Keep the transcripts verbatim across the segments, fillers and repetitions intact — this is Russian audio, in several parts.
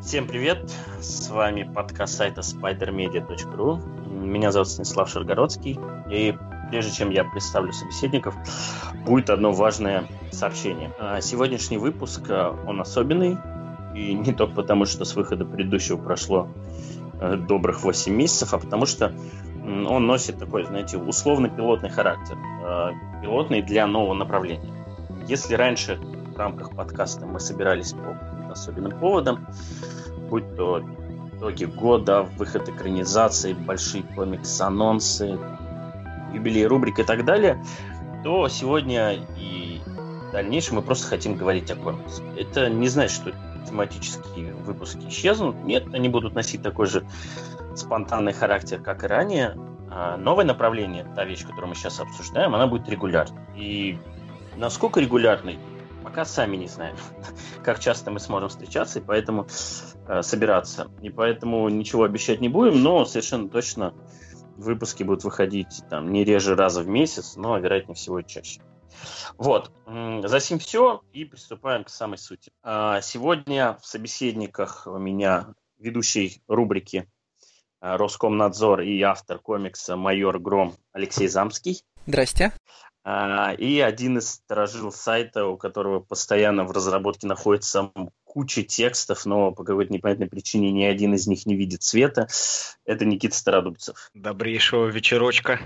Всем привет! С вами подкаст сайта спайдер медиа точка ру. Меня зовут Станислав Шаргородский. И прежде чем я представлю собеседников, будет одно важное сообщение. Сегодняшний выпуск, он особенный. И не только потому, что с выхода предыдущего прошло добрых восемь месяцев, а потому что он носит такой, знаете, условно-пилотный характер. Пилотный для нового направления. Если раньше в рамках подкаста мы собирались по особенным поводам, будь то итоги года, выход экранизации, большие комикс-анонсы, юбилей рубрик и так далее, то сегодня и в дальнейшем мы просто хотим говорить о комиксах. Это не значит, что тематические выпуски исчезнут. Нет, они будут носить такой же спонтанный характер, как и ранее. А новое направление, та вещь, которую мы сейчас обсуждаем, она будет регулярной. И насколько регулярной, пока сами не знаем, как часто мы сможем встречаться и поэтому э, собираться. И поэтому ничего обещать не будем, но совершенно точно выпуски будут выходить там не реже раза в месяц, но, вероятнее всего, и чаще. Вот. За сим все, и приступаем к самой сути. А сегодня в собеседниках у меня ведущий рубрики Роскомнадзор и автор комикса «Майор Гром» Алексей Замский. Здрасте. И один из сторожилов сайта, у которого постоянно в разработке находится куча текстов, но по какой-то непонятной причине ни один из них не видит света. Это Никита Стародубцев. Добрейшего вечерочка.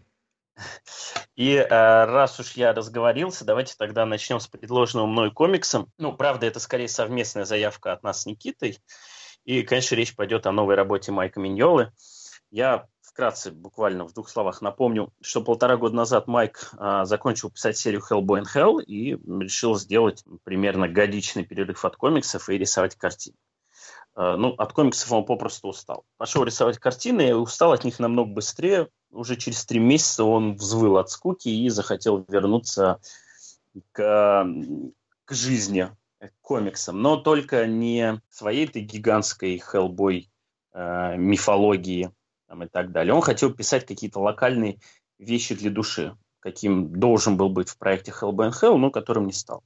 И э, раз уж я разговорился, давайте тогда начнем с предложенного мной комиксом. Ну, правда, это скорее совместная заявка от нас с Никитой. И, конечно, речь пойдет о новой работе Майка Миньолы. Я вкратце, буквально в двух словах напомню, что полтора года назад Майк а, закончил писать серию Hellboy and Hell и решил сделать примерно годичный перерыв от комиксов и рисовать картины. А, ну, от комиксов он попросту устал. Пошел рисовать картины и устал от них намного быстрее. Уже через три месяца он взвыл от скуки и захотел вернуться к, к жизни, к комиксам. Но только не своей-то гигантской Hellboy э, мифологии, там, и так далее. Он хотел писать какие-то локальные вещи для души, каким должен был быть в проекте Hellboy and Hell, но которым не стал.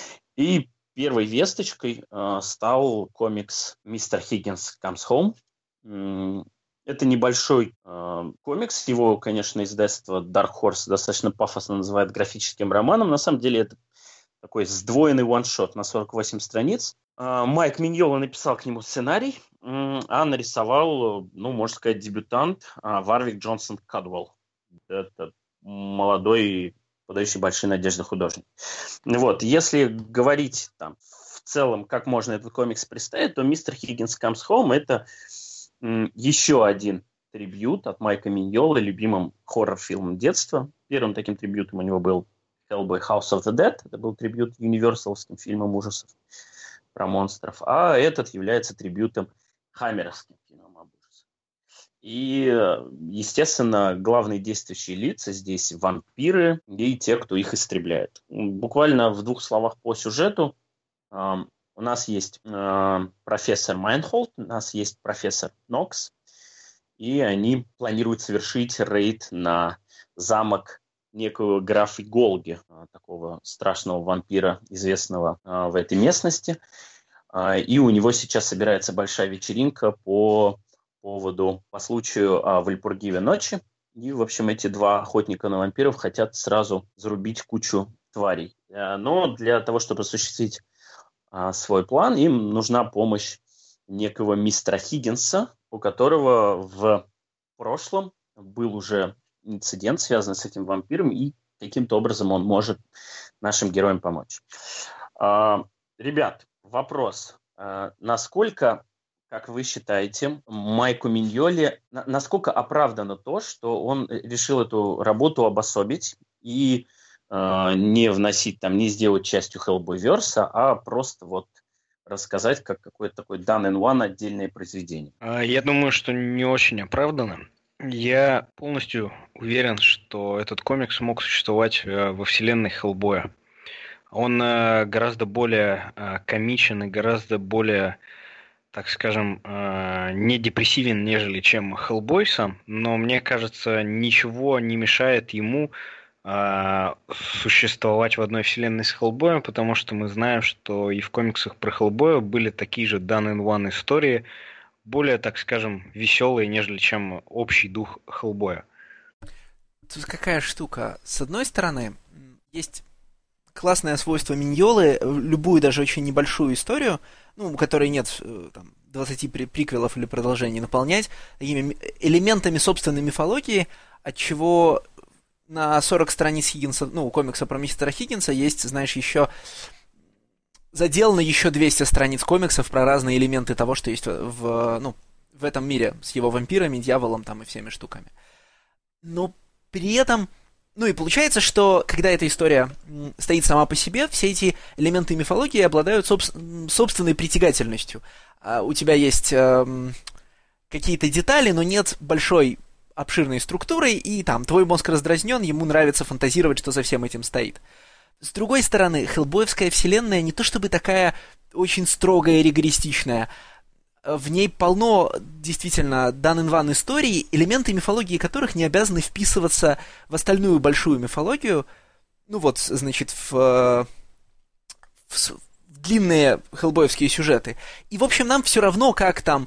И первой весточкой э, стал комикс «Мистер Хиггинс Comes Home». Это небольшой э, комикс. Его, конечно, издательство Dark Horse достаточно пафосно называет графическим романом. На самом деле это такой сдвоенный ваншот на сорок восемь страниц. Э, Майк Миньола написал к нему сценарий, а нарисовал, ну, можно сказать, дебютант Варвик Джонсон Кадуэлл. Это молодой, подающий большие надежды художник. Вот. Если говорить там, в целом, как можно этот комикс представить, то «Мистер Хиггинс Comes Home» — это м, еще один трибьют от Майка Миньолы, любимым хоррор-фильмом детства. Первым таким трибьютом у него был Hellboy House of the Dead. Это был трибьют юниверсалским фильмом ужасов про монстров. А этот является трибьютом хаммеровским фильмом об ужасах. И, естественно, главные действующие лица здесь вампиры и те, кто их истребляет. Буквально в двух словах по сюжету. Э, у нас есть э, профессор Майнхолд, у нас есть профессор Нокс, и они планируют совершить рейд на замок некого графа Голги, э, такого страшного вампира, известного э, в этой местности. И у него сейчас собирается большая вечеринка по поводу, по случаю а, Вальпургивой ночи. И, в общем, эти два охотника на вампиров хотят сразу зарубить кучу тварей. Но для того, чтобы осуществить а, свой план, им нужна помощь некого мистера Хиггинса, у которого в прошлом был уже инцидент, связанный с этим вампиром, и каким-то образом он может нашим героям помочь. А, ребят, вопрос. Насколько, как вы считаете, Майку Миньоле, насколько оправдано то, что он решил эту работу обособить и э, не вносить там, не сделать частью Hellboyverse, а просто вот рассказать как какое-то такое done in one отдельное произведение? Я думаю, что не очень оправдано. Я полностью уверен, что этот комикс мог существовать во вселенной Хеллбоя. Он э, гораздо более э, комичен и гораздо более, так скажем, э, не депрессивен, нежели чем Хеллбой сам. Но мне кажется, ничего не мешает ему а, существовать в одной вселенной с Хеллбоем, потому что мы знаем, что и в комиксах про Хеллбоя были такие же Done in One истории, более, так скажем, веселые, нежели чем общий дух Хеллбоя. Тут какая штука. С одной стороны, есть классное свойство Миньолы, любую даже очень небольшую историю, ну, у которой нет там, двадцати приквелов или продолжений, наполнять такими элементами собственной мифологии, отчего на сорок страниц Хиггинса, ну, комикса про мистера Хиггинса есть, знаешь, еще заделано еще двести страниц комиксов про разные элементы того, что есть в, ну, в этом мире с его вампирами, дьяволом там и всеми штуками. Но при этом, ну и получается, что когда эта история стоит сама по себе, все эти элементы мифологии обладают соб- собственной притягательностью. А у тебя есть эм, какие-то детали, но нет большой обширной структурой, и там твой мозг раздразнен, ему нравится фантазировать, что за всем этим стоит. С другой стороны, хеллбоевская вселенная не то чтобы такая очень строгая и ригористичная. В ней полно действительно done in one историй, элементы мифологии которых не обязаны вписываться в остальную большую мифологию. Ну вот, значит, в, в, в длинные хеллбоевские сюжеты. И, в общем, нам все равно, как там,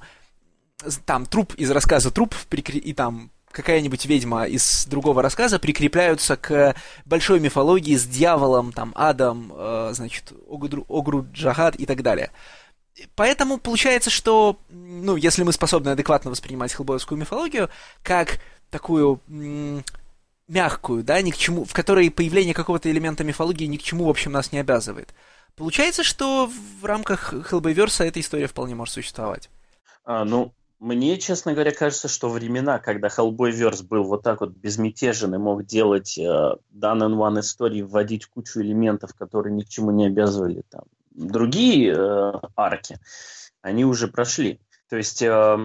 там труп из рассказа «Труп» и там какая-нибудь ведьма из другого рассказа прикрепляются к большой мифологии с дьяволом, там, адом, э, значит, Огру, Огру Джахат и так далее. Поэтому получается, что, ну, если мы способны адекватно воспринимать хеллбоевскую мифологию как такую м- мягкую, да, ни к чему, в которой появление какого-то элемента мифологии ни к чему, в общем, нас не обязывает, получается, что в рамках Хеллбойверса эта история вполне может существовать. А, ну, мне, честно говоря, кажется, что времена, когда Hellboyverse был вот так вот безмятежен и мог делать э, done in one истории, вводить кучу элементов, которые ни к чему не обязывали там другие э, арки, они уже прошли. То есть, э,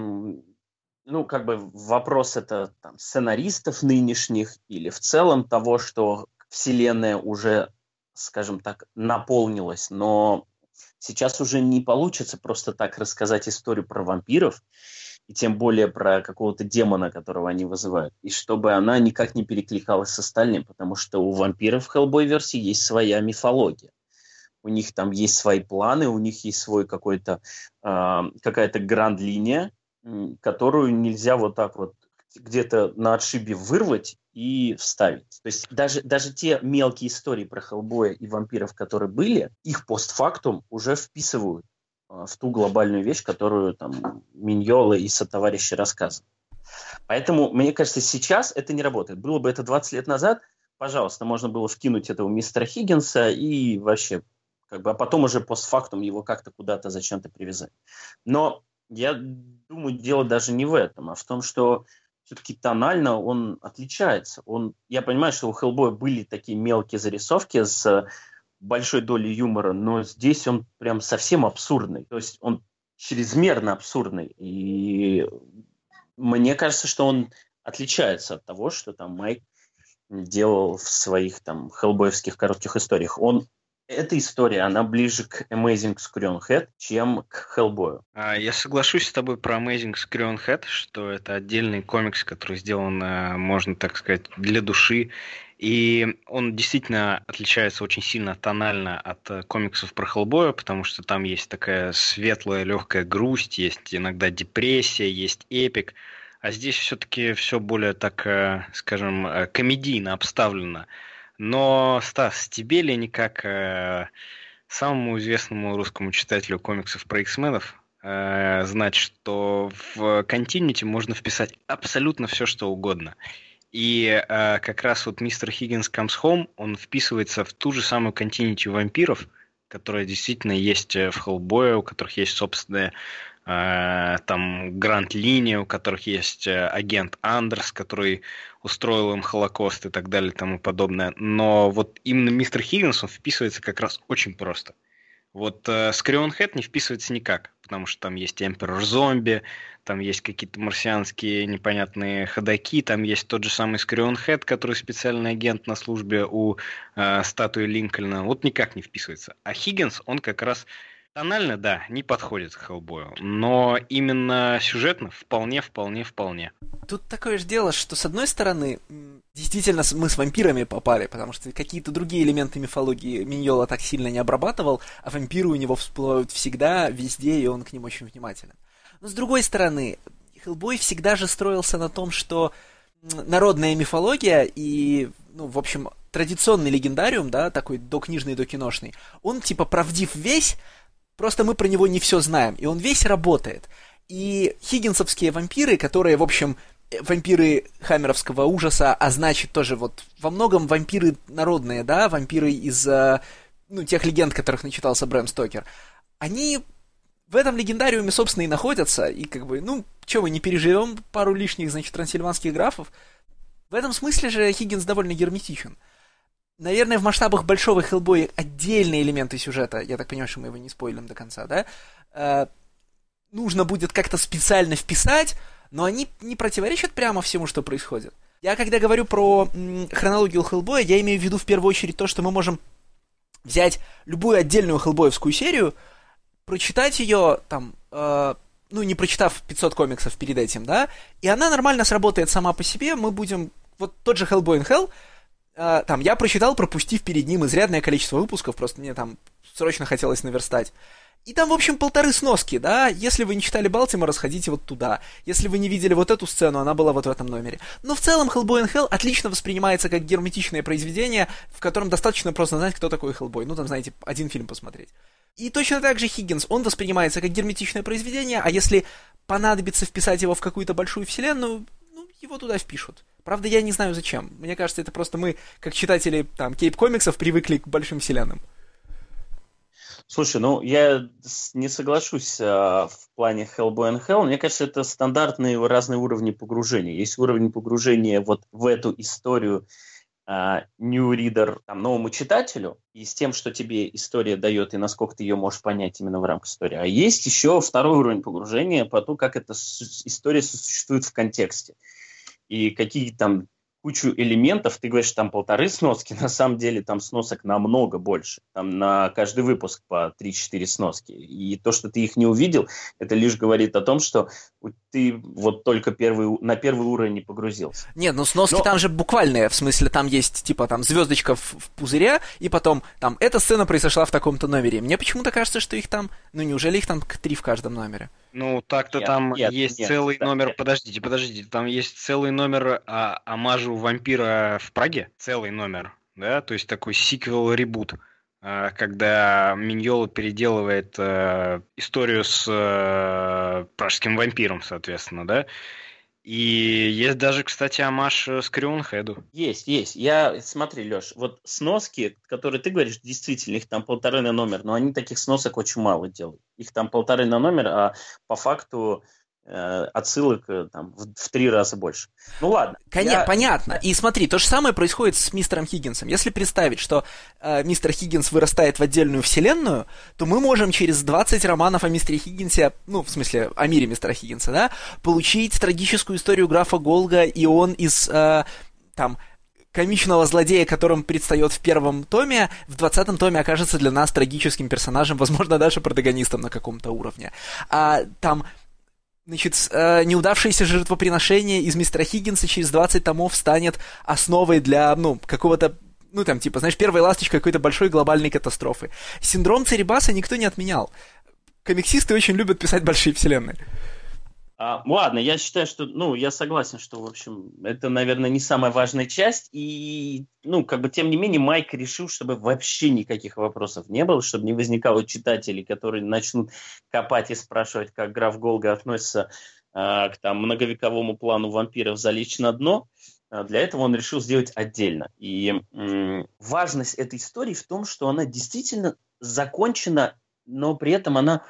ну, как бы вопрос это там, сценаристов нынешних или в целом того, что вселенная уже, скажем так, наполнилась, но сейчас уже не получится просто так рассказать историю про вампиров, и тем более про какого-то демона, которого они вызывают, и чтобы она никак не перекликалась с остальным, потому что у вампиров в Hellboy-версии есть своя мифология. У них там есть свои планы, у них есть свой какой-то, э, какая-то гранд-линия, которую нельзя вот так вот где-то на отшибе вырвать и вставить. То есть даже, даже те мелкие истории про Хеллбоя и вампиров, которые были, их постфактум уже вписывают э, в ту глобальную вещь, которую там Миньола и сотоварищи рассказывают. Поэтому, мне кажется, сейчас это не работает. Было бы это двадцать лет назад, пожалуйста, можно было вкинуть этого мистера Хиггинса и вообще, как бы, а потом уже постфактум его как-то куда-то зачем-то привязать. Но я думаю, дело даже не в этом, а в том, что все-таки тонально он отличается. Он, я понимаю, что у Хеллбоя были такие мелкие зарисовки с большой долей юмора, но здесь он прям совсем абсурдный. То есть он чрезмерно абсурдный. И мне кажется, что он отличается от того, что там Майк делал в своих там хеллбоевских коротких историях. Он Эта история, она ближе к Amazing Screon Head, чем к Hellboy. Я соглашусь с тобой про Amazing Screon Head, что это отдельный комикс, который сделан, можно так сказать, для души. И он действительно отличается очень сильно тонально от комиксов про Hellboy, потому что там есть такая светлая, легкая грусть, есть иногда депрессия, есть эпик. А здесь все-таки все более, так скажем, комедийно обставлено. Но, Стас, тебе ли не как э, самому известному русскому читателю комиксов про X-менов э, знать, что в Continuity можно вписать абсолютно все, что угодно. И э, как раз вот мистер Higgins Comes Home, он вписывается в ту же самую Continuity вампиров, которая действительно есть в Hellboy, у которых есть собственная э, там гранд-линия, у которых есть э, агент Андерс, который устроил им Холокост и так далее и тому подобное. Но вот именно мистер Хиггинс, он вписывается как раз очень просто. Вот э, Screon Head не вписывается никак, потому что там есть Emperor Зомби, там есть какие-то марсианские непонятные ходаки, там есть тот же самый Screon Head, который специальный агент на службе у э, статуи Линкольна. Вот никак не вписывается. А Хиггинс, он как раз Тонально, да, не подходит к Хеллбою, но именно сюжетно вполне, вполне, вполне. Тут такое же дело, что с одной стороны, действительно мы с вампирами попали, потому что какие-то другие элементы мифологии Миньола так сильно не обрабатывал, а вампиры у него всплывают всегда, везде, и он к ним очень внимателен. Но с другой стороны, Хеллбой всегда же строился на том, что народная мифология и, ну, в общем, традиционный легендариум, да, такой докнижный, докиношный, он типа правдив весь, просто мы про него не все знаем, и он весь работает. И хиггинсовские вампиры, которые, в общем, вампиры хаммеровского ужаса, а значит тоже вот во многом вампиры народные, да, вампиры из, ну, тех легенд, которых начитался Брэм Стокер, они в этом легендариуме, собственно, и находятся, и как бы, ну, что, мы не переживем пару лишних, значит, трансильванских графов? В этом смысле же Хиггинс довольно герметичен. Наверное, в масштабах большого Хеллбоя отдельные элементы сюжета, я так понимаю, что мы его не спойлим до конца, да, э, нужно будет как-то специально вписать, но они не противоречат прямо всему, что происходит. Я когда говорю про м, хронологию Хеллбоя, я имею в виду в первую очередь то, что мы можем взять любую отдельную хеллбоевскую серию, прочитать ее, там, э, ну, не прочитав пятьсот комиксов перед этим, да, и она нормально сработает сама по себе, мы будем... Вот тот же Hellboy in Hell, э, там, я прочитал, пропустив перед ним изрядное количество выпусков, просто мне там срочно хотелось наверстать. И там, в общем, полторы сноски, да, если вы не читали Балтимора, сходите вот туда. Если вы не видели вот эту сцену, она была вот в этом номере. Но в целом Hellboy in Hell отлично воспринимается как герметичное произведение, в котором достаточно просто знать, кто такой Hellboy. Ну, там, знаете, один фильм посмотреть. И точно так же Хиггинс, он воспринимается как герметичное произведение, а если понадобится вписать его в какую-то большую вселенную, ну, его туда впишут. Правда, я не знаю зачем. Мне кажется, это просто мы, как читатели, там, кейп-комиксов, привыкли к большим вселенным. Слушай, ну, я не соглашусь а, в плане Hellboy and Hell. Мне кажется, это стандартные разные уровни погружения. Есть уровень погружения вот в эту историю а, new reader, там, новому читателю, и с тем, что тебе история дает, и насколько ты ее можешь понять именно в рамках истории. А есть еще второй уровень погружения по тому, как эта история существует в контексте. И какие там кучу элементов, ты говоришь, там полторы сноски, на самом деле там сносок намного больше. Там на каждый выпуск по три-четыре сноски. И то, что ты их не увидел, это лишь говорит о том, что ты вот только первый, на первый уровень не погрузился. Нет, ну сноски Но... там же буквальные, в смысле там есть типа там звездочка в, в пузыре, и потом там эта сцена произошла в таком-то номере. Мне почему-то кажется, что их там, ну неужели их там три в каждом номере? Ну, так-то нет, там нет, есть нет, целый нет, номер... Нет. Подождите, подождите. Там есть целый номер а, омажу вампира в Праге. Целый номер, да? То есть такой сиквел-ребут, а, когда Миньола переделывает а, историю с а, пражским вампиром, соответственно, да? И есть даже, кстати, омаж Скрионхеду. Есть, есть. Я, смотри, Леш, вот сноски, которые ты говоришь, действительно, их там полторы на номер, но они таких сносок очень мало делают. Их там полторы на номер, а по факту э, отсылок там, в, в три раза больше. Ну ладно. Конечно, я... понятно. И смотри, то же самое происходит с мистером Хиггинсом. Если представить, что э, мистер Хиггинс вырастает в отдельную вселенную, то мы можем через двадцать романов о мистере Хиггинсе, ну, в смысле, о мире мистера Хиггинса, да, получить трагическую историю графа Голга, и он из, э, там, комичного злодея, которым предстает в первом томе, в двадцатом томе окажется для нас трагическим персонажем, возможно, даже протагонистом на каком-то уровне. А там... Значит, неудавшееся жертвоприношение из мистера Хиггинса через двадцать томов станет основой для, ну, какого-то, ну, там, типа, знаешь, первой ласточкой какой-то большой глобальной катастрофы. Синдром Церебаса никто не отменял. Комиксисты очень любят писать большие вселенные. А, ладно, я считаю, что, ну, я согласен, что, в общем, это, наверное, не самая важная часть, и, ну, как бы, тем не менее, Майк решил, чтобы вообще никаких вопросов не было, чтобы не возникало читателей, которые начнут копать и спрашивать, как граф Голга относится а, к, там, многовековому плану вампиров залечь на дно. А, для этого он решил сделать отдельно. И м- важность этой истории в том, что она действительно закончена, но при этом она...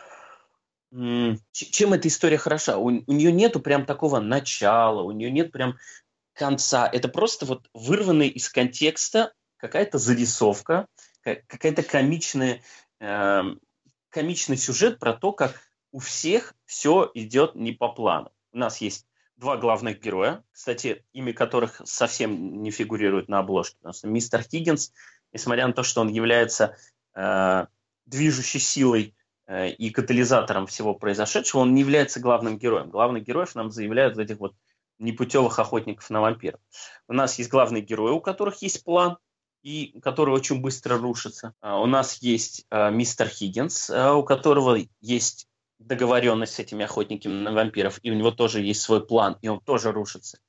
Чем эта история хороша? У, у нее нету прям такого начала, у нее нет прям конца. Это просто вот вырванная из контекста какая-то зарисовка, какая-то комичная, э, комичный сюжет про то, как у всех все идет не по плану. У нас есть два главных героя, кстати, имя которых совсем не фигурирует на обложке. Потому что мистер Хиггинс, несмотря на то, что он является э, движущей силой и катализатором всего произошедшего, он не является главным героем. Главных героев нам заявляют в этих вот непутевых охотников на вампиров. У нас есть главные герои, у которых есть план, и который очень быстро рушится. У нас есть мистер Хиггинс, у которого есть договоренность с этими охотниками на вампиров, и у него тоже есть свой план, и он тоже рушится.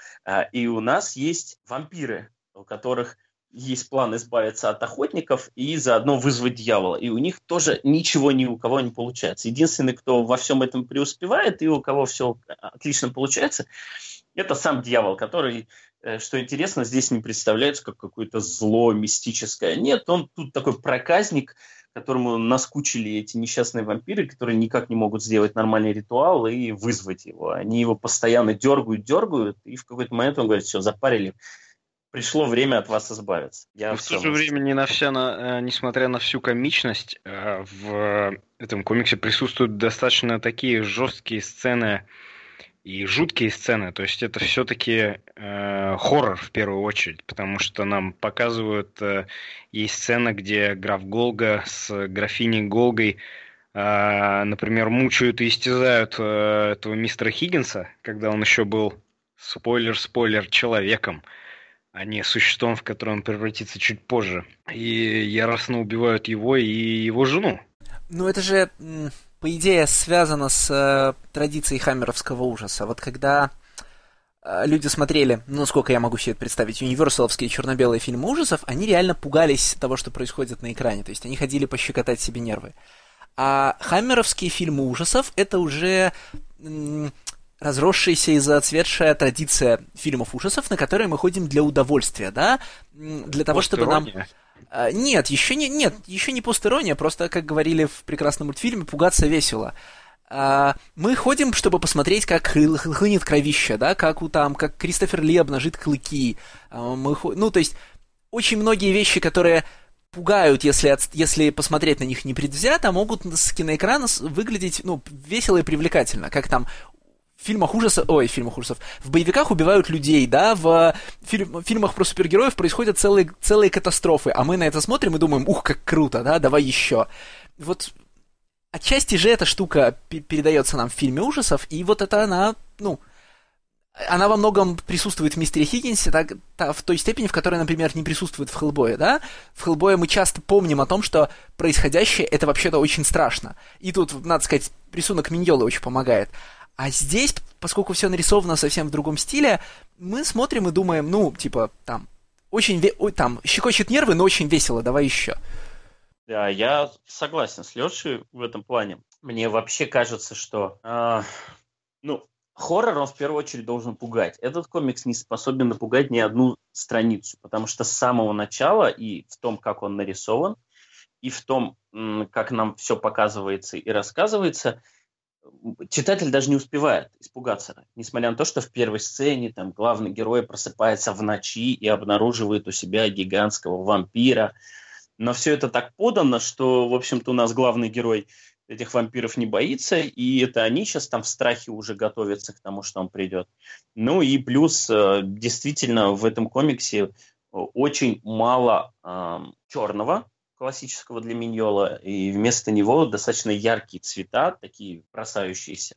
И у нас есть вампиры, у которых есть план избавиться от охотников и заодно вызвать дьявола. И у них тоже ничего ни у кого не получается. Единственный, кто во всем этом преуспевает и у кого все отлично получается, это сам дьявол, который, что интересно, здесь не представляется как какое-то зло мистическое. Нет, он тут такой проказник, которому наскучили эти несчастные вампиры, которые никак не могут сделать нормальный ритуал и вызвать его. Они его постоянно дергают, дергают, и в какой-то момент он говорит: все, запарили. Пришло время от вас избавиться. Я в то же время, не на вся, на, несмотря на всю комичность, в этом комиксе присутствуют достаточно такие жесткие сцены и жуткие сцены. То есть это все-таки э, хоррор в первую очередь, потому что нам показывают, э, есть сцена, где граф Голга с графиней Голгой, э, например, мучают и истязают э, этого мистера Хиггинса, когда он еще был, спойлер-спойлер, человеком, а не существом, в которое он превратится чуть позже. И яростно убивают его и его жену. Ну, это же, по идее, связано с э, традицией хаммеровского ужаса. Вот когда э, люди смотрели, ну, насколько я могу себе это представить, универсаловские черно-белые фильмы ужасов, они реально пугались того, что происходит на экране. То есть они ходили пощекотать себе нервы. А хаммеровские фильмы ужасов — это уже... М- разросшаяся и зацветшая традиция фильмов ужасов, на которые мы ходим для удовольствия, да, для того, чтобы нам... Нет, еще не, нет, еще не постирония, просто, как говорили в прекрасном мультфильме, пугаться весело. Мы ходим, чтобы посмотреть, как хлынет кровища, да, как у там, как Кристофер Ли обнажит клыки. Мы, ну, то есть, очень многие вещи, которые пугают, если, если посмотреть на них непредвзято, могут с киноэкрана выглядеть, ну, весело и привлекательно, как там в фильмах ужасов, ой, в фильмах ужасов, в боевиках убивают людей, да, в фильм, фильмах про супергероев происходят целые, целые катастрофы, а мы на это смотрим и думаем: ух, как круто, да, давай еще. Вот отчасти же эта штука передается нам в фильме ужасов, и вот это она, ну, она во многом присутствует в мистере Хиггинсе, так, та, в той степени, в которой, например, не присутствует в Хеллбое, да. В Хеллбое мы часто помним о том, что происходящее — это вообще-то очень страшно. И тут, надо сказать, рисунок Миньолы очень помогает. А здесь, поскольку все нарисовано совсем в другом стиле, мы смотрим и думаем, ну, типа, там, очень, ве- ой, там, щекочет нервы, но очень весело, давай еще. Да, я согласен с Лешей в этом плане. Мне вообще кажется, что, э, ну, хоррор, он в первую очередь должен пугать. Этот комикс не способен напугать ни одну страницу, потому что с самого начала и в том, как он нарисован, и в том, как нам все показывается и рассказывается, читатель даже не успевает испугаться, несмотря на то, что в первой сцене там главный герой просыпается в ночи и обнаруживает у себя гигантского вампира. Но все это так подано, что, в общем-то, у нас главный герой этих вампиров не боится, и это они сейчас там в страхе уже готовятся к тому, что он придет. Ну и плюс, действительно, в этом комиксе очень мало э, черного, классического для Миньола, и вместо него достаточно яркие цвета, такие бросающиеся.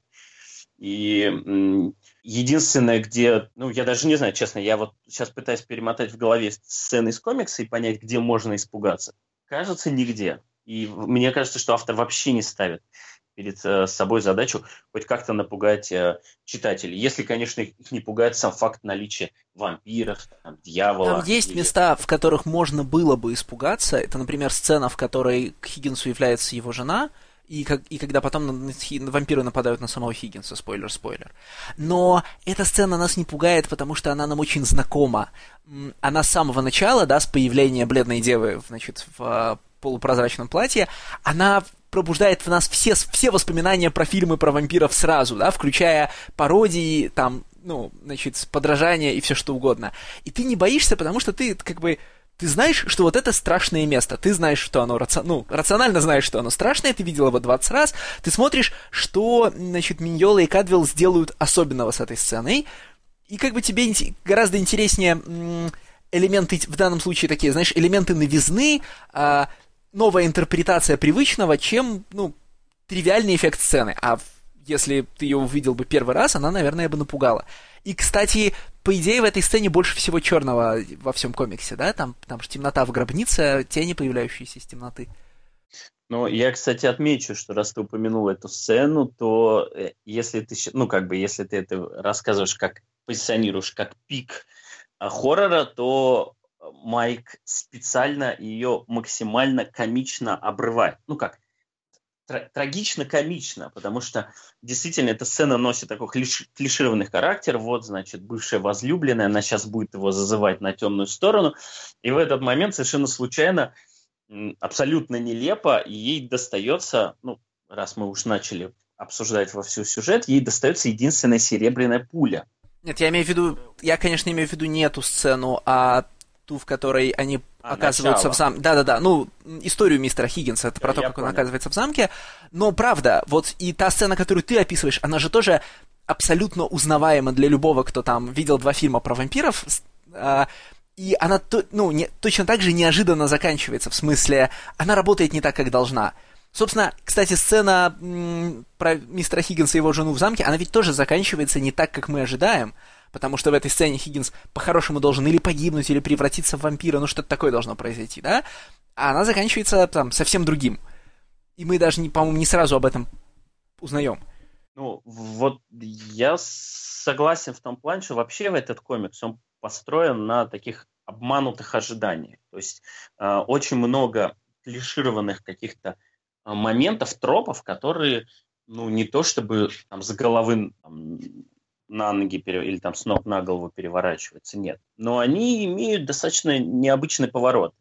И м, единственное, где, ну, я даже не знаю, честно, я вот сейчас пытаюсь перемотать в голове сцены из комикса и понять, где можно испугаться. Кажется, нигде. И мне кажется, что автор вообще не ставит перед э, собой задачу хоть как-то напугать э, читателей. Если, конечно, их не пугает сам факт наличия вампиров, там, дьявола. Там есть или... места, в которых можно было бы испугаться. Это, например, сцена, в которой к Хиггинсу является его жена, и, как, и когда потом на, на, вампиры нападают на самого Хиггинса. Спойлер-спойлер. Но эта сцена нас не пугает, потому что она нам очень знакома. Она с самого начала, да, с появления бледной девы, значит, в полупрозрачном платье, она пробуждает в нас все, все воспоминания про фильмы про вампиров сразу, да, включая пародии, там, ну, значит, подражания и все что угодно. И ты не боишься, потому что ты, как бы, ты знаешь, что вот это страшное место, ты знаешь, что оно, раци... ну, рационально знаешь, что оно страшное, ты видел его двадцать раз, ты смотришь, что, значит, Миньола и Кадвелл сделают особенного с этой сценой, и как бы тебе гораздо интереснее м- элементы, в данном случае такие, знаешь, элементы новизны, а, новая интерпретация привычного, чем, ну, тривиальный эффект сцены, а если ты ее увидел бы первый раз, она, наверное, бы напугала. И, кстати, по идее, в этой сцене больше всего черного во всем комиксе, да? Там, там же темнота в гробнице, тени, появляющиеся из темноты. Ну, я, кстати, отмечу, что раз ты упомянул эту сцену, то если ты, ну, как бы, если ты это рассказываешь, как позиционируешь как пик хоррора, то Майк специально ее максимально комично обрывает. Ну, как? Трагично-комично, потому что действительно эта сцена носит такой клиш- клишированный характер. Вот, значит, бывшая возлюбленная, она сейчас будет его зазывать на темную сторону, и в этот момент совершенно случайно, абсолютно нелепо, ей достается, ну, раз мы уж начали обсуждать во всю сюжет, ей достается единственная серебряная пуля. Нет, я имею в виду, я, конечно, имею в виду не эту сцену, а ту, в которой они а, оказываются начало. в замке. Да-да-да, ну, историю мистера Хиггинса, это про то, как понял. он оказывается в замке. Но правда, вот и та сцена, которую ты описываешь, она же тоже абсолютно узнаваема для любого, кто там видел два фильма про вампиров. И она, ну, не, точно так же неожиданно заканчивается, в смысле, она работает не так, как должна. Собственно, кстати, сцена м, про мистера Хиггинса и его жену в замке, она ведь тоже заканчивается не так, как мы ожидаем. Потому что в этой сцене Хиггинс по-хорошему должен или погибнуть, или превратиться в вампира, ну что-то такое должно произойти, да? А она заканчивается там совсем другим. И мы даже, не, по-моему, не сразу об этом узнаем. Ну, вот я согласен в том плане, что вообще в этот комикс он построен на таких обманутых ожиданиях. То есть э, очень много клишированных каких-то э, моментов, тропов, которые, ну, не то чтобы там с головы... Там, на ноги или там с ног на голову переворачиваются, нет. Но они имеют достаточно необычный поворот.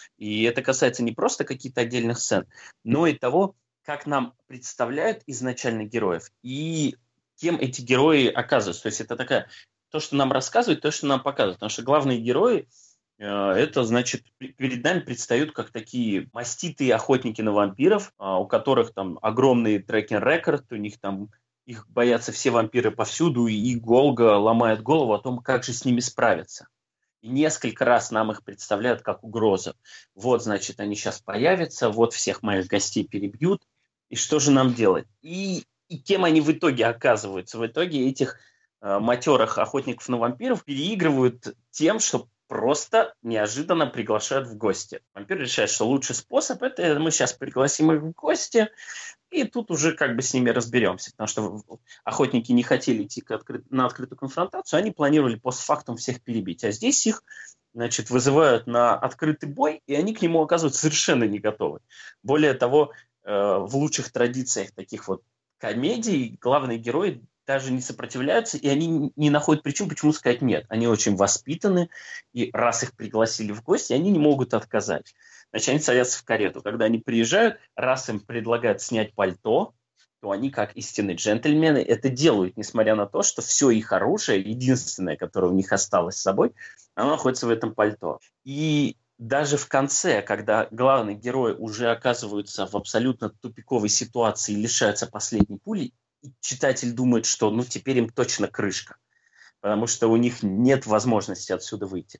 И это касается не просто каких-то отдельных сцен, но и того, как нам представляют изначально героев и кем эти герои оказываются. То есть это такая, то, что нам рассказывают, то, что нам показывают. Потому что главные герои, э, это, значит, перед нами предстают как такие маститые охотники на вампиров, э, у которых там огромный трекинг-рекорд, у них там их боятся все вампиры повсюду, и Голго ломает голову о том, как же с ними справиться. И несколько раз нам их представляют как угрозу. Вот, значит, они сейчас появятся, вот всех моих гостей перебьют, и что же нам делать? И, и кем они в итоге оказываются? В итоге этих э, матерых охотников на вампиров переигрывают тем, что просто неожиданно приглашают в гости. Вампир решает, что лучший способ – это мы сейчас пригласим их в гости, и тут уже как бы с ними разберемся. Потому что охотники не хотели идти откры... на открытую конфронтацию, они планировали постфактум всех перебить. А здесь их, значит, вызывают на открытый бой, и они к нему оказываются совершенно не готовы. Более того, э, в лучших традициях таких вот комедий главные герои даже не сопротивляются, и они не находят причин, почему сказать нет. Они очень воспитаны, и раз их пригласили в гости, они не могут отказать. Значит, они садятся в карету. Когда они приезжают, раз им предлагают снять пальто, то они, как истинные джентльмены, это делают, несмотря на то, что все их оружие, единственное, которое у них осталось с собой, оно находится в этом пальто. И даже в конце, когда главные герои уже оказываются в абсолютно тупиковой ситуации и лишаются последней пули, читатель думает, что ну теперь им точно крышка, потому что у них нет возможности отсюда выйти.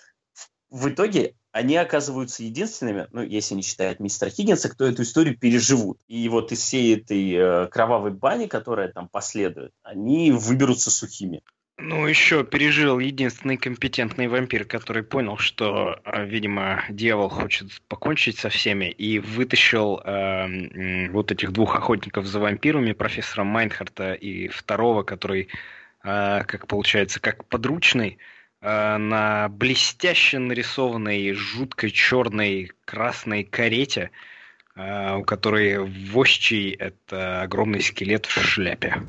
В итоге они оказываются единственными, ну, если не считать мистера Хиггинса, кто эту историю переживут. И вот из всей этой э, кровавой бани, которая там последует, они выберутся сухими. Ну, еще пережил единственный компетентный вампир, который понял, что, видимо, дьявол хочет покончить со всеми, и вытащил э, вот этих двух охотников за вампирами, профессора Майнхарта и второго, который, э, как получается, как подручный, э, на блестяще нарисованной жуткой черной красной карете, э, у которой вождий — это огромный скелет в шляпе.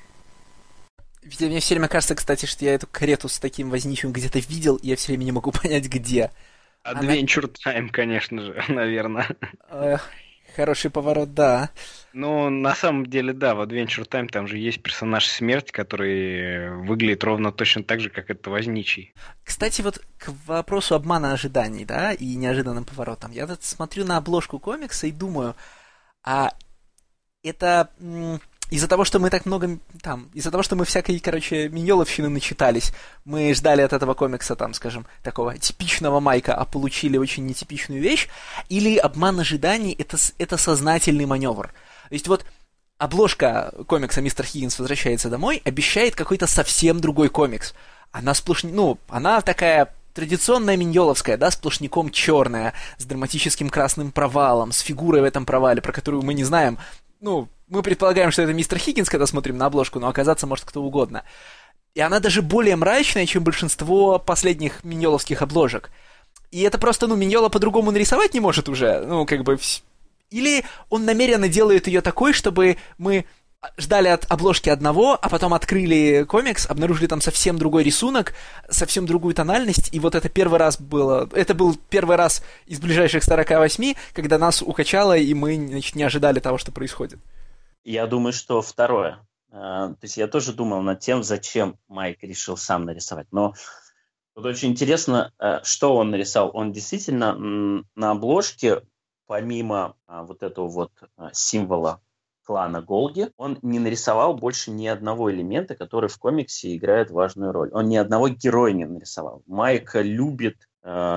Мне все время кажется, кстати, что я эту карету с таким возничим где-то видел, и я все время не могу понять, где. Adventure Она... Time, конечно же, наверное. Эх, хороший поворот, да. Ну, на самом деле, да, в Adventure Time там же есть персонаж Смерть, который выглядит ровно точно так же, как этот возничий. Кстати, вот к вопросу обмана ожиданий, да, и неожиданным поворотом. Я тут смотрю на обложку комикса и думаю, а это... М- Из-за того, что мы так много там, из-за того, что мы всякой, короче, миньоловщины начитались, мы ждали от этого комикса, там, скажем, такого типичного Майка, а получили очень нетипичную вещь, или обман ожиданий — это, это сознательный маневр. То есть вот обложка комикса «Мистер Хиггинс возвращается домой» обещает какой-то совсем другой комикс. Она сплошь... Ну, она такая традиционная миньоловская, да, сплошняком черная, с драматическим красным провалом, с фигурой в этом провале, про которую мы не знаем. Ну, мы предполагаем, что это мистер Хиггинс, когда смотрим на обложку, но оказаться может кто угодно. И она даже более мрачная, чем большинство последних миньоловских обложек. И это просто, ну, Миньола по-другому нарисовать не может уже. Ну, как бы... Или он намеренно делает ее такой, чтобы мы ждали от обложки одного, а потом открыли комикс, обнаружили там совсем другой рисунок, совсем другую тональность, и вот это первый раз было... Это был первый раз из ближайших сорока восьми, когда нас укачало, и мы, значит, не ожидали того, что происходит. Я думаю, что второе. То есть я тоже думал над тем, зачем Майк решил сам нарисовать. Но вот очень интересно, что он нарисовал. Он действительно на обложке, помимо вот этого вот символа клана Голги, он не нарисовал больше ни одного элемента, который в комиксе играет важную роль. Он ни одного героя не нарисовал. Майк любит...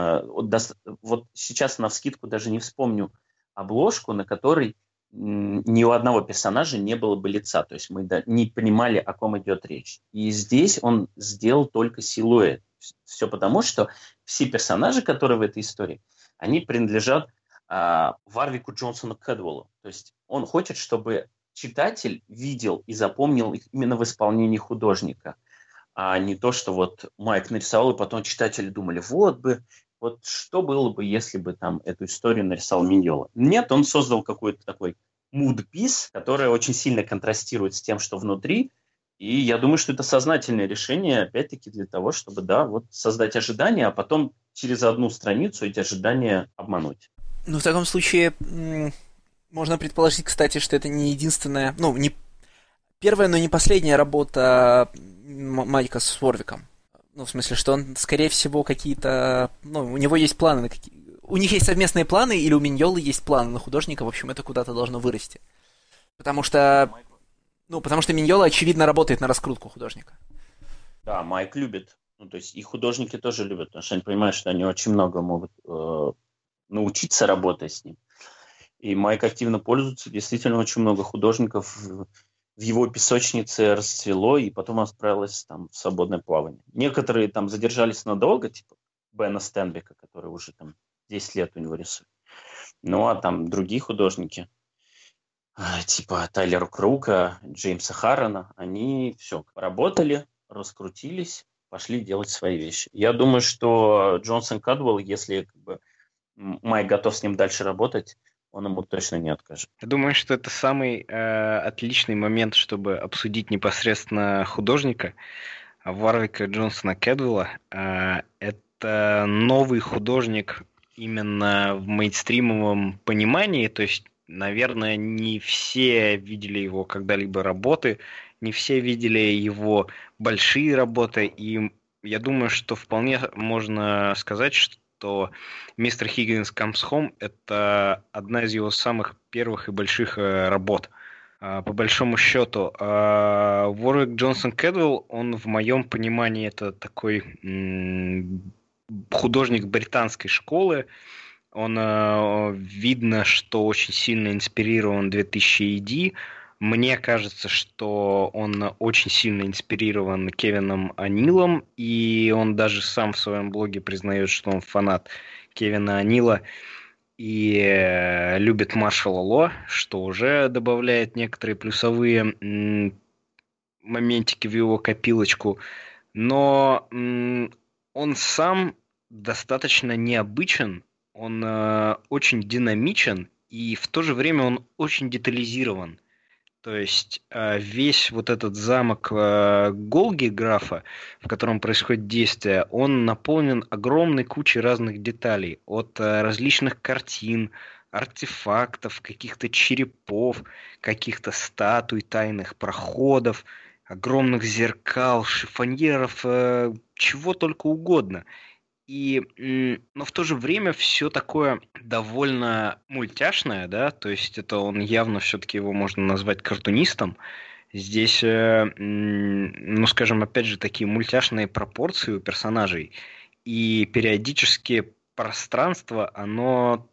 Вот сейчас навскидку даже не вспомню обложку, на которой ни у одного персонажа не было бы лица, то есть мы не понимали, о ком идет речь. И здесь он сделал только силуэт. Все потому, что все персонажи, которые в этой истории, они принадлежат а, Варвику Джонсону Кэдвеллу. То есть он хочет, чтобы читатель видел и запомнил их именно в исполнении художника, а не то, что вот Майк нарисовал, и потом читатели думали, вот бы, вот что было бы, если бы там эту историю нарисовал Миньола. Нет, он создал какой-то такой mood-piece, который очень сильно контрастирует с тем, что внутри. И я думаю, что это сознательное решение, опять-таки, для того, чтобы, да, вот создать ожидания, а потом через одну страницу эти ожидания обмануть. Ну, в таком случае, можно предположить, кстати, что это не единственная, ну, не первая, но не последняя работа Майка с Ворвиком. Ну, в смысле, что он, скорее всего, какие-то... Ну, у него есть планы на какие... У них есть совместные планы, или у Миньолы есть планы на художника, в общем, это куда-то должно вырасти. Потому что... Ну, потому что Миньола, очевидно, работает на раскрутку художника. Да, Майк любит. Ну, то есть и художники тоже любят, потому что они понимают, что они очень много могут э, научиться работать с ним. И Майк активно пользуется. Действительно, очень много художников... в его песочнице расцвело, и потом отправилась там в свободное плавание. Некоторые там задержались надолго, типа Бена Стенбека, который уже там десять лет у него рисует. Ну, а там другие художники, типа Тайлера Крука, Джеймса Харрена, они все, поработали, раскрутились, пошли делать свои вещи. Я думаю, что Джонсон Кэдвелл, если как бы, Майк готов с ним дальше работать, он ему точно не откажет. Я думаю, что это самый э, отличный момент, чтобы обсудить непосредственно художника Варвика Джонсона Кэдвелла. Э, это новый художник именно в мейнстримовом понимании, то есть, наверное, не все видели его когда-либо работы, не все видели его большие работы, и я думаю, что вполне можно сказать, что то «Мистер Хиггинс Comes Home» — это одна из его самых первых и больших работ. По большому счету, Уорвик Джонсон Кэдвелл, он в моем понимании это такой художник британской школы. Он видно, что очень сильно инспирирован две тысячи эй ди. Мне кажется, что он очень сильно инспирирован Кевином О'Нилом, и он даже сам в своем блоге признает, что он фанат Кевина О'Нила и любит Маршалла Ло, что уже добавляет некоторые плюсовые моментики в его копилочку. Но он сам достаточно необычен, он очень динамичен, и в то же время он очень детализирован. То есть весь вот этот замок Голги графа, в котором происходит действие, он наполнен огромной кучей разных деталей. От различных картин, артефактов, каких-то черепов, каких-то статуй, тайных проходов, огромных зеркал, шифоньеров, чего только угодно. И, но в то же время все такое довольно мультяшное, да, то есть это он явно все-таки его можно назвать картунистом. Здесь, ну, скажем, опять же, такие мультяшные пропорции у персонажей, и периодически пространство, оно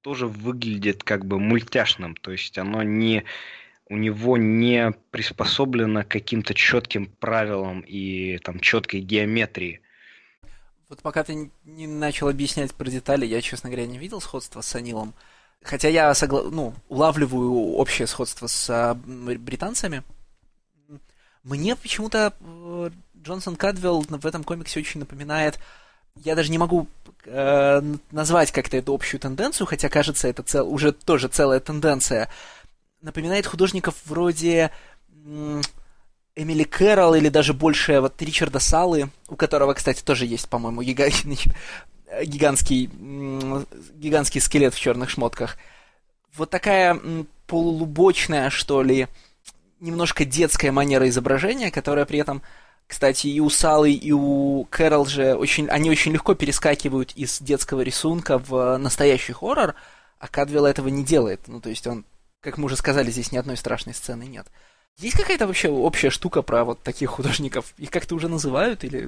тоже выглядит как бы мультяшным, то есть оно не, у него не приспособлено к каким-то четким правилам и там четкой геометрии. Вот пока ты не начал объяснять про детали, я, честно говоря, не видел сходства с Анилом. Хотя я согла... ну, улавливаю общее сходство с а, британцами. Мне почему-то э, Джонсон Кадвелл в этом комиксе очень напоминает... Я даже не могу э, назвать как-то эту общую тенденцию, хотя, кажется, это цел... уже тоже целая тенденция. Напоминает художников вроде м- Эмили Кэрролл или даже больше вот Ричарда Саллы, у которого, кстати, тоже есть, по-моему, гига... гигантский, м- гигантский скелет в черных шмотках. Вот такая м- полулубочная, что ли, немножко детская манера изображения, которая при этом... Кстати, и у Салы, и у Кэрол же очень, они очень легко перескакивают из детского рисунка в настоящий хоррор, а Кадвелл этого не делает. Ну, то есть он, как мы уже сказали, здесь ни одной страшной сцены нет. Есть какая-то вообще общая штука про вот таких художников? Их как-то уже называют или...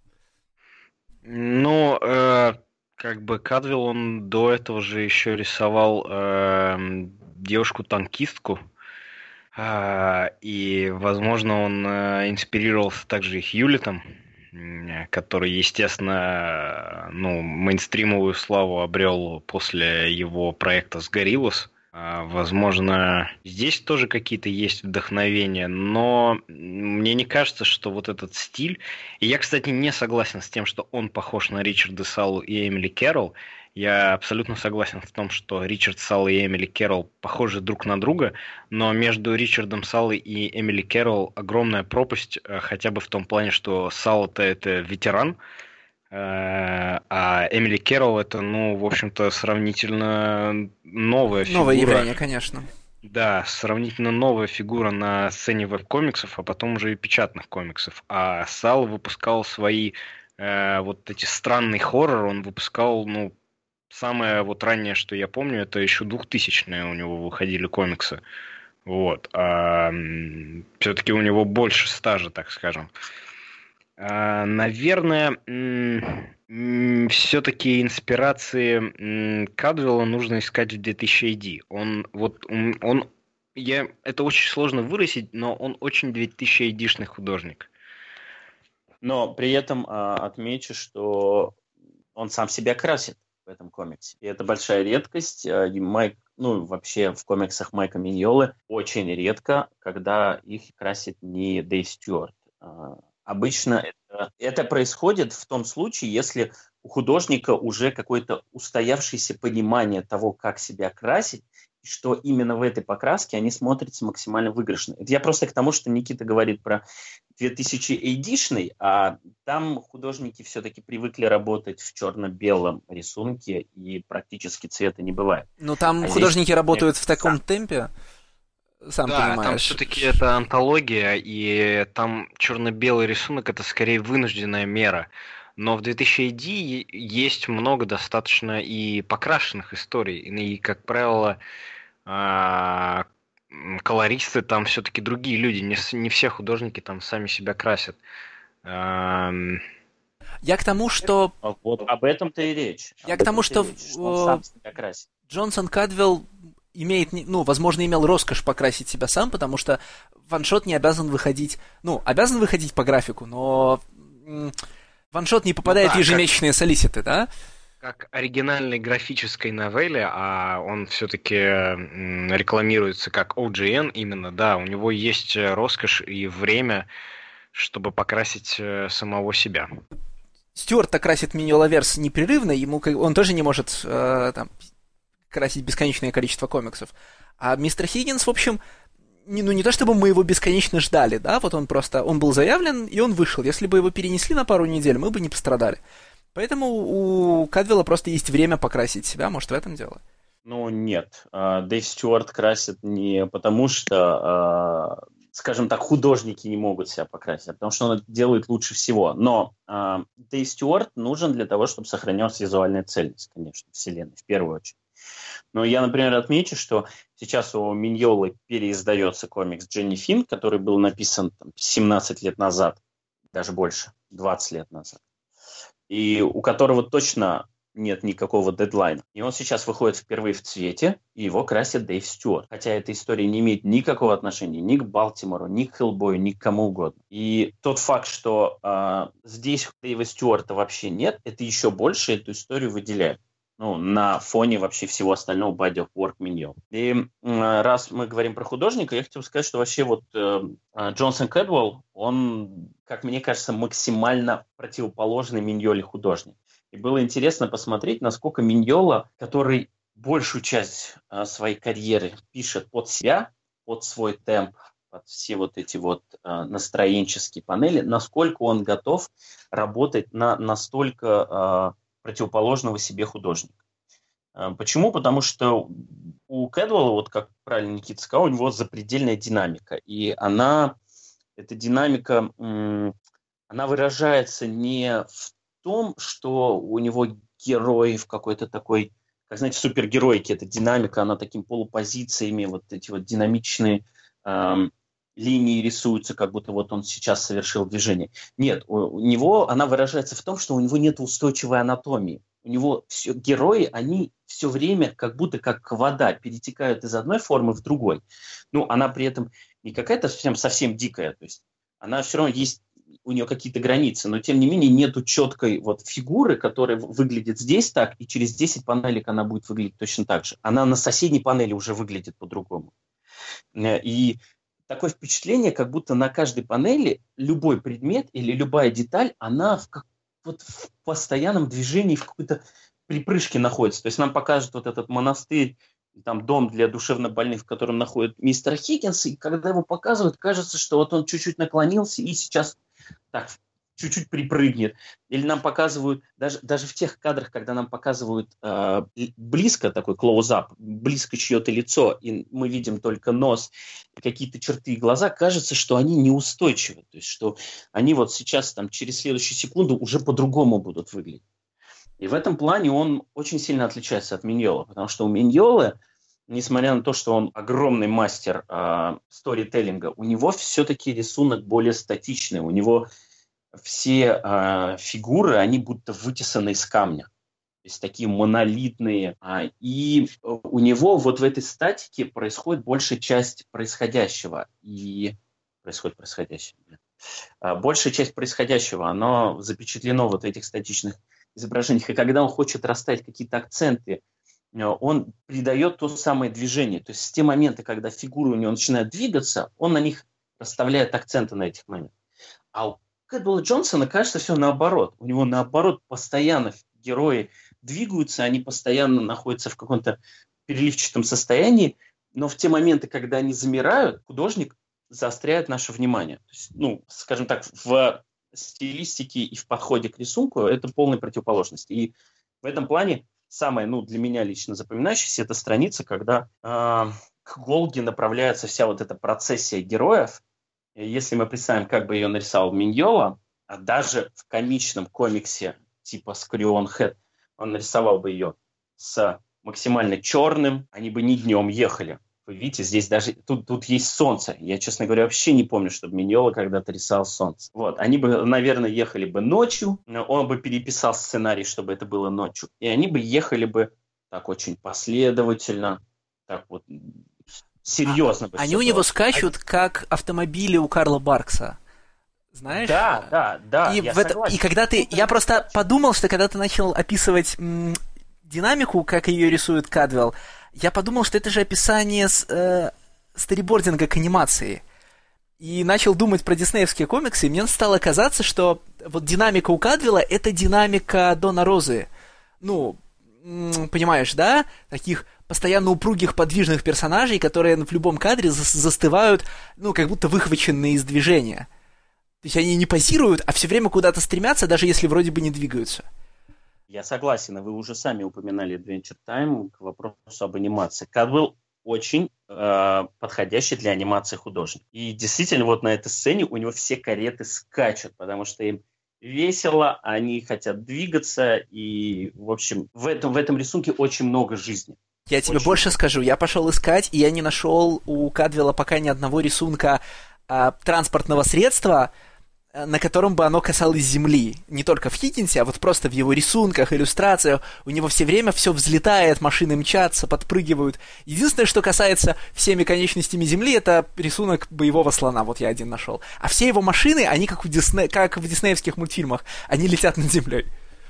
Ну, э, как бы Кадвелл, он до этого же еще рисовал э, девушку-танкистку. И, возможно, он инспирировался также и Хьюлитом, который, естественно, ну, мейнстримовую славу обрел после его проекта с Gorillaz. Возможно, здесь тоже какие-то есть вдохновения, но мне не кажется, что вот этот стиль... И я, кстати, не согласен с тем, что он похож на Ричарда Саллу и Эмили Кэрролл. Я абсолютно согласен в том, что Ричард Салла и Эмили Кэрролл похожи друг на друга, но между Ричардом Саллой и Эмили Кэрролл огромная пропасть, хотя бы в том плане, что Салла-то это ветеран, а Эмили Кэрролл это, ну, в общем-то, сравнительно новая фигура. Новое явление, конечно. Да, сравнительно новая фигура на сцене веб-комиксов, а потом уже и печатных комиксов. А Салла выпускал свои э, вот эти странный хоррор, он выпускал, ну, самое вот раннее, что я помню, это еще двухтысячные у него выходили комиксы. Вот. А, все-таки у него больше стажа, так скажем. А, наверное, все-таки инспирации Кадвелла нужно искать в две тысячи эй ди. Он, вот, он, он, я, это очень сложно выразить, но он очень две тысячи эй ди-шный художник. Но при этом а, отмечу, что он сам себя красит в этом комиксе. И это большая редкость. И Майк, ну, вообще в комиксах Майка Миньолы очень редко, когда их красит не Дэйв Стюарт. Обычно это, это происходит в том случае, если у художника уже какое-то устоявшееся понимание того, как себя красить, и что именно в этой покраске они смотрятся максимально выигрышно. Это я просто к тому, что Никита говорит про две тысячи эй ди-шный, а там художники все-таки привыкли работать в черно-белом рисунке, и практически цвета не бывает. Ну, там а художники здесь... работают в таком темпе, сам да, понимаешь. Там все-таки это антология, и там черно-белый рисунок это скорее вынужденная мера. Но в две тысячи эй ди есть много достаточно и покрашенных историй. И, как правило, колористы там все-таки другие люди. Не, не все художники там сами себя красят. Я к тому, что... Вот об этом-то и речь. Я к тому, что, что он сам себя красит. Джонсон Кадвелл имеет, ну, возможно, имел роскошь покрасить себя сам, потому что ваншот не обязан выходить, ну, обязан выходить по графику, но ваншот не попадает ну, да, в ежемесячные как, солиситы, да? Как оригинальной графической новелле, а он все-таки рекламируется как о джи эн именно, да, у него есть роскошь и время, чтобы покрасить самого себя. Стюарт-то красит Миньолаверс непрерывно, ему он тоже не может э, там, красить бесконечное количество комиксов. А мистер Хиггинс, в общем, не, ну не то чтобы мы его бесконечно ждали, да, вот он просто, он был заявлен, и он вышел. Если бы его перенесли на пару недель, мы бы не пострадали. Поэтому у Кадвелла просто есть время покрасить себя, может, в этом дело? Ну, нет. Дэйв Стюарт красит не потому, что, скажем так, художники не могут себя покрасить, а потому что он это делает лучше всего. Но Дэйв Стюарт нужен для того, чтобы сохранялась визуальная цельность, конечно, вселенной, в первую очередь. Но я, например, отмечу, что сейчас у Миньолы переиздается комикс Дженни Финн, который был написан там, семнадцать лет назад, даже больше, двадцать лет назад. И у которого точно нет никакого дедлайна. И он сейчас выходит впервые в цвете, и его красит Дэйв Стюарт. Хотя эта история не имеет никакого отношения ни к Балтимору, ни к Хеллбою, ни к кому угодно. И тот факт, что э, здесь Дэйва Стюарта вообще нет, это еще больше эту историю выделяет. Ну, на фоне вообще всего остального body of work Миньола. И э, раз мы говорим про художника, я хотел сказать, что вообще вот э, Джонсон Кэдуэлл, он, как мне кажется, максимально противоположный Миньоле художник. И было интересно посмотреть, насколько Миньола, который большую часть э, своей карьеры пишет под себя, под свой темп, под все вот эти вот э, настроенческие панели, насколько он готов работать на настолько... Э, противоположного себе художника. Почему? Потому что у Кэдуэлла, вот как правильно Никита сказал, у него запредельная динамика. И она, эта динамика, она выражается не в том, что у него герой в какой-то такой, как знаете, супергеройке, эта динамика, она такими полупозициями, вот эти вот динамичные эм, линии рисуются, как будто вот он сейчас совершил движение. Нет, у, у него она выражается в том, что у него нет устойчивой анатомии. У него все, герои, они все время как будто как вода перетекают из одной формы в другой. Ну, она при этом не какая-то совсем, совсем дикая, то есть она все равно есть, у нее какие-то границы, но тем не менее нету четкой вот фигуры, которая выглядит здесь так, и через десять панелек она будет выглядеть точно так же. Она на соседней панели уже выглядит по-другому. И такое впечатление, как будто на каждой панели любой предмет или любая деталь, она в, как, вот в постоянном движении, в какой-то припрыжке находится. То есть нам покажут вот этот монастырь, там дом для душевнобольных, в котором находят мистера Хиггинса, и когда его показывают, кажется, что вот он чуть-чуть наклонился и сейчас так чуть-чуть припрыгнет. Или нам показывают, даже, даже в тех кадрах, когда нам показывают э, близко, такой клоузап, близко чье-то лицо, и мы видим только нос, какие-то черты и глаза, кажется, что они неустойчивы. То есть, что они вот сейчас, там, через следующую секунду уже по-другому будут выглядеть. И в этом плане он очень сильно отличается от Миньолы, потому что у Миньолы, несмотря на то, что он огромный мастер э, сторителлинга, у него все-таки рисунок более статичный, у него все э, фигуры, они будто вытесаны из камня. То есть такие монолитные. А, и у него вот в этой статике происходит большая часть происходящего. И происходит происходящее. А, большая часть происходящего, оно запечатлено вот в этих статичных изображениях. И когда он хочет расставить какие-то акценты, он придает то самое движение. То есть в те моменты, когда фигуры у него начинают двигаться, он на них расставляет акценты на этих моментах. А у Кэдуэлла Джонсона, кажется, все наоборот. У него, наоборот, постоянно герои двигаются, они постоянно находятся в каком-то переливчатом состоянии, но в те моменты, когда они замирают, художник заостряет наше внимание. То есть, ну, скажем так, в стилистике и в подходе к рисунку это полная противоположность. И в этом плане самая, ну, для меня лично запоминающаяся, это страница, когда э, к Голге направляется вся вот эта процессия героев. Если мы представим, как бы ее нарисовал Миньола, а даже в комичном комиксе типа Скорион Хэт, он нарисовал бы ее с максимально черным, они бы не днем ехали. Вы видите, здесь даже, тут, тут есть солнце. Я, честно говоря, вообще не помню, чтобы Миньола когда-то рисовал солнце. Вот, они бы, наверное, ехали бы ночью, он бы переписал сценарий, чтобы это было ночью, и они бы ехали бы так очень последовательно, так вот серьезно. А, они у него скачут, как автомобили у Карла Баркса. Знаешь? Да, да, да. И, я в это, и когда ты... Я просто подумал, что когда ты начал описывать м, динамику, как ее рисует Кэдуэлл, я подумал, что это же описание с, э, сторибординга к анимации. И начал думать про диснеевские комиксы, и мне стало казаться, что вот динамика у Кэдуэлла — это динамика Дона Розы. Ну, м, понимаешь, да? Таких постоянно упругих, подвижных персонажей, которые в любом кадре за- застывают, ну, как будто выхваченные из движения. То есть они не позируют, а все время куда-то стремятся, даже если вроде бы не двигаются. Я согласен, вы уже сами упоминали Adventure Time к вопросу об анимации. Кэдуэлл очень э, подходящий для анимации художник. И действительно, вот на этой сцене у него все кареты скачут, потому что им весело, они хотят двигаться, и, в общем, в этом, в этом рисунке очень много жизни. Я тебе очень больше много. скажу, я пошел искать, и я не нашел у Кэдуэлла пока ни одного рисунка а, транспортного средства, на котором бы оно касалось Земли. Не только в Хиггинсе, а вот просто в его рисунках, иллюстрациях. У него все время все взлетает, машины мчатся, подпрыгивают. Единственное, что касается всеми конечностями Земли, это рисунок боевого слона. Вот я один нашел. А все его машины, они как в, Дисней, как в диснеевских мультфильмах. Они летят над Землей.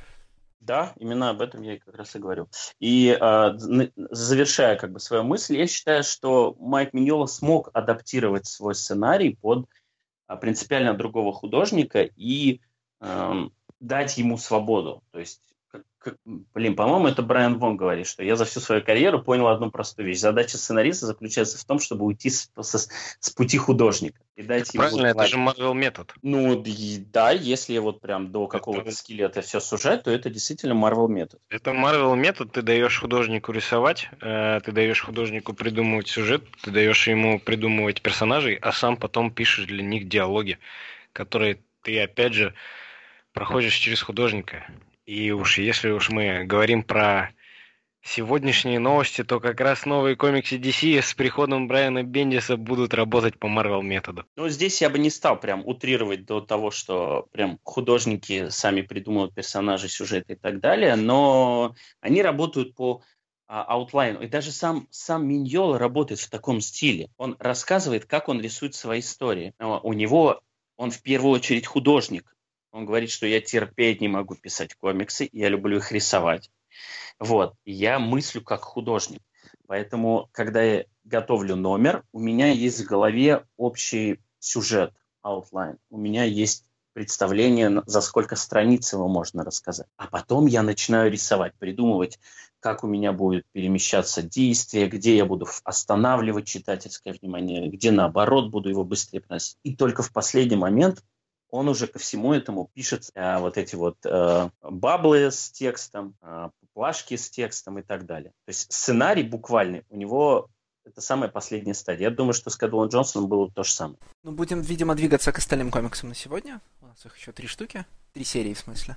Да, именно об этом я как раз и говорю. И э, завершая как бы свою мысль, я считаю, что Майк Миньола смог адаптировать свой сценарий под принципиально другого художника и э, дать ему свободу. То есть, как, как, блин, по-моему, это Брайан Вон говорит, что я за всю свою карьеру понял одну простую вещь. Задача сценариста заключается в том, чтобы уйти с, с, с пути художника. И дать ему правильно, это же Marvel метод. Ну, да, если вот прям до какого-то это... скелета все сужать, то это действительно Marvel метод. Это Marvel метод, ты даешь художнику рисовать, э, ты даешь художнику придумывать сюжет, ты даешь ему придумывать персонажей, а сам потом пишешь для них диалоги, которые ты, опять же, проходишь через художника. И уж если уж мы говорим про сегодняшние новости, то как раз новые комиксы ди си с приходом Брайана Бендиса будут работать по Marvel методу. Ну, здесь я бы не стал прям утрировать до того, что прям художники сами придумывают персонажи, сюжеты и так далее, но они работают по аутлайну. И даже сам, сам Миньола работает в таком стиле. Он рассказывает, как он рисует свои истории. У него, он в первую очередь художник. Он говорит, что я терпеть не могу писать комиксы, я люблю их рисовать. Вот, я мыслю как художник. Поэтому, когда я готовлю номер, у меня есть в голове общий сюжет, outline. У меня есть представление, за сколько страниц его можно рассказать. А потом я начинаю рисовать, придумывать, как у меня будет перемещаться действие, где я буду останавливать читательское внимание, где, наоборот, буду его быстрее приносить. И только в последний момент он уже ко всему этому пишет а, вот эти вот э, баблы с текстом, э, плашки с текстом и так далее. То есть сценарий буквальный у него это самая последняя стадия. Я думаю, что с Кэтлвин Джонсоном было то же самое. Ну, будем, видимо, двигаться к остальным комиксам на сегодня. У нас их еще три штуки. Три серии, в смысле.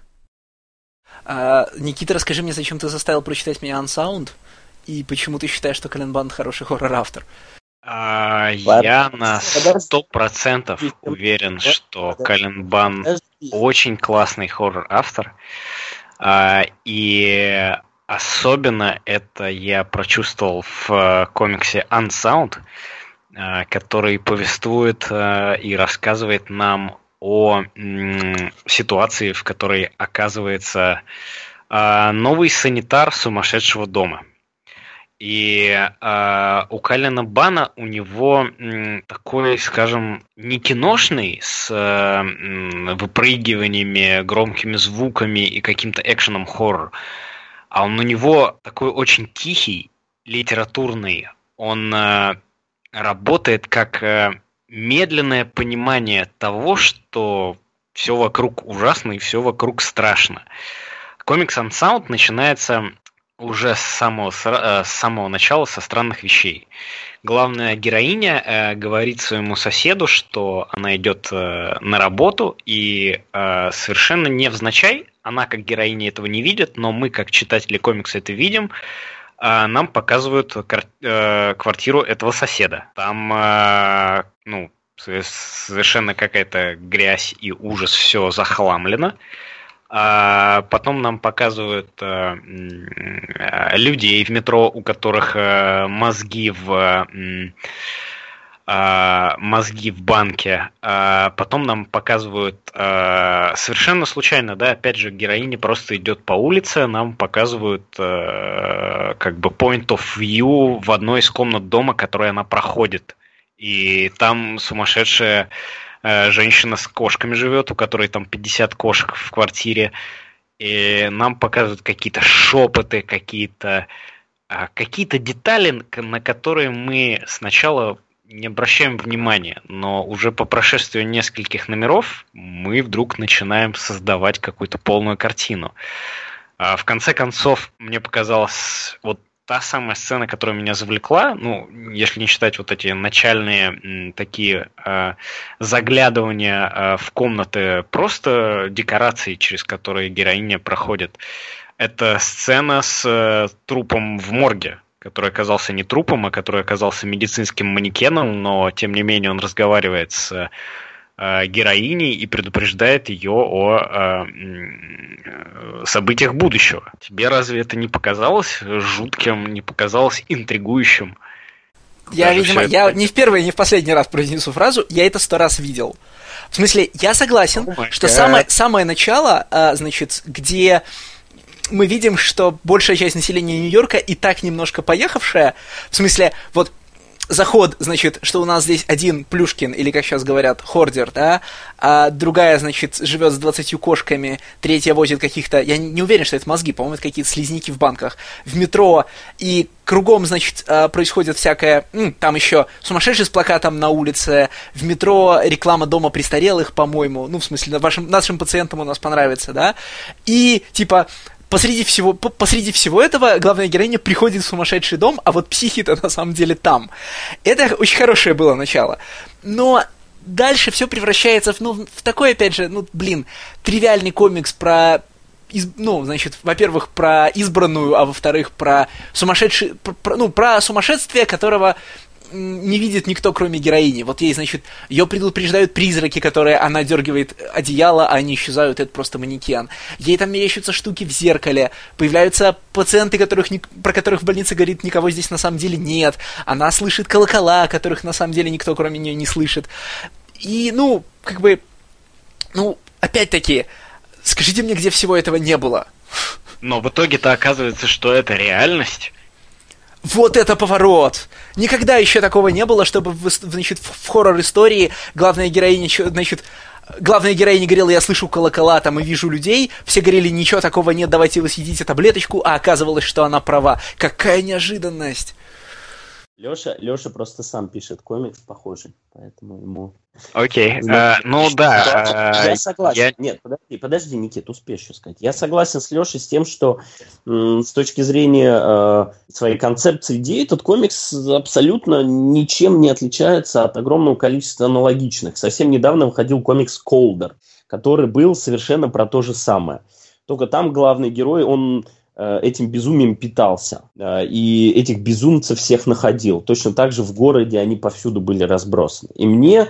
А, Никита, расскажи мне, зачем ты заставил прочитать меня Unsound? И почему ты считаешь, что Кален Банд хороший хоррор-автор? А, я на сто процентов уверен, что Кален Бан очень классный хоррор-автор. А, и особенно это я прочувствовал в комиксе Unsound, который повествует и рассказывает нам о м, ситуации, в которой оказывается новый санитар сумасшедшего дома. И э, у Калена Бана у него м, такой, скажем, не киношный с э, выпрыгиваниями, громкими звуками и каким-то экшеном хоррор, а он у него такой очень тихий, литературный. Он э, работает как э, медленное понимание того, что все вокруг ужасно и все вокруг страшно. Комикс Unsound начинается уже с самого, с самого начала со странных вещей. Главная героиня э, говорит своему соседу, что она идет э, на работу, и э, совершенно невзначай, она как героиня этого не видит, но мы как читатели комикса это видим, э, нам показывают кар- э, квартиру этого соседа. Там э, ну, совершенно какая-то грязь и ужас, все захламлено. А потом нам показывают а, а, людей в метро, у которых а, мозги в а, мозги в банке. А потом нам показывают а, совершенно случайно, да, опять же, героиня просто идет по улице, нам показывают а, как бы point of view в одной из комнат дома, которую она проходит. И там сумасшедшая женщина с кошками живет, у которой там пятьдесят кошек в квартире. И нам показывают какие-то шепоты, какие-то, какие-то детали, на которые мы сначала не обращаем внимания. Но уже по прошествию нескольких номеров мы вдруг начинаем создавать какую-то полную картину. В конце концов, мне показалось, вот та самая сцена, которая меня завлекла, ну, если не считать вот эти начальные м, такие э, заглядывания э, в комнаты, просто декорации, через которые героиня проходит, это сцена с э, трупом в морге, который оказался не трупом, а который оказался медицинским манекеном, но, тем не менее, он разговаривает с э, героини и предупреждает ее о э, э, событиях будущего. Тебе разве это не показалось жутким, не показалось интригующим? Я, Даже видимо, я не в первый, не в последний раз произнесу фразу, я это сто раз видел. В смысле, я согласен, oh что самое, самое начало, а, значит, где мы видим, что большая часть населения Нью-Йорка и так немножко поехавшая, в смысле, вот, заход, значит, что у нас здесь один Плюшкин, или, как сейчас говорят, хордер, да, а другая, значит, живет с двадцатью кошками, третья возит каких-то, я не уверен, что это мозги, по-моему, это какие-то слизняки в банках, в метро, и кругом, значит, происходит всякое, там еще сумасшедший с плакатом на улице, в метро реклама дома престарелых, по-моему, ну, в смысле, вашим, нашим пациентам у нас понравится, да, и, типа, Посреди всего, посреди всего этого главная героиня приходит в сумасшедший дом, а вот психи-то на самом деле там. Это очень хорошее было начало. Но дальше все превращается в, ну, в такой, опять же, ну, блин, тривиальный комикс про, из, ну, значит, во-первых, про избранную, а во-вторых, про сумасшедший, про, ну, про сумасшествие, которого не видит никто, кроме героини. Вот ей, значит, ее предупреждают призраки, которые она дергивает одеяло, а они исчезают, это просто манекен. Ей там мерещатся штуки в зеркале, появляются пациенты, которых, про которых в больнице говорит, никого здесь на самом деле нет. Она слышит колокола, которых на самом деле никто, кроме нее, не слышит. И, ну, как бы, ну, опять-таки, скажите мне, где всего этого не было? Но в итоге-то оказывается, что это реальность. Вот это поворот! Никогда еще такого не было, чтобы в, значит, в хоррор-истории главная героиня, значит, главная героиня говорила, я слышу колокола там и вижу людей, все говорили, ничего такого нет, давайте вы съедите таблеточку, а оказывалось, что она права. Какая неожиданность! Леша, Леша просто сам пишет комикс похожий, поэтому ему... Окей, okay. uh, ну да. Uh, я согласен. Я... Нет, подожди, подожди, Никит, успеешь еще сказать. Я согласен с Лешей с тем, что м, с точки зрения э, своей концепции идеи, этот комикс абсолютно ничем не отличается от огромного количества аналогичных. Совсем недавно выходил комикс «Колдер», который был совершенно про то же самое. Только там главный герой, он... этим безумием питался. И этих безумцев всех находил. Точно так же в городе они повсюду были разбросаны. И мне,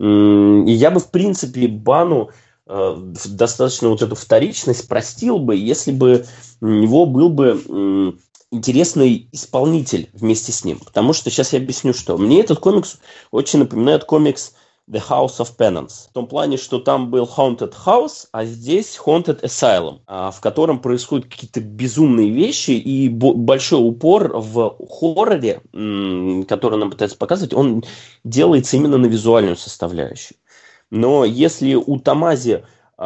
и я бы в принципе Бану достаточно вот эту вторичность простил бы, если бы у него был бы интересный исполнитель вместе с ним. Потому что сейчас я объясню, что. Мне этот комикс очень напоминает комикс The House of Penance. В том плане, что там был Haunted House, а здесь Haunted Asylum, в котором происходят какие-то безумные вещи, и большой упор в хорроре, который нам пытается показывать, он делается именно на визуальную составляющую. Но если у Томази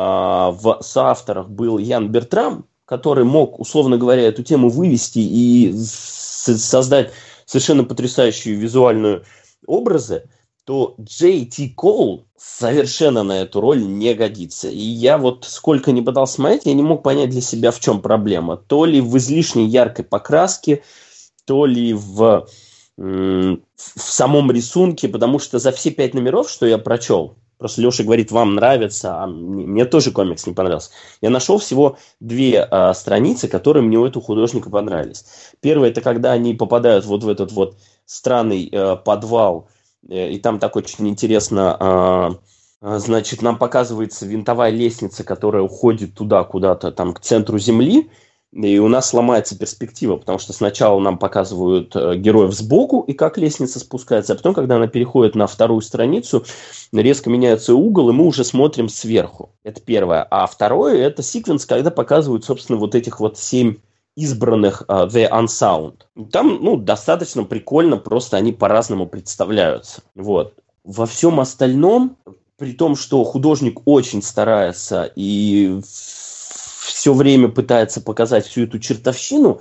в соавторах был Ян Бертрам, который мог, условно говоря, эту тему вывести и создать совершенно потрясающие визуальные образы, то Джей Ти Коул совершенно на эту роль не годится. И я вот сколько ни пытался смотреть, я не мог понять для себя, в чем проблема. То ли в излишней яркой покраске, то ли в, в самом рисунке, потому что за все пять номеров, что я прочел, просто Леша говорит, вам нравится, а мне, мне тоже комикс не понравился. Я нашел всего две а, страницы, которые мне у этого художника понравились. Первое, это когда они попадают вот в этот вот странный а, подвал, и там так очень интересно, значит, нам показывается винтовая лестница, которая уходит туда, куда-то, там, к центру Земли, и у нас ломается перспектива, потому что сначала нам показывают героев сбоку, и как лестница спускается, а потом, когда она переходит на вторую страницу, резко меняется угол, и мы уже смотрим сверху. Это первое. А второе, это секвенс, когда показывают, собственно, вот этих вот семь избранных uh, The Unsound. Там, ну, достаточно прикольно, просто они по-разному представляются. Вот. Во всем остальном, при том, что художник очень старается и все время пытается показать всю эту чертовщину,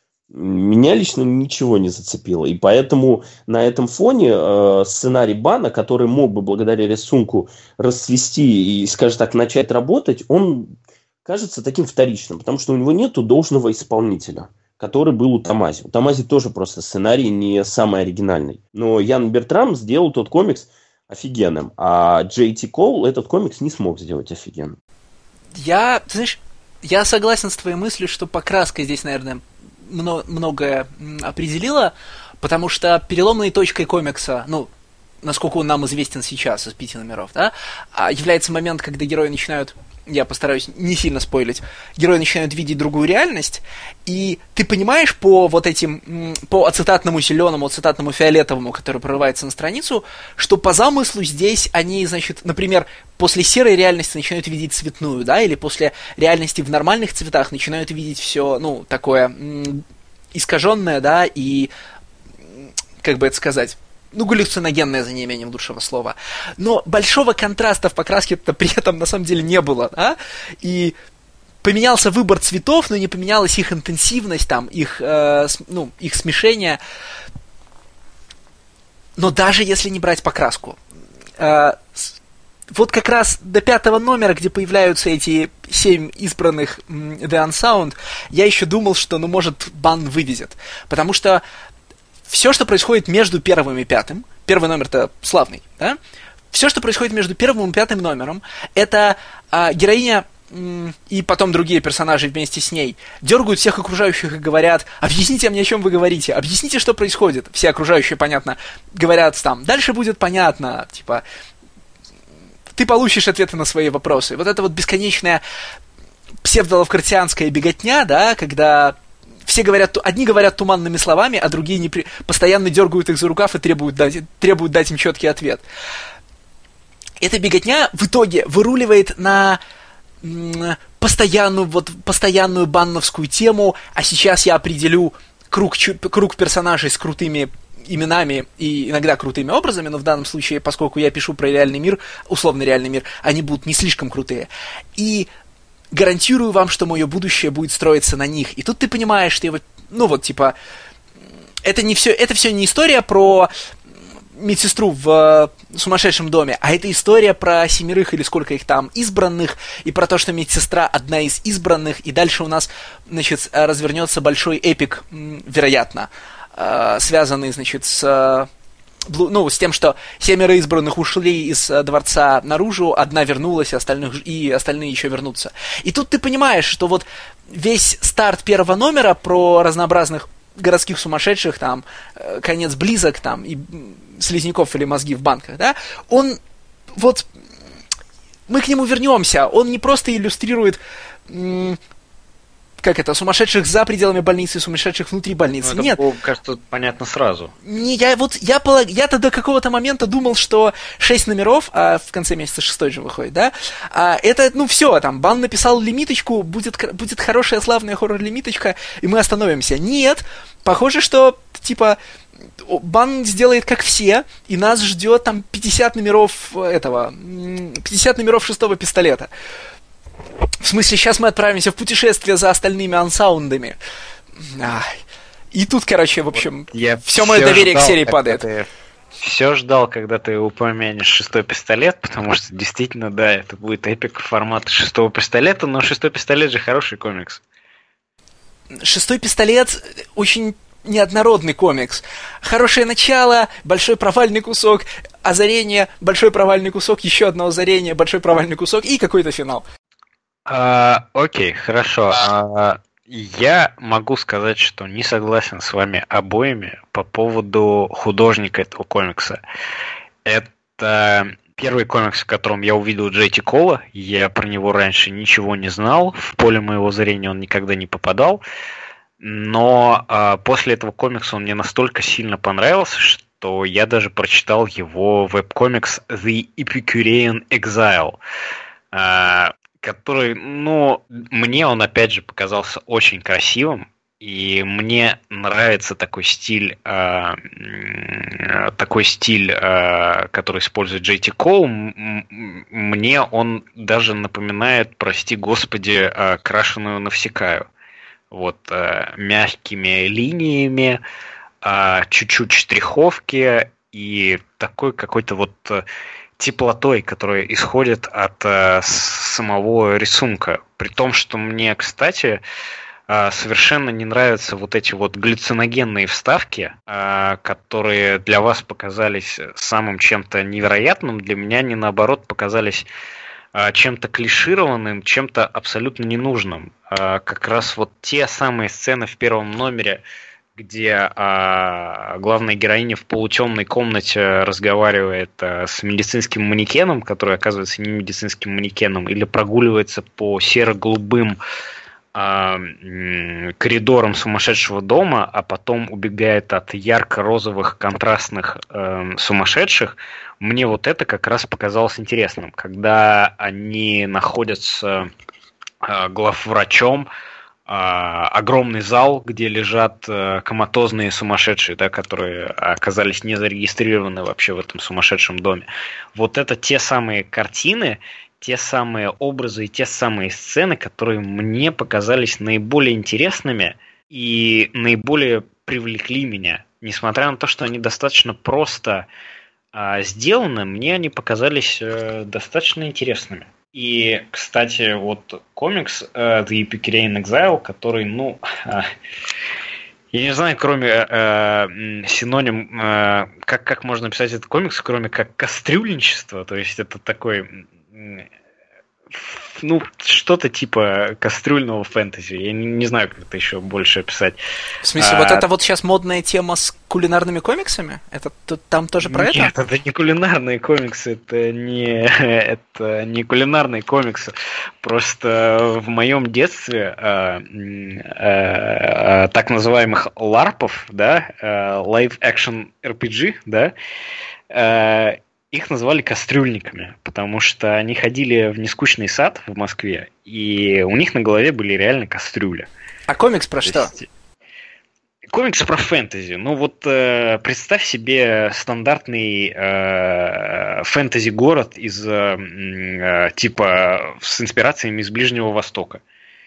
меня лично ничего не зацепило. И поэтому на этом фоне э, сценарий Бана, который мог бы благодаря рисунку расцвести и, скажем так, начать работать, он кажется таким вторичным, потому что у него нету должного исполнителя, который был у Томази. У Томази тоже просто сценарий не самый оригинальный. Но Ян Бертрам сделал тот комикс офигенным, а Джей Ти Коул этот комикс не смог сделать офигенным. Я, ты знаешь, я согласен с твоей мыслью, что покраска здесь, наверное, многое определила, потому что переломной точкой комикса, ну, насколько он нам известен сейчас из пяти номеров, да, а является момент, когда герои начинают, я постараюсь не сильно спойлить, герои начинают видеть другую реальность, и ты понимаешь по вот этим, по ацетатному зеленому, ацетатному фиолетовому, который прорывается на страницу, что по замыслу здесь они, значит, например, после серой реальности начинают видеть цветную, да, или после реальности в нормальных цветах начинают видеть все, ну, такое м- искаженное, да, и, как бы это сказать, ну, галлюциногенное, за неимением лучшего слова. Но большого контраста в покраске-то при этом на самом деле не было, да? И поменялся выбор цветов, но не поменялась их интенсивность, там, их, э, ну, их смешение. Но даже если не брать покраску, э, вот как раз до пятого номера, где появляются эти семь избранных The Unsound, я еще думал, что, ну, может, Бан вывезет. Потому что все, что происходит между первым и пятым, первый номер-то славный, да? Все, что происходит между первым и пятым номером, это а, героиня м- и потом другие персонажи вместе с ней дергают всех окружающих и говорят: объясните мне, о чем вы говорите, объясните, что происходит. Все окружающие, понятно, говорят там: дальше будет понятно, типа, ты получишь ответы на свои вопросы. Вот это вот бесконечная псевдолавкартианская беготня, да, когда все говорят, одни говорят туманными словами, а другие не при... постоянно дергают их за рукав и требуют дать, требуют дать им четкий ответ. Эта беготня в итоге выруливает на м- постоянную, вот, постоянную банновскую тему, а сейчас я определю круг, чу- круг персонажей с крутыми именами и иногда крутыми образами, но в данном случае, поскольку я пишу про реальный мир, условно реальный мир, они будут не слишком крутые. И гарантирую вам, что мое будущее будет строиться на них. И тут ты понимаешь, что его, ну вот, типа, это не все, это все не история про медсестру в э, сумасшедшем доме, а это история про семерых или сколько их там избранных, и про то, что медсестра одна из избранных, и дальше у нас, значит, развернется большой эпик, вероятно, э, связанный, значит, с... ну, с тем, что семеро избранных ушли из э, дворца наружу, одна вернулась, остальных, и остальные еще вернутся. И тут ты понимаешь, что вот весь старт первого номера про разнообразных городских сумасшедших, там, э, конец близок, там, и слизняков или мозги в банках, да, он вот, мы к нему вернемся, он не просто иллюстрирует... М- как это, сумасшедших за пределами больницы, сумасшедших внутри больницы. Ну, Нет. Было, кажется, понятно сразу. Не, я вот, я, полаг... я-то до какого-то момента думал, что шесть номеров, а в конце месяца шестой же выходит, да, а это, ну, все, там, Бан написал лимиточку, будет, будет хорошая, славная хоррор-лимиточка, и мы остановимся. Нет, похоже, что, типа, Бан сделает как все, и нас ждет там пятьдесят номеров этого, пятьдесят номеров шестого пистолета. В смысле, сейчас мы отправимся в путешествие за остальными ансаундами. Ах. И тут, короче, в общем, вот я все мое доверие ждал, к серии падает. Ты все ждал, когда ты упомянешь шестой пистолет, потому что действительно, да, это будет эпик формата шестого пистолета, но шестой пистолет же хороший комикс. Шестой пистолет очень неоднородный комикс. Хорошее начало, большой провальный кусок, озарение, большой провальный кусок, еще одно озарение, большой провальный кусок и какой-то финал. А, окей, хорошо. А, я могу сказать, что не согласен с вами обоими по поводу художника этого комикса. Это первый комикс, в котором я увидел Джей Ти Кола. Я про него раньше ничего не знал. В поле моего зрения он никогда не попадал. Но а, после этого комикса он мне настолько сильно понравился, что я даже прочитал его веб-комикс The Epicurean Exile. А, который, ну, мне он, опять же, показался очень красивым, и мне нравится такой стиль, э, такой стиль, э, который использует Джей Ти Кол. Мне он даже напоминает, прости господи, э, крашеную Навсекаю. Вот, э, мягкими линиями, э, чуть-чуть штриховки и такой какой-то вот... теплотой, которая исходит от э, самого рисунка. При том, что мне, кстати, э, совершенно не нравятся вот эти вот галлюциногенные вставки, э, которые для вас показались самым чем-то невероятным, для меня они, наоборот, показались э, чем-то клишированным, чем-то абсолютно ненужным. Э, как раз вот те самые сцены в первом номере, где а, главная героиня в полутемной комнате разговаривает а, с медицинским манекеном, который оказывается не медицинским манекеном, или прогуливается по серо-голубым а, коридорам сумасшедшего дома, а потом убегает от ярко-розовых контрастных а, сумасшедших. Мне вот это как раз показалось интересным, когда они находятся а, главврачом, огромный зал, где лежат коматозные сумасшедшие, да, которые оказались не зарегистрированы вообще в этом сумасшедшем доме. Вот это те самые картины, те самые образы и те самые сцены, которые мне показались наиболее интересными и наиболее привлекли меня. Несмотря на то, что они достаточно просто а, сделаны, мне они показались а, достаточно интересными. И, кстати, вот комикс uh, The Epicurean Exile, который, ну, uh, я не знаю, кроме uh, синоним, uh, как, как можно писать этот комикс, кроме как кастрюльничество, то есть это такой, ну, что-то типа кастрюльного фэнтези. Я не, не знаю, как это еще больше описать. В смысле, а... вот это вот сейчас модная тема с кулинарными комиксами? Это там тоже про Нет, это? Нет, это не кулинарные комиксы, это не, это не кулинарные комиксы. Просто в моем детстве э, э, э, так называемых ларпов, да, э, Live Action эр пи джи, да, э, их называли кастрюльниками, потому что они ходили в нескучный сад в Москве, и у них на голове были реально кастрюли. А комикс про То что? Есть... Комикс про фэнтези. Ну вот э, представь себе стандартный э, фэнтези-город из э, типа с инспирациями из Ближнего Востока.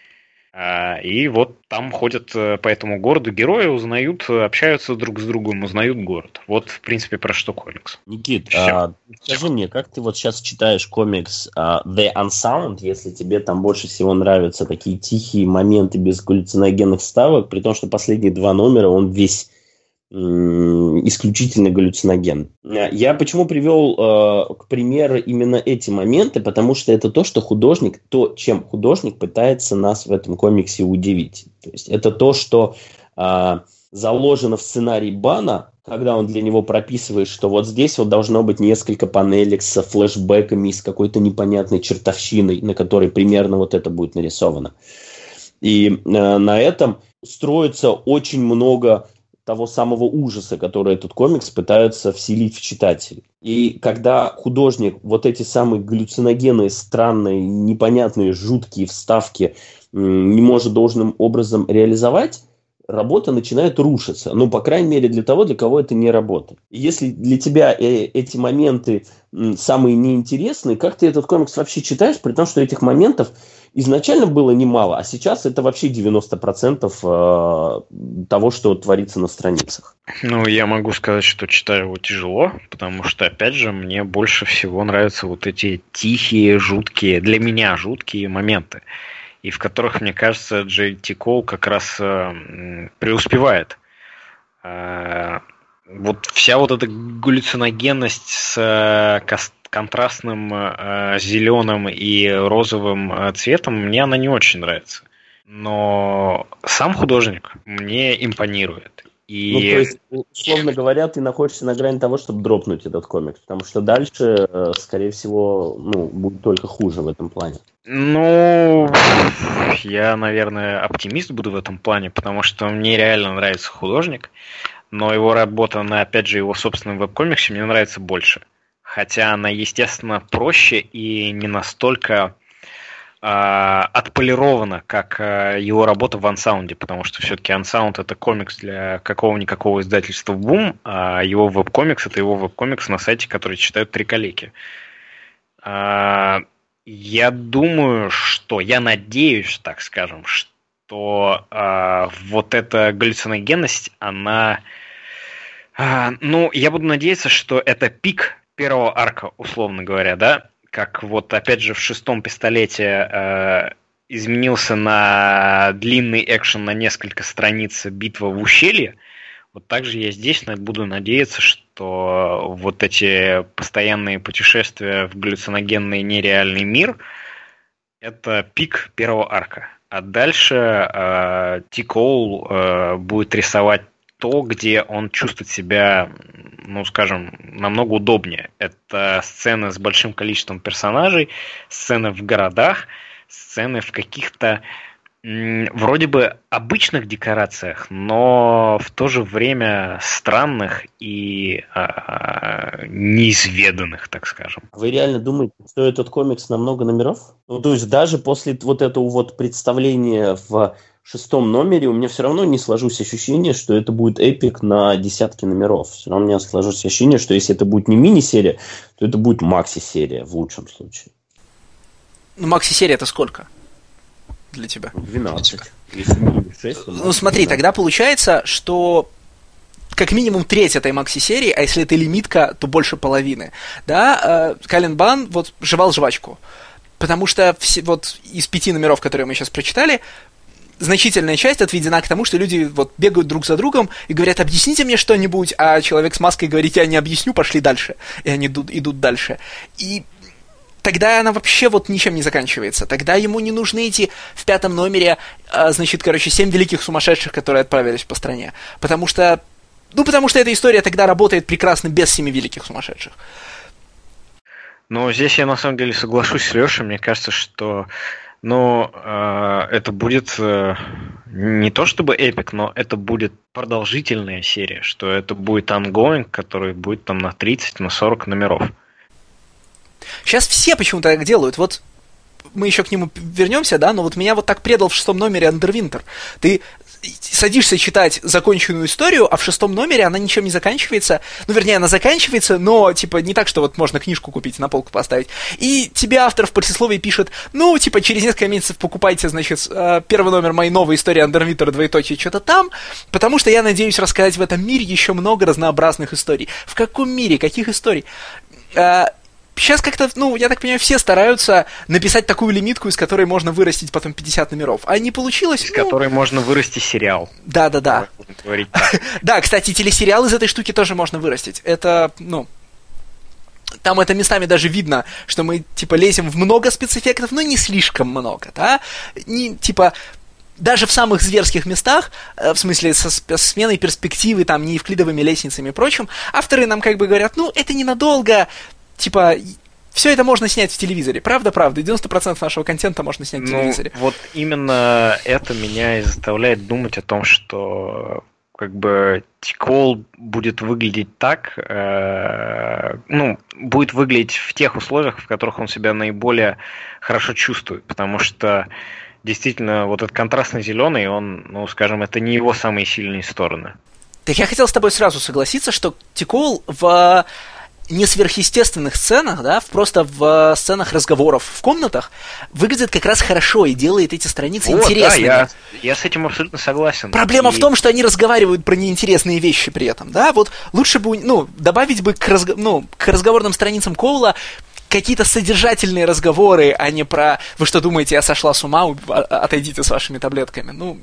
И вот там ходят по этому городу герои, узнают, общаются друг с другом, узнают город. Вот, в принципе, про что комикс. Никит, а, скажи мне, как ты вот сейчас читаешь комикс а, The Unsound, если тебе там больше всего нравятся такие тихие моменты без галлюциногенных вставок, при том, что последние два номера он весь исключительно галлюциноген. Я почему привел э, к примеру именно эти моменты, потому что это то, что художник, то, чем художник пытается нас в этом комиксе удивить. То есть это то, что э, заложено в сценарий Бана, когда он для него прописывает, что вот здесь вот должно быть несколько панелек с флешбэками, с какой-то непонятной чертовщиной, на которой примерно вот это будет нарисовано. И э, на этом строится очень много того самого ужаса, который этот комикс пытается вселить в читателей. И когда художник вот эти самые галлюциногенные, странные, непонятные, жуткие вставки не может должным образом реализовать, работа начинает рушиться. Ну, по крайней мере, для того, для кого это не работа. И если для тебя э- эти моменты м, самые неинтересные, как ты этот комикс вообще читаешь, при том, что этих моментов изначально было немало, а сейчас это вообще девяносто процентов э, того, что творится на страницах. Ну, я могу сказать, что читаю его тяжело, потому что, опять же, мне больше всего нравятся вот эти тихие, жуткие, для меня жуткие моменты, и в которых, мне кажется, Джей Ти Коул как раз э, преуспевает. Э, вот вся вот эта галлюциногенность с э, каст контрастным э, зеленым и розовым э, цветом, мне она не очень нравится. Но сам художник мне импонирует. И... Ну, то есть, условно говоря, ты находишься на грани того, чтобы дропнуть этот комикс, потому что дальше, э, скорее всего, ну, будет только хуже в этом плане. Ну, я, наверное, оптимист буду в этом плане, потому что мне реально нравится художник, но его работа на, опять же, его собственном веб-комиксе мне нравится больше. Хотя она, естественно, проще и не настолько э, отполирована, как э, его работа в Unsound, потому что все-таки Unsound — это комикс для какого-никакого издательства Boom, а его веб-комикс — это его веб-комикс на сайте, который читают три коллеги. Э, я думаю, что, я надеюсь, так скажем, что э, вот эта галлюциногенность, она... Э, ну, я буду надеяться, что это пик первого арка, условно говоря, да, как вот опять же в шестом пистолете э, изменился на длинный экшен на несколько страниц битва в ущелье, вот так же я здесь буду надеяться, что вот эти постоянные путешествия в галлюциногенный нереальный мир — это пик первого арка. А дальше э, Ти Коул э, будет рисовать то, где он чувствует себя, ну, скажем, намного удобнее. Это сцены с большим количеством персонажей, сцены в городах, сцены в каких-то м, вроде бы обычных декорациях, но в то же время странных и а, неизведанных, так скажем. Вы реально думаете, что этот комикс на много номеров? Ну, то есть даже после вот этого вот представления в шестом номере у меня все равно не сложилось ощущение, что это будет эпик на десятки номеров. Все равно у меня сложилось ощущение, что если это будет не мини-серия, то это будет макси-серия в лучшем случае. Ну, макси-серия это сколько для тебя? двенадцать. Если не шесть, то ну, смотри, двенадцать. Тогда получается, что как минимум треть этой макси-серии, а если это лимитка, то больше половины. Да, Кален Бан вот жевал жвачку. Потому что все, вот из пяти номеров, которые мы сейчас прочитали, значительная часть отведена к тому, что люди вот бегают друг за другом и говорят: объясните мне что-нибудь, а человек с маской говорит: я не объясню, пошли дальше. И они идут, идут дальше. И тогда она вообще вот ничем не заканчивается. Тогда ему не нужны эти в пятом номере, а, значит, короче, семь великих сумасшедших, которые отправились по стране. Потому что, ну, потому что эта история тогда работает прекрасно без семи великих сумасшедших. Но здесь я на самом деле соглашусь с Лешей. Мне кажется, что Но э, это будет э, не то чтобы эпик, но это будет продолжительная серия, что это будет ongoing, который будет там на тридцать, на сорок номеров. Сейчас все почему-то так делают. Вот мы еще к нему вернемся, да, но вот меня вот так предал в шестом номере Андервинтер. Ты садишься читать законченную историю, а в шестом номере она ничем не заканчивается. Ну, вернее, она заканчивается, но, типа, не так, что вот можно книжку купить, на полку поставить. И тебе автор в предисловии пишет: ну, типа, через несколько месяцев покупайте, значит, первый номер моей новой истории Андервинтер, двоеточие, что-то там, потому что я надеюсь рассказать в этом мире еще много разнообразных историй. В каком мире? Каких историй? Сейчас как-то, ну, я так понимаю, все стараются написать такую лимитку, из которой можно вырастить потом пятьдесят номеров. А не получилось. Из ну... которой можно вырасти сериал. Да-да-да. Да, кстати, телесериал из этой штуки тоже можно вырастить. Это, ну... Там это местами даже видно, что мы, типа, лезем в много спецэффектов, но не слишком много, да? Не, типа... Даже в самых зверских местах, в смысле со сменой перспективы, там, не евклидовыми лестницами и прочим, авторы нам как бы говорят: ну, это ненадолго. Типа, все это можно снять в телевизоре. Правда-правда, девяносто процентов нашего контента можно снять в ну, телевизоре. Вот именно это меня и заставляет думать о том, что как бы Тикол будет выглядеть так, э, ну, будет выглядеть в тех условиях, в которых он себя наиболее хорошо чувствует, потому что действительно вот этот контрастный зеленый, он, ну, скажем, это не его самые сильные стороны. Так я хотел с тобой сразу согласиться, что Тикол в не сверхъестественных сценах, да, просто в сценах разговоров в комнатах выглядит как раз хорошо и делает эти страницы вот, интересными. Да, я, я с этим абсолютно согласен. Проблема и... в том, что они разговаривают про неинтересные вещи при этом, да, вот лучше бы, ну, добавить бы к, разго... ну, к разговорным страницам Коула какие-то содержательные разговоры, а не про «вы что думаете, я сошла с ума, отойдите с вашими таблетками», ну...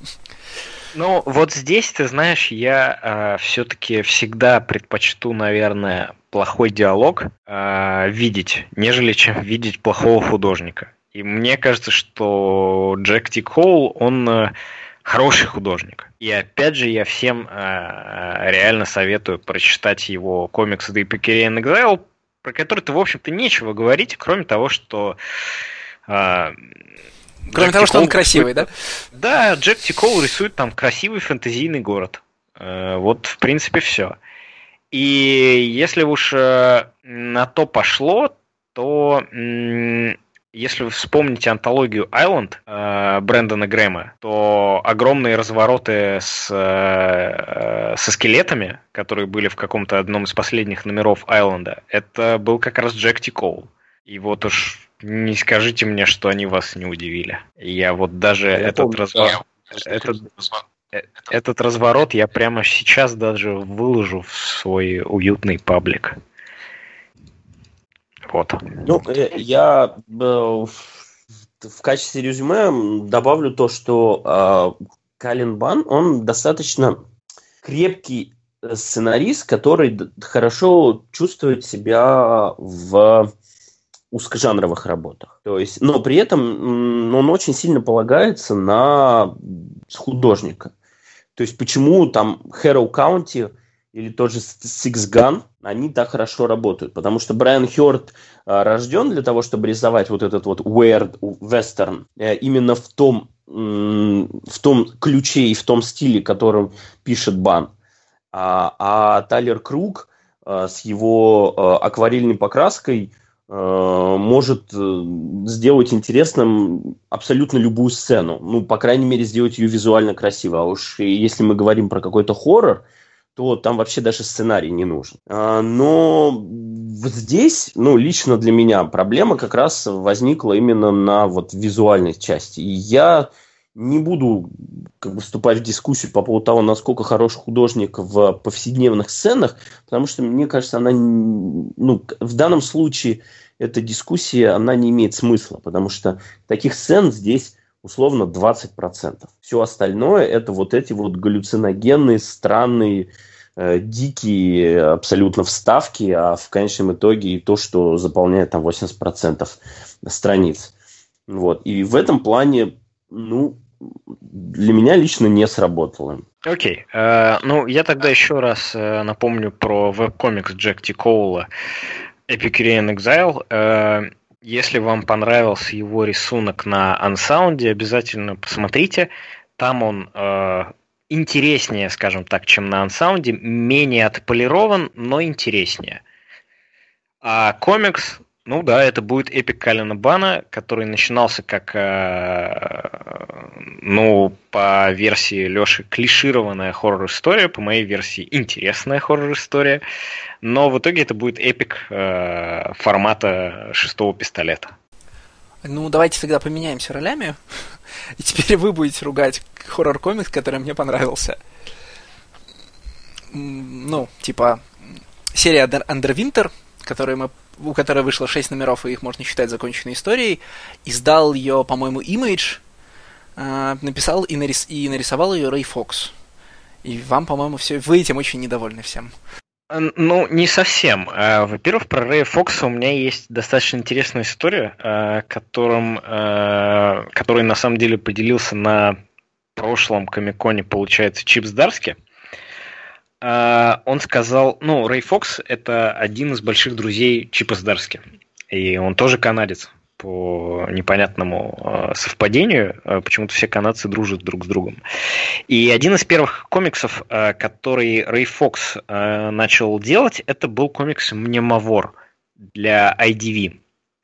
Ну, вот здесь, ты знаешь, я э, все-таки всегда предпочту, наверное, плохой диалог э, видеть, нежели чем видеть плохого художника. И мне кажется, что Джек Ти Коул, он э, хороший художник. И опять же, я всем э, реально советую прочитать его комикс The Epicurean Exile, про который-то, в общем-то, нечего говорить, кроме того, что... Э, Кроме Джек того, Ти что он Коул красивый, рисует... да? Да, Джек Ти Коул рисует там красивый фэнтезийный город. Вот, в принципе, все. И если уж на то пошло, то если вы вспомните антологию Island Брэндона Грэма, то огромные развороты с, со скелетами, которые были в каком-то одном из последних номеров Айленда, это был как раз Джек Ти Коул. И вот уж не скажите мне, что они вас не удивили. Я вот даже я этот, помню, разворот, да. этот, этот разворот я прямо сейчас даже выложу в свой уютный паблик. Вот. Ну, я в качестве резюме добавлю то, что Кален Бан, он достаточно крепкий сценарист, который хорошо чувствует себя в узкожанровых работах. То есть, но при этом он очень сильно полагается на художника. То есть почему там Harrow County или тот же Six Gun, они так хорошо работают? Потому что Брайан Хёрд э, рожден для того, чтобы рисовать вот этот вот weird western э, именно в том, э, в том ключе и в том стиле, которым пишет Бан. А, а Тайлер Круг э, с его э, акварельной покраской э, может э, сделать интересным абсолютно любую сцену. Ну, по крайней мере, сделать ее визуально красиво. А уж если мы говорим про какой-то хоррор, то там вообще даже сценарий не нужен. А, но вот здесь, ну, лично для меня проблема как раз возникла именно на вот визуальной части. И я не буду как бы вступать в дискуссию по поводу того, насколько хорош художник в повседневных сценах, потому что, мне кажется, она, ну, в данном случае эта дискуссия, она не имеет смысла, потому что таких сцен здесь условно двадцать процентов. Все остальное это вот эти вот галлюциногенные, странные, э, дикие абсолютно вставки, а в конечном итоге и то, что заполняет там восемьдесят процентов страниц. Вот. И в этом плане, ну, для меня лично не сработало. Окей. Okay. Uh, ну, я тогда еще раз uh, напомню про веб-комикс Джек Ти Коула Epicurean Exile. Uh, Если вам понравился его рисунок на Unsound, обязательно посмотрите. Там он э, интереснее, скажем так, чем на Unsound, менее отполирован, но интереснее. А комикс, ну да, это будет эпик Калина Бана, который начинался как, э, ну, по версии Леши, клишированная хоррор-история, по моей версии интересная хоррор-история. Но в итоге это будет эпик э, формата шестого пистолета. Ну, давайте тогда поменяемся ролями. И теперь вы будете ругать хоррор-комикс, который мне понравился. Ну, типа, серия Underwinter, которая мы, у которой вышло шесть номеров, и их можно считать законченной историей. Издал ее, по-моему, Image, э, написал и, нарис, и нарисовал ее Рэй Фокс. И вам, по-моему, все, вы этим очень недовольны всем. Ну, не совсем. Во-первых, про Рэя Фокса у меня есть достаточно интересная история, которым, который на самом деле поделился на прошлом Комик-коне, получается, Чип Здарски. Он сказал, ну, Рэй Фокс – это один из больших друзей Чипа Здарски, и он тоже канадец. По непонятному совпадению, почему-то все канадцы дружат друг с другом. И один из первых комиксов, который Рэй Фокс начал делать, это был комикс «Мнемовор» для ай ди ви.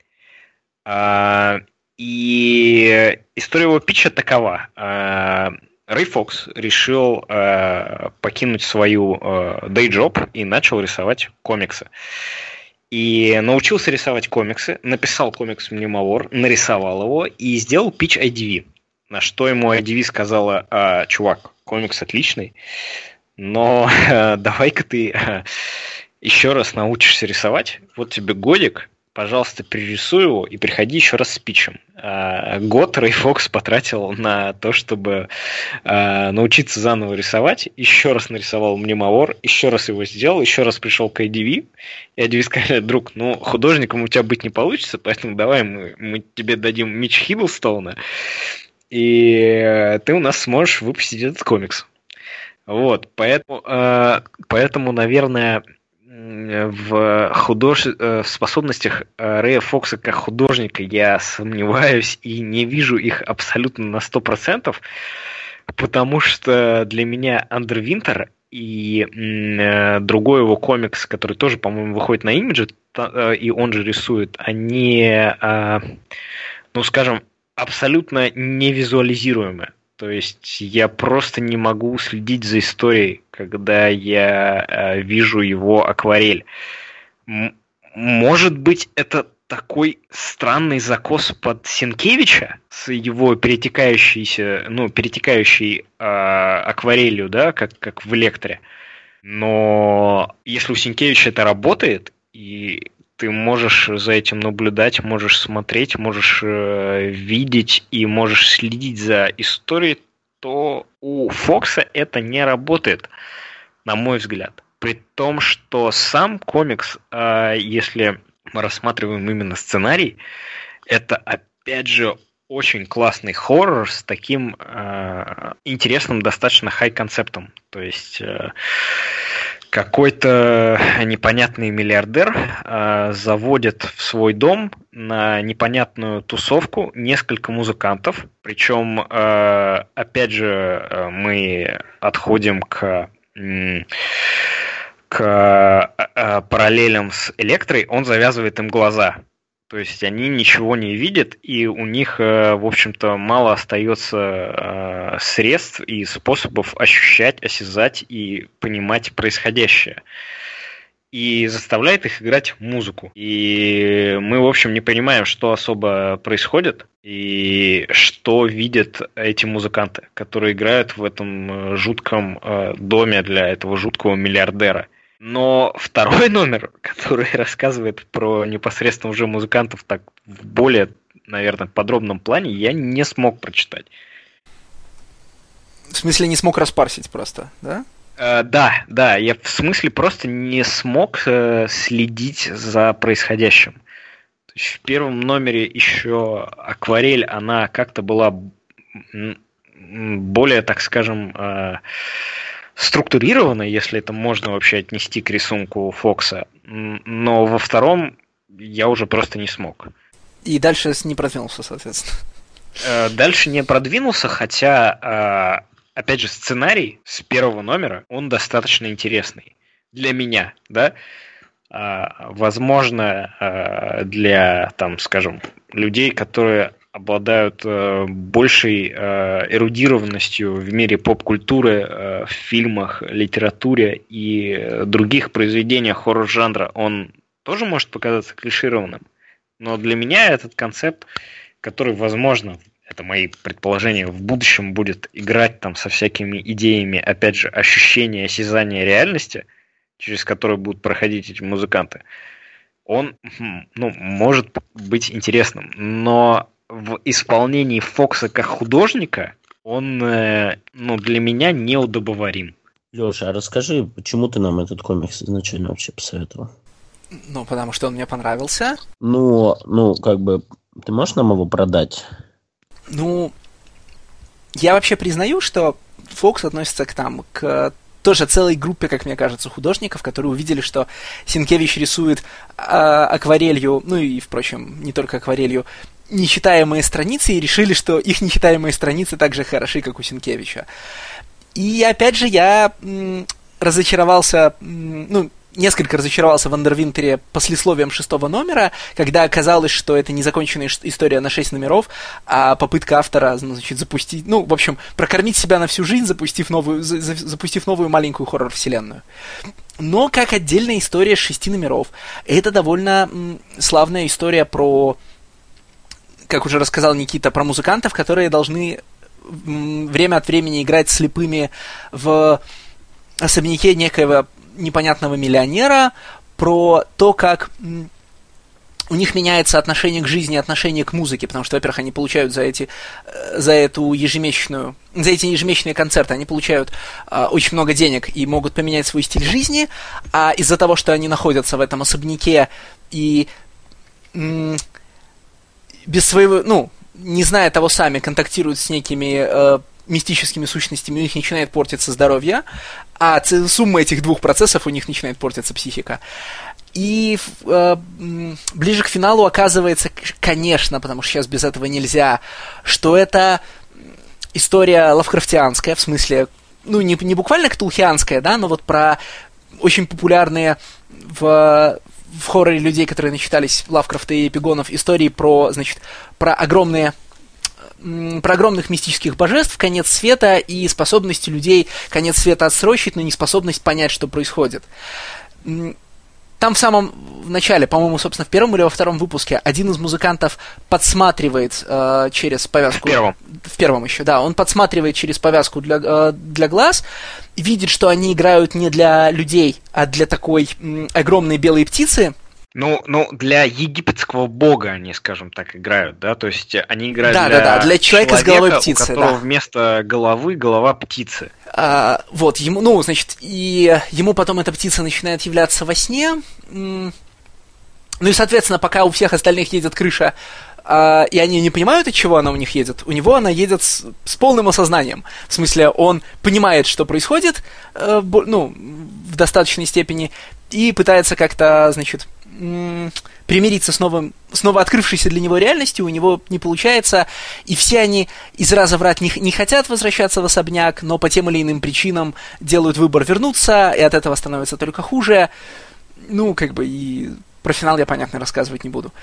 И история его питча такова. Рэй Фокс решил покинуть свою day job и начал рисовать комиксы. И научился рисовать комиксы, написал комикс «Мнемовор», нарисовал его и сделал питч ай ди ви. На что ему ай ди ви сказала: а, чувак, комикс отличный, но а, давай-ка ты а, еще раз научишься рисовать, вот тебе годик, пожалуйста, перерисуй его и приходи еще раз с питчем. А, год Рэй Фокс потратил на то, чтобы а, научиться заново рисовать, еще раз нарисовал «Мнемовор», еще раз его сделал, еще раз пришел к ай ди ви, и ай ди ви сказали: друг, ну, художником у тебя быть не получится, поэтому давай мы, мы тебе дадим Митч Хиддлстоуна, и ты у нас сможешь выпустить этот комикс. Вот, поэтому, а, поэтому наверное, в, худож... в способностях Рэя Фокса как художника я сомневаюсь и не вижу их абсолютно на сто процентов, потому что для меня Underwinter и м, другой его комикс, который тоже, по-моему, выходит на Image, и он же рисует, они, а, ну, скажем, абсолютно невизуализируемы. То есть я просто не могу следить за историей, когда я э, вижу его акварель. М- может быть, это такой странный закос под Сенкевича с его перетекающейся, ну, перетекающей э, акварелью, да, как, как в Электре. Но если у Сенкевича это работает, и ты можешь за этим наблюдать, можешь смотреть, можешь э, видеть и можешь следить за историей, то у Фокса это не работает, на мой взгляд. При том, что сам комикс, э, если мы рассматриваем именно сценарий, это опять же очень классный хоррор с таким э, интересным достаточно хай-концептом. То есть э, какой-то непонятный миллиардер э, заводит в свой дом на непонятную тусовку несколько музыкантов. Причем, э, опять же, э, мы отходим к... Э, к э, параллелям с Электрой, он завязывает им глаза. То есть они ничего не видят, и у них, э, в общем-то, мало остается э, средств и способов ощущать, осязать и понимать происходящее. И заставляет их играть музыку. И мы, в общем, не понимаем, что особо происходит и что видят эти музыканты, которые играют в этом жутком э, доме для этого жуткого миллиардера. Но второй номер, который рассказывает про непосредственно уже музыкантов так в более, наверное, подробном плане, я не смог прочитать. В смысле, не смог распарсить просто, да? Э, да, да, я в смысле просто не смог э, следить за происходящим. То есть в первом номере еще акварель, она как-то была более, так скажем... Э, структурировано, если это можно вообще отнести к рисунку Фокса, но во втором я уже просто не смог. И дальше не продвинулся, соответственно. Дальше не продвинулся, хотя, опять же, сценарий с первого номера, он достаточно интересный для меня, да. Возможно, для, там, скажем, людей, которые обладают э, большей э, эрудированностью в мире поп-культуры, э, в фильмах, литературе и других произведениях хоррор-жанра, он тоже может показаться клишированным. Но для меня этот концепт, который, возможно, это мои предположения, в будущем будет играть там со всякими идеями, опять же, ощущения, осязания реальности, через которые будут проходить эти музыканты, он, ну, может быть интересным. Но в исполнении Фокса как художника он, ну, для меня неудобоварим. Леша, а расскажи, почему ты нам этот комикс изначально вообще посоветовал? Ну, потому что он мне понравился. Ну, ну, как бы, ты можешь нам его продать? Ну, я вообще признаю, что Фокс относится к там, к тоже целой группе, как мне кажется, художников, которые увидели, что Сенкевич рисует э, акварелью, ну и, впрочем, не только акварелью, нечитаемые страницы, и решили, что их нечитаемые страницы так же хороши, как у Сенкевича. И, опять же, я м, разочаровался, м, ну, несколько разочаровался в Андервинтере послесловием шестого номера, когда оказалось, что это незаконченная история на шесть номеров, а попытка автора, значит, запустить, ну, в общем, прокормить себя на всю жизнь, запустив новую, за, запустив новую маленькую хоррор-вселенную. Но как отдельная история с шести номеров, это довольно м, славная история про, как уже рассказал Никита, про музыкантов, которые должны м, время от времени играть слепыми в особняке некоего непонятного миллионера, про то, как м, у них меняется отношение к жизни, отношение к музыке, потому что, во-первых, они получают за эти, за эту ежемесячную, за эти ежемесячные концерты, они получают э, очень много денег и могут поменять свой стиль жизни, а из-за того, что они находятся в этом особняке и м, без своего, ну, не зная того сами, контактируют с некими э, мистическими сущностями, у них начинает портиться здоровье, а сумма этих двух процессов у них начинает портиться психика. И э, ближе к финалу оказывается, конечно, потому что сейчас без этого нельзя, что это история лавкрафтианская, в смысле, ну, не, не буквально ктулхианская, да, но вот про очень популярные в, в хорроре людей, которые начитались Лавкрафта и Эпигонов, истории про, значит, про огромные про огромных мистических божеств, конец света и способность людей конец света отсрочить, но не способность понять, что происходит. Там в самом начале, по-моему, собственно, в первом или во втором выпуске один из музыкантов подсматривает э, через повязку... В первом. В первом еще, да. Он подсматривает через повязку для, э, для глаз, видит, что они играют не для людей, а для такой м, огромной белой птицы. Ну, ну, для египетского бога они, скажем так, играют, да? То есть они играют да, для, да, да, для человека, человека с головой птицы, у которого да. вместо головы голова птицы. А, вот, ему, ну, значит, и ему потом эта птица начинает являться во сне. Ну и, соответственно, пока у всех остальных едет крыша, а, и они не понимают, от чего она у них едет, у него она едет с, с полным осознанием. В смысле, он понимает, что происходит, э, ну, в достаточной степени, и пытается как-то, значит, м- примириться с, новым, с новооткрывшейся для него реальностью, у него не получается, и все они из раза в раз не, не хотят возвращаться в особняк, но по тем или иным причинам делают выбор вернуться, и от этого становится только хуже. Ну, как бы, и про финал я, понятно, рассказывать не буду.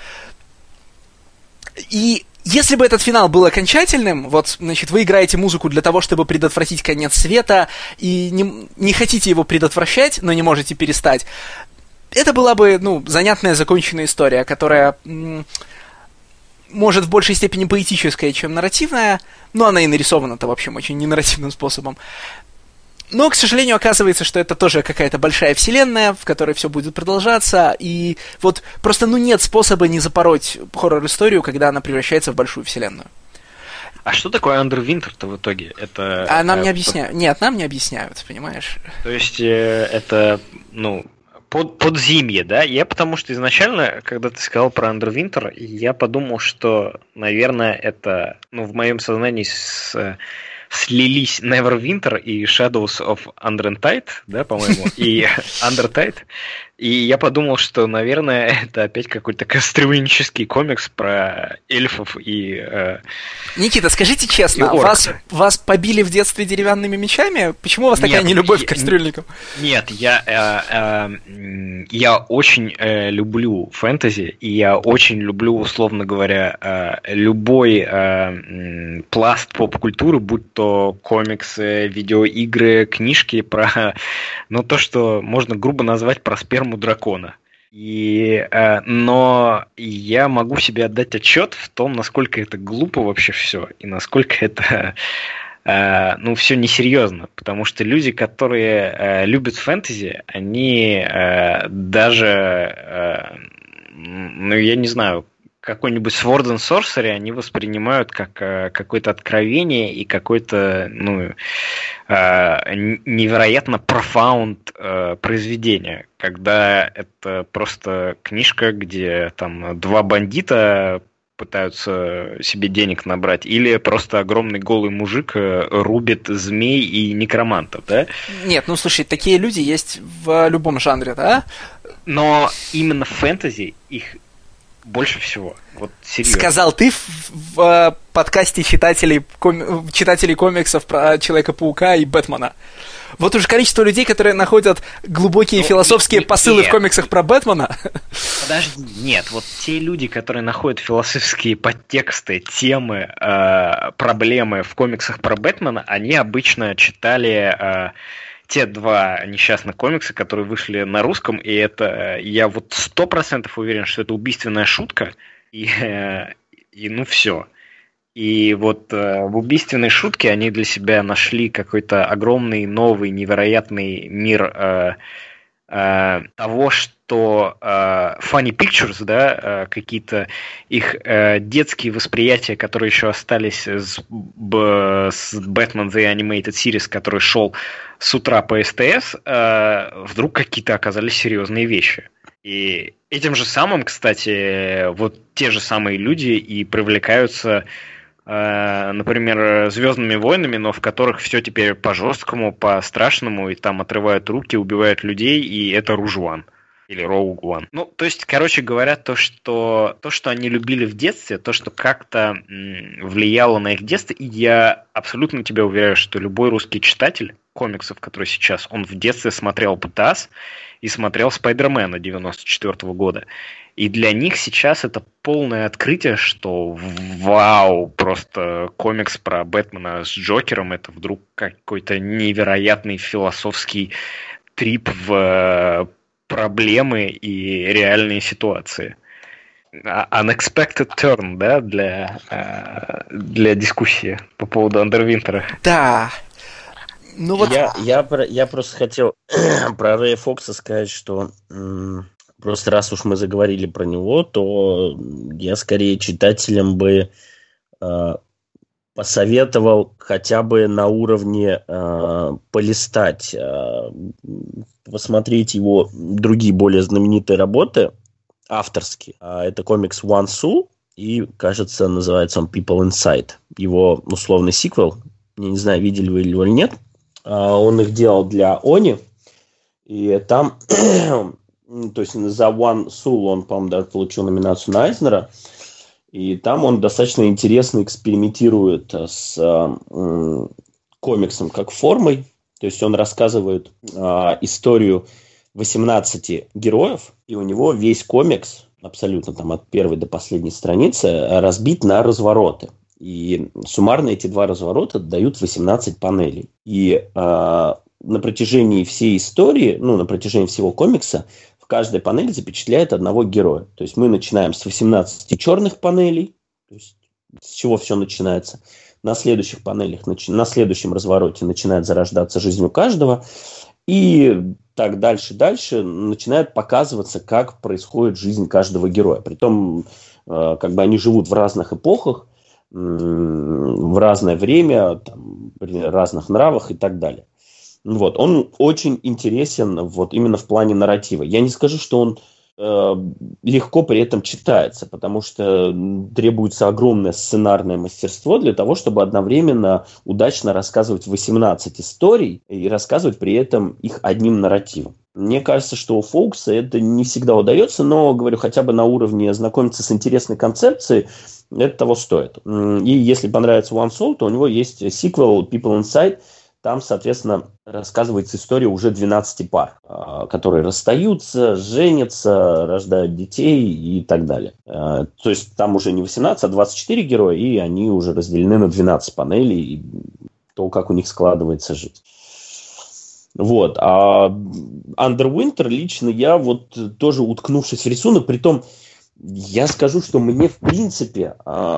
И если бы этот финал был окончательным, вот, значит, вы играете музыку для того, чтобы предотвратить конец света, и не, не хотите его предотвращать, но не можете перестать, это была бы, ну, занятная законченная история, которая м- может в большей степени поэтическая, чем нарративная, но она и нарисована-то, в общем, очень ненарративным способом. Но, к сожалению, оказывается, что это тоже какая-то большая вселенная, в которой все будет продолжаться, и вот просто, ну, нет способа не запороть хоррор-историю, когда она превращается в большую вселенную. А что такое Underwinter-то в итоге? Это... А нам э, не объясняют. Нет, нам не объясняют, понимаешь? То есть э, это, ну... Под, подзимье, да? Я потому что изначально, когда ты сказал про Underwinter, я подумал, что, наверное, это, ну, в моем сознании с, слились Neverwinter и Shadows of Undertide, да, по-моему, и Undertide. И я подумал, что, наверное, это опять какой-то кастрюльнический комикс про эльфов и... Э, Никита, скажите честно, вас, вас побили в детстве деревянными мечами? Почему у вас такая нет, нелюбовь я, к кастрюльникам? Нет, я, э, э, я очень э, люблю фэнтези, и я очень люблю, условно говоря, э, любой э, пласт поп-культуры, будь то комиксы, видеоигры, книжки про... Ну, то, что можно грубо назвать про сперму дракона. И, э, но я могу себе отдать отчет в том, насколько это глупо вообще все, и насколько это, э, ну, все несерьезно. Потому что люди, которые э, любят фэнтези, они э, даже, э, ну, я не знаю, какой-нибудь Sword and Sorcery они воспринимают как э, какое-то откровение и какое-то, ну, э, невероятно profound э, произведение, когда это просто книжка, где там два бандита пытаются себе денег набрать, или просто огромный голый мужик рубит змей и некромантов, да? Нет, ну слушай, такие люди есть в любом жанре, да? Но именно в фэнтези их больше всего. Вот серьезно. Сказал ты в, в подкасте читателей, ком, читателей комиксов про Человека-паука и Бэтмена. Вот уж количество людей, которые находят глубокие ну, философские не, посылы нет. в комиксах про Бэтмена. Подожди, нет, вот те люди, которые находят философские подтексты, темы, э, проблемы в комиксах про Бэтмена, они обычно читали... Э, те два несчастных комикса, которые вышли на русском, и это, я вот сто процентов уверен, что это убийственная шутка, и, и ну все. И вот в убийственной шутке они для себя нашли какой-то огромный, новый, невероятный мир э, э, того, что э, Funny Pictures, да, э, какие-то их э, детские восприятия, которые еще остались с, б, с Batman The Animated Series, который шел с утра по СТС, э, вдруг какие-то оказались серьезные вещи. И этим же самым, кстати, вот те же самые люди и привлекаются, э, например, «Звездными войнами», но в которых все теперь по-жесткому, по-страшному, и там отрывают руки, убивают людей, и это Rouge One. Или Rogue One. Ну, то есть, короче говоря, то, что, то, что они любили в детстве, то, что как-то м, влияло на их детство, и я абсолютно тебя уверяю, что любой русский читатель комиксов, который сейчас, он в детстве смотрел ПТАС и смотрел Спайдермена девяносто четвёртого года. И для них сейчас это полное открытие, что вау, просто комикс про Бэтмена с Джокером, это вдруг какой-то невероятный философский трип в проблемы и реальные ситуации. Unexpected turn, да, для, для дискуссии по поводу Underwinter. Да. Ну вот... я, я, я просто хотел про Рэя Фокса сказать, что м- просто раз уж мы заговорили про него, то я скорее читателям бы э, посоветовал хотя бы на уровне э, полистать, э, посмотреть его другие более знаменитые работы авторские. Это комикс One Su, и, кажется, называется он People Inside. Его условный сиквел, я не знаю, видели вы его или нет, он их делал для Они, и там, то есть за One Soul он, по-моему, даже получил номинацию на Айзнера, и там он достаточно интересно экспериментирует с э, комиксом как формой, то есть он рассказывает э, историю восемнадцати героев, и у него весь комикс, абсолютно там от первой до последней страницы, разбит на развороты. И суммарно эти два разворота дают восемнадцать панелей. И э, на протяжении всей истории, ну, на протяжении всего комикса, в каждой панели запечатляет одного героя. То есть мы начинаем с восемнадцати черных панелей, то есть с чего все начинается. На следующих панелях, на следующем развороте начинает зарождаться жизнь у каждого. И так дальше, дальше начинает показываться, как происходит жизнь каждого героя. Притом, э, как бы они живут в разных эпохах, э, в разное время, там, при разных нравах и так далее. Вот. Он очень интересен вот именно в плане нарратива. Я не скажу, что он э, легко при этом читается, потому что требуется огромное сценарное мастерство для того, чтобы одновременно удачно рассказывать восемнадцать историй и рассказывать при этом их одним нарративом. Мне кажется, что у Фоукса это не всегда удается, но, говорю, хотя бы на уровне знакомиться с интересной концепцией, это того стоит. И если понравится One Soul, то у него есть сиквел People Inside. Там, соответственно, рассказывается история уже двенадцати пар, которые расстаются, женятся, рождают детей и так далее. То есть там уже не восемнадцать, а двадцать четыре героя, и они уже разделены на двенадцать панелей, и то, как у них складывается жизнь. Вот. А Underwinter лично я вот тоже уткнувшись в рисунок, притом я скажу, что мне в принципе...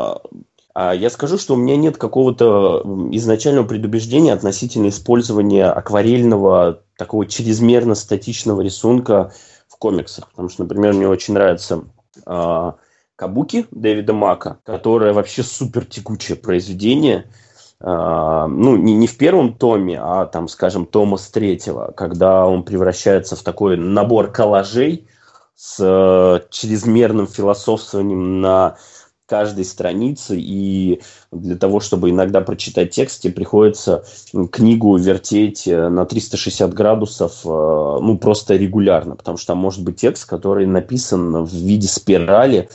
Я скажу, что у меня нет какого-то изначального предубеждения относительно использования акварельного, такого чрезмерно статичного рисунка в комиксах. Потому что, например, мне очень нравится э, Кабуки Дэвида Мака, которое вообще супер текучее произведение. Э, ну, не, не в первом томе, а, там, скажем, тома с третьего, когда он превращается в такой набор коллажей с э, чрезмерным философствованием на каждой страницы, и для того, чтобы иногда прочитать текст, тебе приходится книгу вертеть на триста шестьдесят градусов, ну, просто регулярно, потому что там может быть текст, который написан в виде спирали,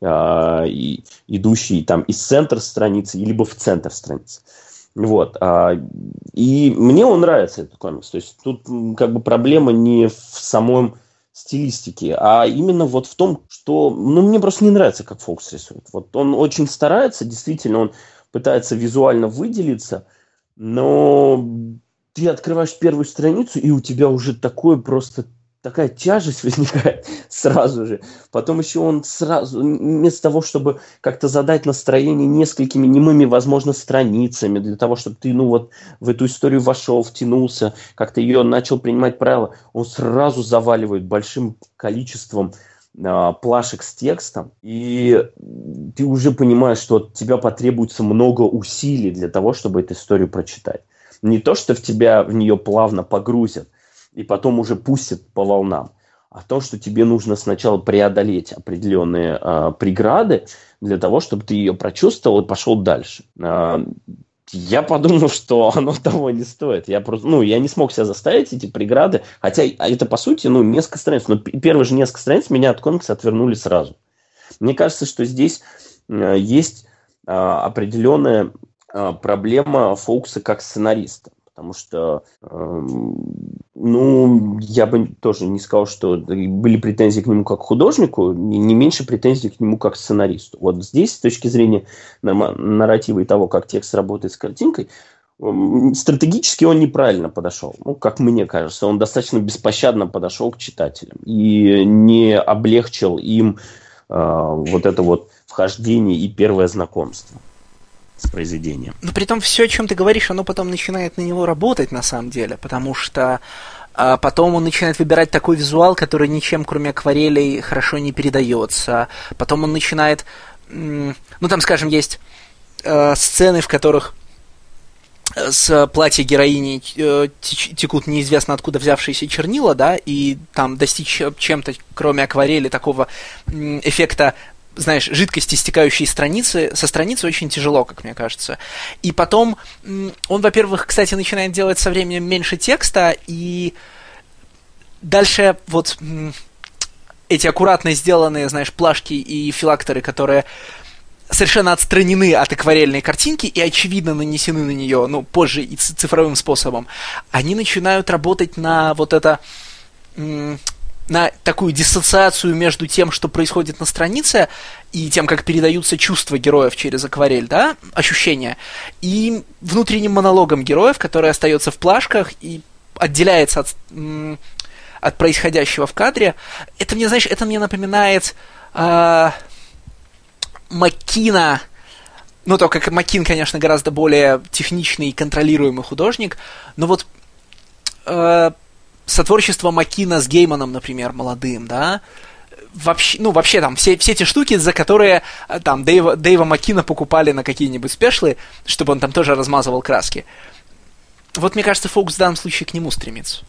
идущий там из центра страницы, либо в центр страницы. Вот. И мне он нравится, этот комикс. То есть тут как бы проблема не в самом стилистики, а именно вот в том, что, ну, мне просто не нравится, как Фоукс рисует. Вот он очень старается, действительно, он пытается визуально выделиться, но ты открываешь первую страницу, и у тебя уже такое просто, такая тяжесть возникает сразу же. Потом еще он сразу, вместо того, чтобы как-то задать настроение несколькими немыми, возможно, страницами, для того, чтобы ты, ну, вот в эту историю вошел, втянулся, как-то ее начал принимать правила, он сразу заваливает большим количеством а, плашек с текстом, и ты уже понимаешь, что от тебя потребуется много усилий для того, чтобы эту историю прочитать. Не то, что в тебя в нее плавно погрузят, и потом уже пустят по волнам, а то, что тебе нужно сначала преодолеть определенные э, преграды для того, чтобы ты ее прочувствовал и пошел дальше. Э, я подумал, что оно того не стоит. Я просто, ну, я не смог себя заставить эти преграды, хотя это, по сути, ну, несколько страниц, но первые же несколько страниц меня от комикса отвернули сразу. Мне кажется, что здесь э, есть э, определенная э, проблема Фоукса как сценариста. Потому что, э, ну, я бы тоже не сказал, что были претензии к нему как к художнику, не, не меньше претензий к нему как к сценаристу. Вот здесь, с точки зрения нарратива и того, как текст работает с картинкой, э, стратегически он неправильно подошел. Ну, как мне кажется, он достаточно беспощадно подошел к читателям и не облегчил им э, вот это вот вхождение и первое знакомство с произведением. Но при том все, о чем ты говоришь, оно потом начинает на него работать на самом деле, потому что а, потом он начинает выбирать такой визуал, который ничем, кроме акварелей, хорошо не передается. Потом он начинает... М- ну, там, скажем, есть э, сцены, в которых с платья героини э, текут неизвестно откуда взявшиеся чернила, да, и там достичь чем-то, кроме акварели, такого м- эффекта знаешь, жидкости, стекающие страницы, со страницы очень тяжело, как мне кажется. И потом он, во-первых, кстати, начинает делать со временем меньше текста, и дальше вот эти аккуратно сделанные, знаешь, плашки и филакторы, которые совершенно отстранены от акварельной картинки и очевидно нанесены на нее, ну, позже и цифровым способом, они начинают работать на вот это, на такую диссоциацию между тем, что происходит на странице, и тем, как передаются чувства героев через акварель, да, ощущения, и внутренним монологом героев, который остается в плашках и отделяется от, от происходящего в кадре. Это мне, знаешь, это мне напоминает... Э- Маккина, ну, только как Маккин, конечно, гораздо более техничный и контролируемый художник, но вот э, сотворчество Маккина с Гейманом, например, молодым, да, вообще, ну, вообще там все, все те штуки, за которые там Дэйва, Дэйва Маккина покупали на какие-нибудь спешлы, чтобы он там тоже размазывал краски. Вот, мне кажется, Фоукс в данном случае к нему стремится.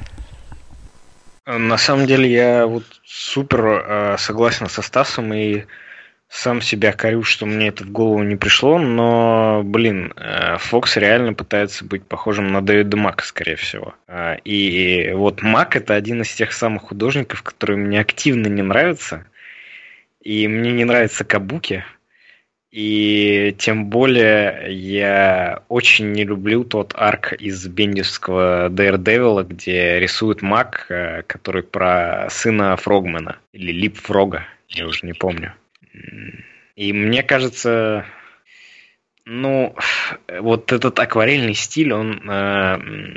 На самом деле, я вот супер э, согласен со Стасом и сам себя корю, что мне это в голову не пришло, но, блин, Фокс реально пытается быть похожим на Дэвида Мака, скорее всего. И вот Мак — это один из тех самых художников, которые мне активно не нравятся, и мне не нравится Кабуки, и тем более я очень не люблю тот арк из бендисского Daredevil, где рисует Мак, который про сына Фрогмана, или Лип Фрога, я уже не помню. И мне кажется, ну, вот этот акварельный стиль, он, э,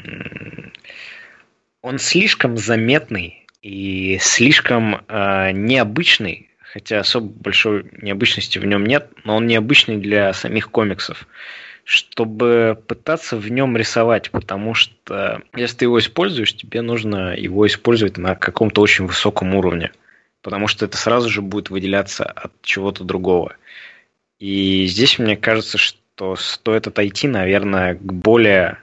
он слишком заметный и слишком э, необычный, хотя особо большой необычности в нем нет, но он необычный для самих комиксов, чтобы пытаться в нем рисовать, потому что если ты его используешь, тебе нужно его использовать на каком-то очень высоком уровне. Потому что это сразу же будет выделяться от чего-то другого. И здесь мне кажется, что стоит отойти, наверное, к более,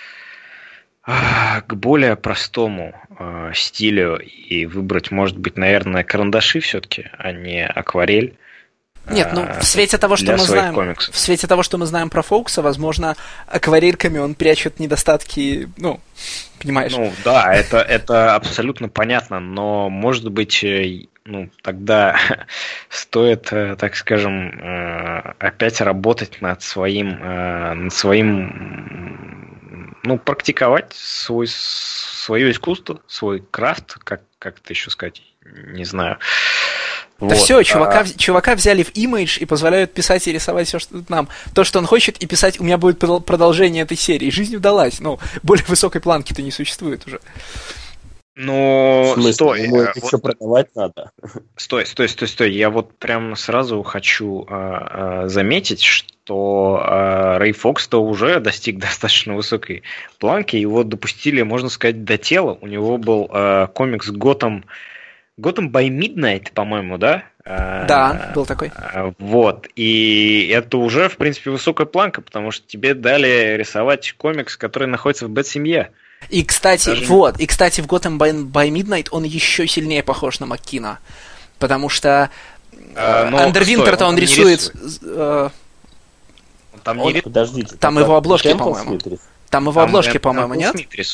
к более простому э, стилю и выбрать, может быть, наверное, карандаши все-таки, а не акварель. Нет, ну в свете того, что мы знаем, комиксов. В свете того, что мы знаем про Фоукса, возможно, акварельками он прячет недостатки, ну, понимаешь? Ну да, это, это абсолютно понятно, но, может быть, ну, тогда стоит, так скажем, опять работать над своим, над своим, ну, практиковать свой, свое искусство, свой крафт, как, как это еще сказать, не знаю. Да вот. все, чувака, а... чувака взяли в Image и позволяют писать и рисовать все, что нам. То, что он хочет, и писать, у меня будет продолжение этой серии. Жизнь удалась. Ну, более высокой планки-то не существует уже. Ну, стой. Ему это вот... еще продавать надо. Стой, стой, стой, стой. Я вот прям сразу хочу э, э, заметить, что э, Рэй Фокс-то уже достиг достаточно высокой планки. Его допустили, можно сказать, до тела. У него был э, комикс Готэм Gotham by Midnight, по-моему, да? Да, был такой. Вот. И это уже, в принципе, высокая планка, потому что тебе дали рисовать комикс, который находится в Бэт-семье. И, кстати, Даже... вот, и, кстати, в Gotham by, by Midnight он еще сильнее похож на Маккина. Потому что Андер Винтер-то он, он рисует... рисует. Там, он... не... Подождите, там его обложки, по-моему. Там его обложки, по-моему, нет?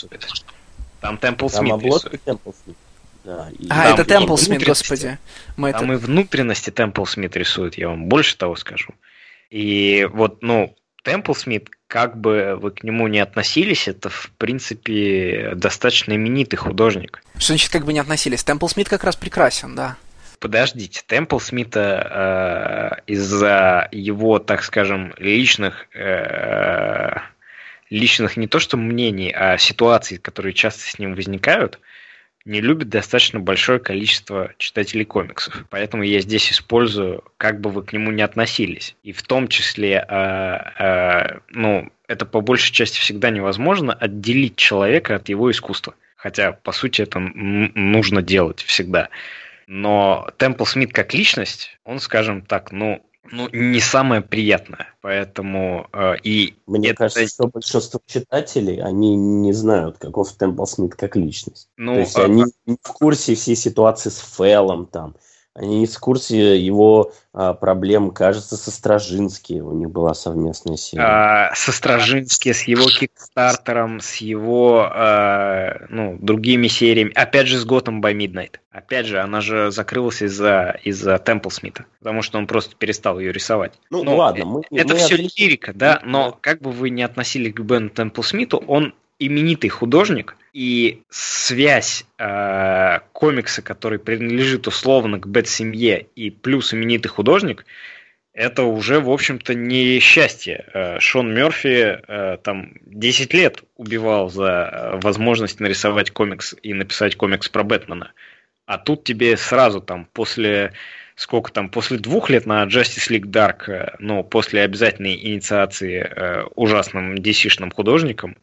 Там Темпл Смит рисует. Да, и... А, это Темпл Смит, господи. Мы там это... и внутренности Темпл Смит рисует, я вам больше того скажу. И вот, ну, Темпл Смит, как бы вы к нему не относились, это, в принципе, достаточно именитый художник. Что значит, как бы не относились? Темпл Смит как раз прекрасен, да. Подождите, Темпл Смита э, из-за его, так скажем, личных... Э, личных не то что мнений, а ситуаций, которые часто с ним возникают, не любит достаточно большое количество читателей комиксов. Поэтому я здесь использую, как бы вы к нему не относились. И в том числе, э, э, ну, это по большей части всегда невозможно отделить человека от его искусства. Хотя, по сути, это м- нужно делать всегда. Но Темпл Смит как личность, он, скажем так, ну, ну не самое приятное. Поэтому э, и... Мне это... кажется, что большинство читателей, они не знают, каков Темпл Смит как личность. Ну, То есть а... они не в курсе всей ситуации с Фэллом, там, Они не в курсе его а, проблем, кажется, со Стражински. У них была совместная серия. А, со Стражински, с его Кикстартером, с его а, ну, другими сериями. Опять же, с Gotham by Midnight. Опять же, она же закрылась из-за из-за Темплсмита. Потому что он просто перестал ее рисовать. Ну, но ладно. Мы, это мы все отвлекли. лирика, да? Но как бы вы ни относились к Бену Темплсмиту, он именитый художник, и связь э, комикса, который принадлежит условно к Бэт-семье, и плюс именитый художник, это уже, в общем-то, не счастье. Э, Шон Мёрфи э, там десять лет убивал за возможность нарисовать комикс и написать комикс про Бэтмена. А тут тебе сразу там после... Сколько там, после двух лет на Justice League Dark, но после обязательной инициации э, ужасным ди си-шным художником,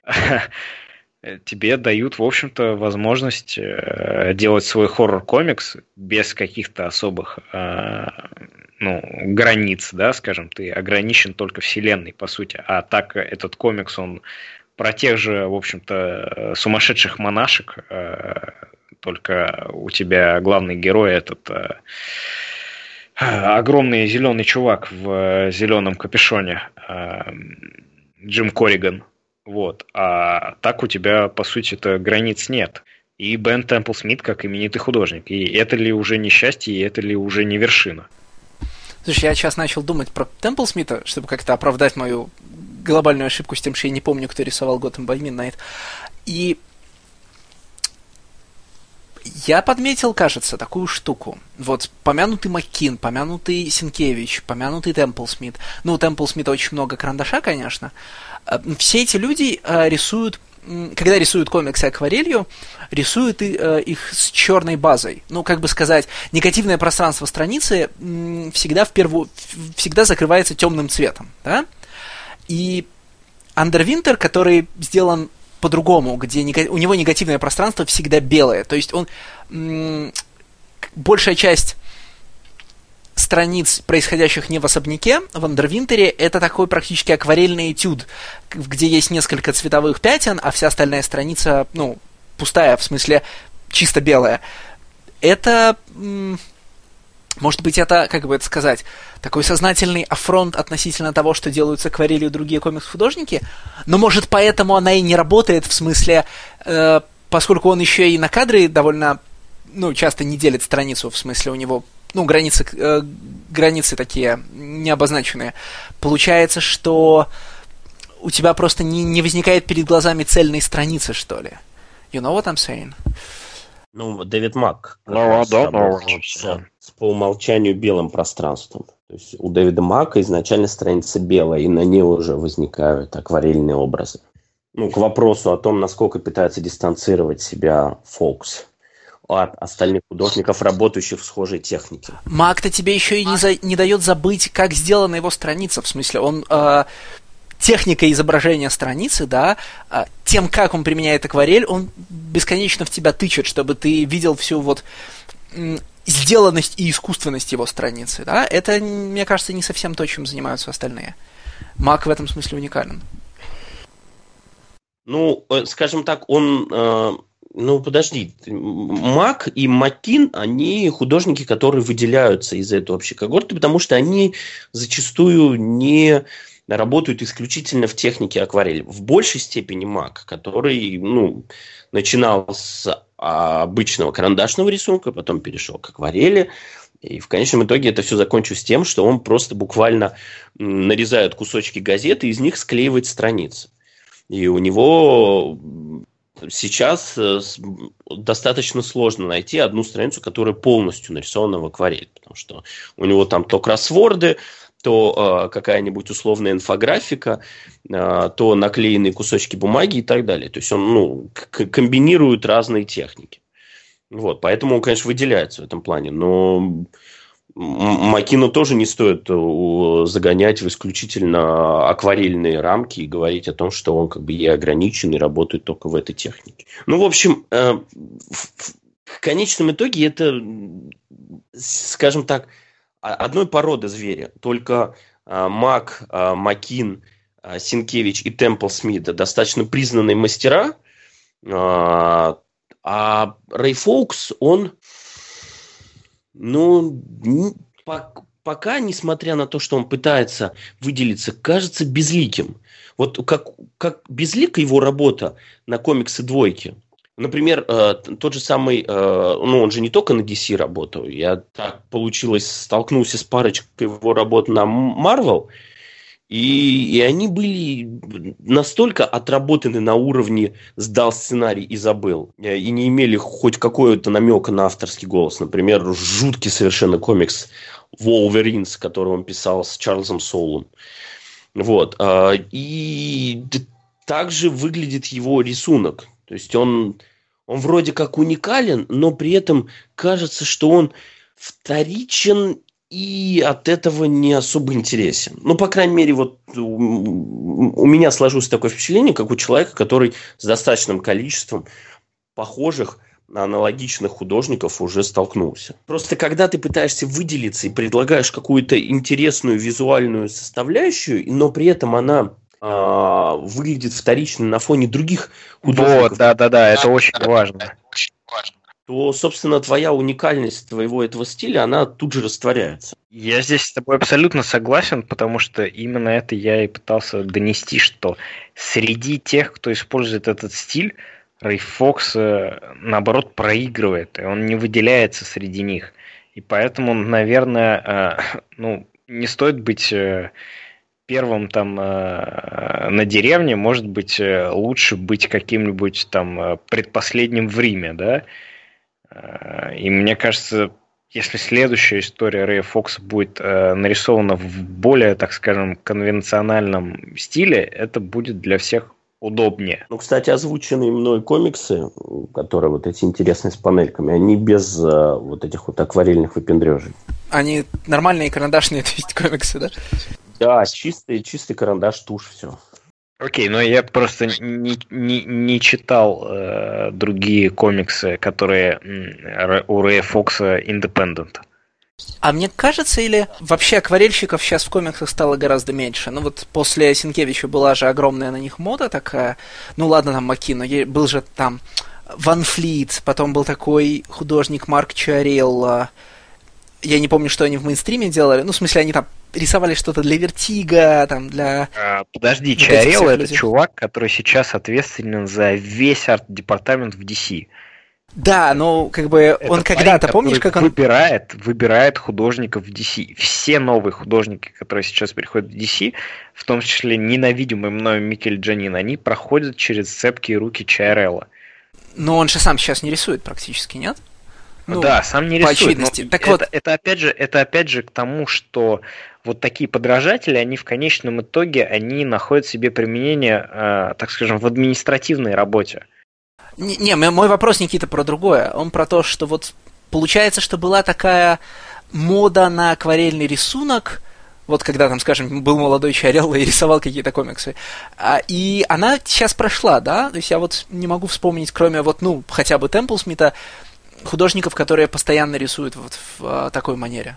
тебе дают, в общем-то, возможность э, делать свой хоррор-комикс без каких-то особых э, ну, границ, да, скажем, ты ограничен только вселенной, по сути. А так этот комикс, он про тех же, в общем-то, сумасшедших монашек, э, только у тебя главный герой этот э, огромный зеленый чувак в зеленом капюшоне, э, Джим Корриган. Вот. А так у тебя, по сути-то, границ нет. И Бен Темплсмит как именитый художник. И это ли уже не счастье, и это ли уже не вершина? Слушай, я сейчас начал думать про Темплсмита, чтобы как-то оправдать мою глобальную ошибку с тем, что я не помню, кто рисовал Gotham by Midnight. И я подметил, кажется, такую штуку. Вот помянутый Маккин, помянутый Синкевич, помянутый Темплсмит. Ну, у Темплсмита очень много карандаша, конечно. Все эти люди э, рисуют, когда рисуют комиксы акварелью, рисуют и, э, их с черной базой. Ну, как бы сказать, негативное пространство страницы м, всегда, в первую, всегда закрывается темным цветом. Да? И Underwinter, который сделан по-другому, где у него негативное пространство всегда белое. То есть он м- большая часть страниц, происходящих не в особняке, в Андервинтере, это такой практически акварельный этюд, где есть несколько цветовых пятен, а вся остальная страница, ну, пустая, в смысле, чисто белая. Это, м- может быть, это, как бы это сказать, такой сознательный афронт относительно того, что делают с акварелью другие комикс-художники, но, может, поэтому она и не работает, в смысле, э, поскольку он еще и на кадры довольно, ну, часто не делит страницу, в смысле, у него, ну, границы, э, границы такие необозначенные. Получается, что у тебя просто не, не возникает перед глазами цельной страницы, что ли. You know what I'm saying? Ну, Дэвид Мак. Ну, да, да. С по умолчанию белым пространством. То есть у Дэвида Мака изначально страница белая, и на ней уже возникают акварельные образы. Ну, к вопросу о том, насколько пытается дистанцировать себя Фокс от остальных художников, работающих в схожей технике. Мак-то тебе еще и не, за, не дает забыть, как сделана его страница. В смысле, он... Э, техника изображения страницы, да, э, тем, как он применяет акварель, он бесконечно в тебя тычет, чтобы ты видел всю вот... М- сделанность и искусственность его страницы, да, это, мне кажется, не совсем то, чем занимаются остальные. Мак в этом смысле уникален. Ну, скажем так, он... Э, ну, подожди. Мак и Маккин, они художники, которые выделяются из этой общей когорты, потому что они зачастую не работают исключительно в технике акварели. В большей степени Мак, который, ну, начинал с обычного карандашного рисунка, потом перешел к акварели, и в конечном итоге это все закончилось тем, что он просто буквально нарезает кусочки газеты и из них склеивает страницы. И у него сейчас достаточно сложно найти одну страницу, которая полностью нарисована в акварели, потому что у него там то кроссворды, то э, какая-нибудь условная инфографика, э, то наклеенные кусочки бумаги и так далее. То есть он, ну, к- комбинирует разные техники. Вот, поэтому он, конечно, выделяется в этом плане. Но Маккину тоже не стоит загонять в исключительно акварельные рамки и говорить о том, что он как бы ей ограничен и работает только в этой технике. Ну, в общем, э, в, в конечном итоге это, скажем так, одной породы зверя. Только э, Мак, э, Маккин, э, Синкевич и Темплсмит достаточно признанные мастера. Э, а Рэй Фоукс, он... Ну, пока, несмотря на то, что он пытается выделиться, кажется безликим. Вот как, как безлика его работа на комиксы двойки. Например, э, тот же самый, э, ну, он же не только на ди си работал. Я так получилось, столкнулся с парочкой его работ на Marvel, и, и они были настолько отработаны на уровне «сдал сценарий и забыл», и не имели хоть какого-то намека на авторский голос. Например, жуткий совершенно комикс «Wolverines», который он писал с Чарльзом Соулом. Вот. И также выглядит его рисунок. То есть он, он вроде как уникален, но при этом кажется, что он вторичен и от этого не особо интересен. Ну, по крайней мере, вот у, у меня сложилось такое впечатление, как у человека, который с достаточным количеством похожих, аналогичных художников уже столкнулся. Просто когда ты пытаешься выделиться и предлагаешь какую-то интересную визуальную составляющую, но при этом она а, выглядит вторично на фоне других художников. Вот, да-да-да, это очень важно. То, собственно, твоя уникальность твоего этого стиля, она тут же растворяется. Я здесь с тобой абсолютно согласен, потому что именно это я и пытался донести, что среди тех, кто использует этот стиль, Рэй Фокс, наоборот, проигрывает, и он не выделяется среди них. И поэтому, наверное, ну, не стоит быть первым там на деревне, может быть, лучше быть каким-нибудь там предпоследним в Риме, да? И мне кажется, если следующая история Рэя Фокса будет нарисована в более, так скажем, конвенциональном стиле, это будет для всех удобнее. Ну, кстати, озвученные мной комиксы, которые вот эти интересные с панельками, они без а, вот этих вот акварельных выпендрежей. Они нормальные карандашные, то есть комиксы, да? Да, чистый, чистый карандаш, тушь, все. Окей, но я просто не, не, не читал э, другие комиксы, которые м, у Рэя Фокса Independent. А мне кажется, или вообще акварельщиков сейчас в комиксах стало гораздо меньше? Ну вот после Сенкевича была же огромная на них мода такая. Ну ладно, там Маккино, был же там Ван Флит, потом был такой художник Марк Чиарелло. Я не помню, что они в мейнстриме делали. Ну, в смысле, они там рисовали что-то для Вертига, там, для... А, подожди, вот Чиарелло — это людей. Чувак, который сейчас ответственен за весь арт-департамент в ди си. Да, но как бы это он когда-то, парень, помнишь, как он... Выбирает, выбирает художников в ди си. Все новые художники, которые сейчас переходят в ди си, в том числе ненавидимый мною Микель Джанин, они проходят через цепкие руки Чиарелло. Но он же сам сейчас не рисует практически, нет? Ну, да, сам не рисует. По очевидности. Так это, вот... это, опять же, это опять же к тому, что вот такие подражатели, они в конечном итоге, они находят себе применение, э, так скажем, в административной работе. Не, не, мой вопрос, Никита, про другое. Он про то, что вот получается, что была такая мода на акварельный рисунок, вот когда там, скажем, был молодой Чиарелло и рисовал какие-то комиксы, и она сейчас прошла, да? То есть я вот не могу вспомнить, кроме вот, ну, хотя бы Темплсмита, художников, которые постоянно рисуют вот в а, такой манере.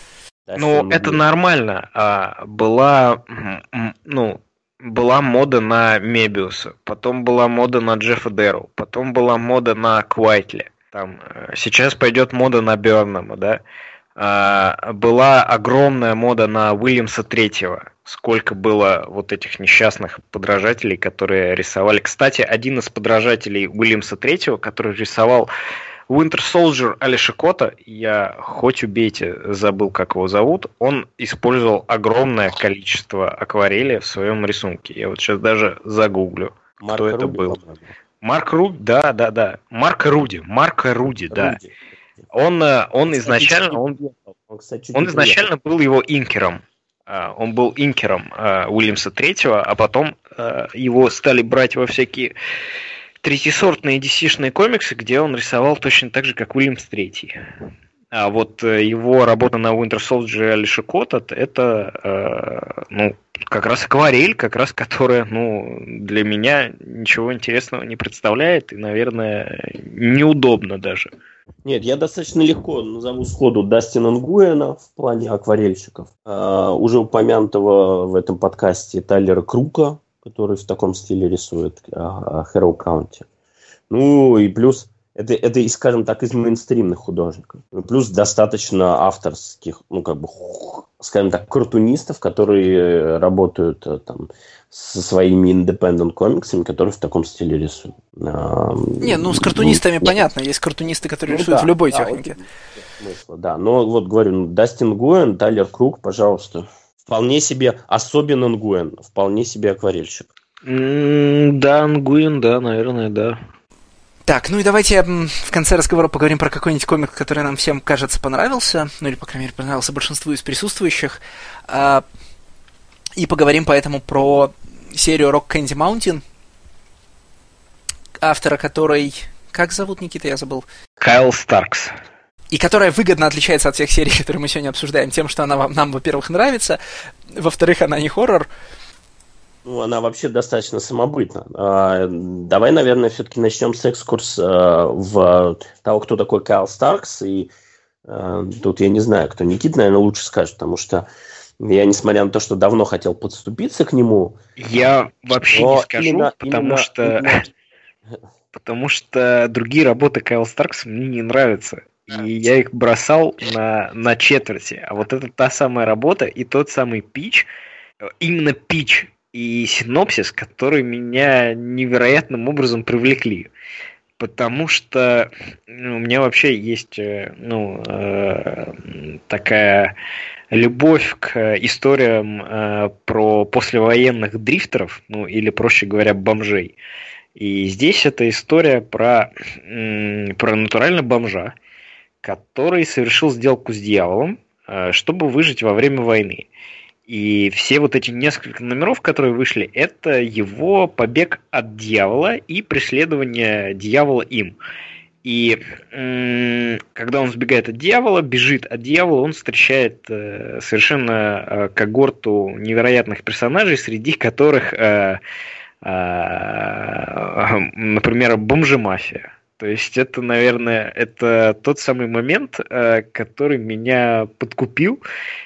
Ну, это нормально. А, была, ну, была мода на Мебиуса, потом была мода на Джеффа Дэрроу, потом была мода на Квайтли. Там, сейчас пойдет мода на Бернама, да. А, была огромная мода на Уильямса Третьего. Сколько было вот этих несчастных подражателей, которые рисовали. Кстати, один из подражателей Уильямса Третьего, который рисовал Winter Soldier Алиша Кота, я хоть убейте, забыл, как его зовут, он использовал огромное количество акварели в своем рисунке. Я вот сейчас даже загуглю, Марк кто Руди, это был. По-моему. Марк Руди, да, да, да. Марк Руди, Марк Руди, да. Руди. Он, он кстати, изначально, он, он, кстати, он изначально был его инкером. Он был инкером Уильямса Третьего, а потом его стали брать во всякие третьесортные ди си-шные комиксы, где он рисовал точно так же, как Уильямс Третий. А вот его работа на Winter Soldier и Алиша Кота, это э, ну, как раз акварель, как раз которая ну, для меня ничего интересного не представляет и, наверное, неудобно даже. Нет, я достаточно легко назову сходу Дастина Нгуэна в плане акварельщиков. А, уже упомянутого в этом подкасте Тайлера Крука, который в таком стиле рисует Хэроу Каунти. Ну и плюс Это, это, скажем так, из мейнстримных художников. Плюс достаточно авторских, ну, как бы, скажем так, картунистов, которые работают там со своими independent комиксами, которые в таком стиле рисуют. Не, ну, с картунистами ну, понятно. Есть картунисты, которые ну, рисуют да, в любой да, технике. Смысла, да. Но вот говорю, Дастин Nguyen, Тайлер Круг, пожалуйста. Вполне себе, особенно Nguyen, вполне себе акварельщик. Mm, да, Nguyen, да, наверное, да. Так, ну и давайте в конце разговора поговорим про какой-нибудь комик, который нам всем, кажется, понравился, ну или, по крайней мере, понравился большинству из присутствующих, и поговорим поэтому про серию Rock Candy Mountain, автора которой... Как зовут, Никита, я забыл? Кайл Старкс. И которая выгодно отличается от всех серий, которые мы сегодня обсуждаем, тем, что она нам, во-первых, нравится, во-вторых, она не хоррор. Ну, она вообще достаточно самобытна. А, давай, наверное, все-таки начнем с экскурс а, в того, кто такой Кайл Старкс. И а, тут я не знаю, кто. Никита, наверное, лучше скажет, потому что я, несмотря на то, что давно хотел подступиться к нему... Я вообще не скажу, именно, потому именно, что... Именно... Потому что другие работы Кайла Старкса мне не нравятся. И я их бросал на, на четверти. А вот это та самая работа и тот самый пич, именно пич и синопсис, которые меня невероятным образом привлекли. Потому что ну, у меня вообще есть ну, э, такая любовь к историям э, про послевоенных дрифтеров, ну или, проще говоря, бомжей. И здесь это история про, м, про натурально бомжа, который совершил сделку с дьяволом, э, чтобы выжить во время войны. И все вот эти несколько номеров, которые вышли, это его побег от дьявола и преследование дьявола им. И м- когда он сбегает от дьявола, бежит от дьявола, он встречает э, совершенно э, когорту невероятных персонажей, среди которых, э, э, например, бомжемафия. То есть это, наверное, это тот самый момент, э, который меня подкупил,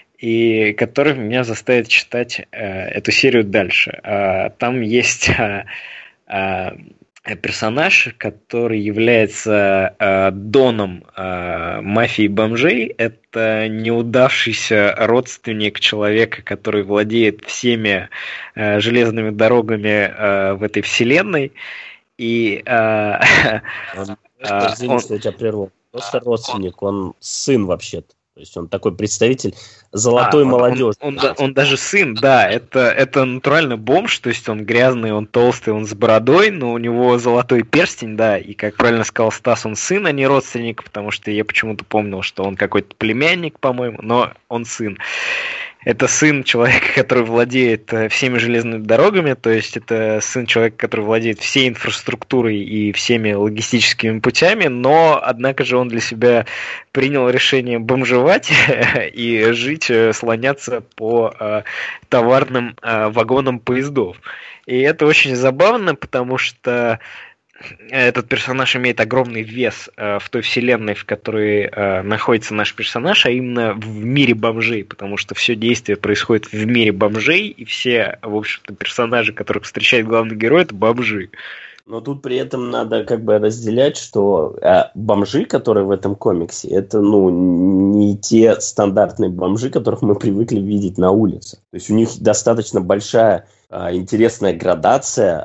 и который меня заставит читать э, эту серию дальше. Э, там есть э, э, персонаж, который является э, доном э, мафии бомжей. Это неудавшийся родственник человека, который владеет всеми э, железными дорогами э, в этой вселенной. И э, он, извини, что я тебя прервал. Просто родственник, он сын вообще-то. То есть он такой представитель золотой а, молодежи. Он, он, он, он даже сын, да, это, это натурально бомж, то есть он грязный, он толстый, он с бородой, но у него золотой перстень, да, и, как правильно сказал Стас, он сын, а не родственник, потому что я почему-то помнил, что он какой-то племянник, по-моему, но он сын. Это сын человека, который владеет всеми железными дорогами, то есть это сын человека, который владеет всей инфраструктурой и всеми логистическими путями, но, однако же, он для себя принял решение бомжевать и жить, слоняться по э, товарным э, вагонам поездов. И это очень забавно, потому что этот персонаж имеет огромный вес э, в той вселенной, в которой э, находится наш персонаж, а именно в мире бомжей, потому что все действие происходит в мире бомжей, и все, в общем-то, персонажи, которых встречает главный герой, это бомжи. Но тут при этом надо как бы разделять, что э, бомжи, которые в этом комиксе, это ну не те стандартные бомжи, которых мы привыкли видеть на улице. То есть у них достаточно большая интересная градация,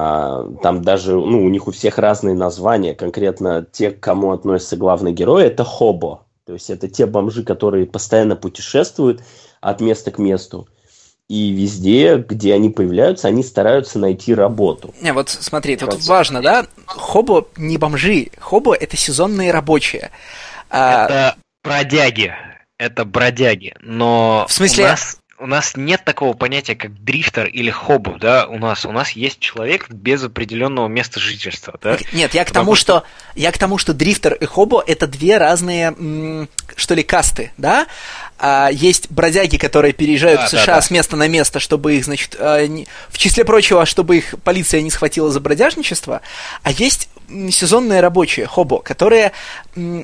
там даже, ну, у них у всех разные названия, конкретно те, к кому относится главный герой, это хобо, то есть это те бомжи, которые постоянно путешествуют от места к месту, и везде, где они появляются, они стараются найти работу. Не, вот смотри, тут Раз... важно, да, хобо не бомжи, хобо это сезонные рабочие. Это а... бродяги, это бродяги, но в смысле... у нас... У нас нет такого понятия, как дрифтер или хобо, да, у нас. У нас есть человек без определенного места жительства, да. Нет, я к тому, что... что я к тому, что дрифтер и хобо это две разные, м- что ли, касты, да. А, есть бродяги, которые переезжают да, в США да, да. с места на место, чтобы их, значит, а, не... в числе прочего, чтобы их полиция не схватила за бродяжничество. А есть сезонные рабочие, хобо, которые м-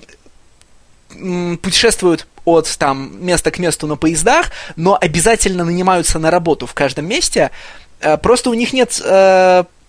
м- путешествуют от там места к месту на поездах, но обязательно нанимаются на работу в каждом месте. Просто у них нет э,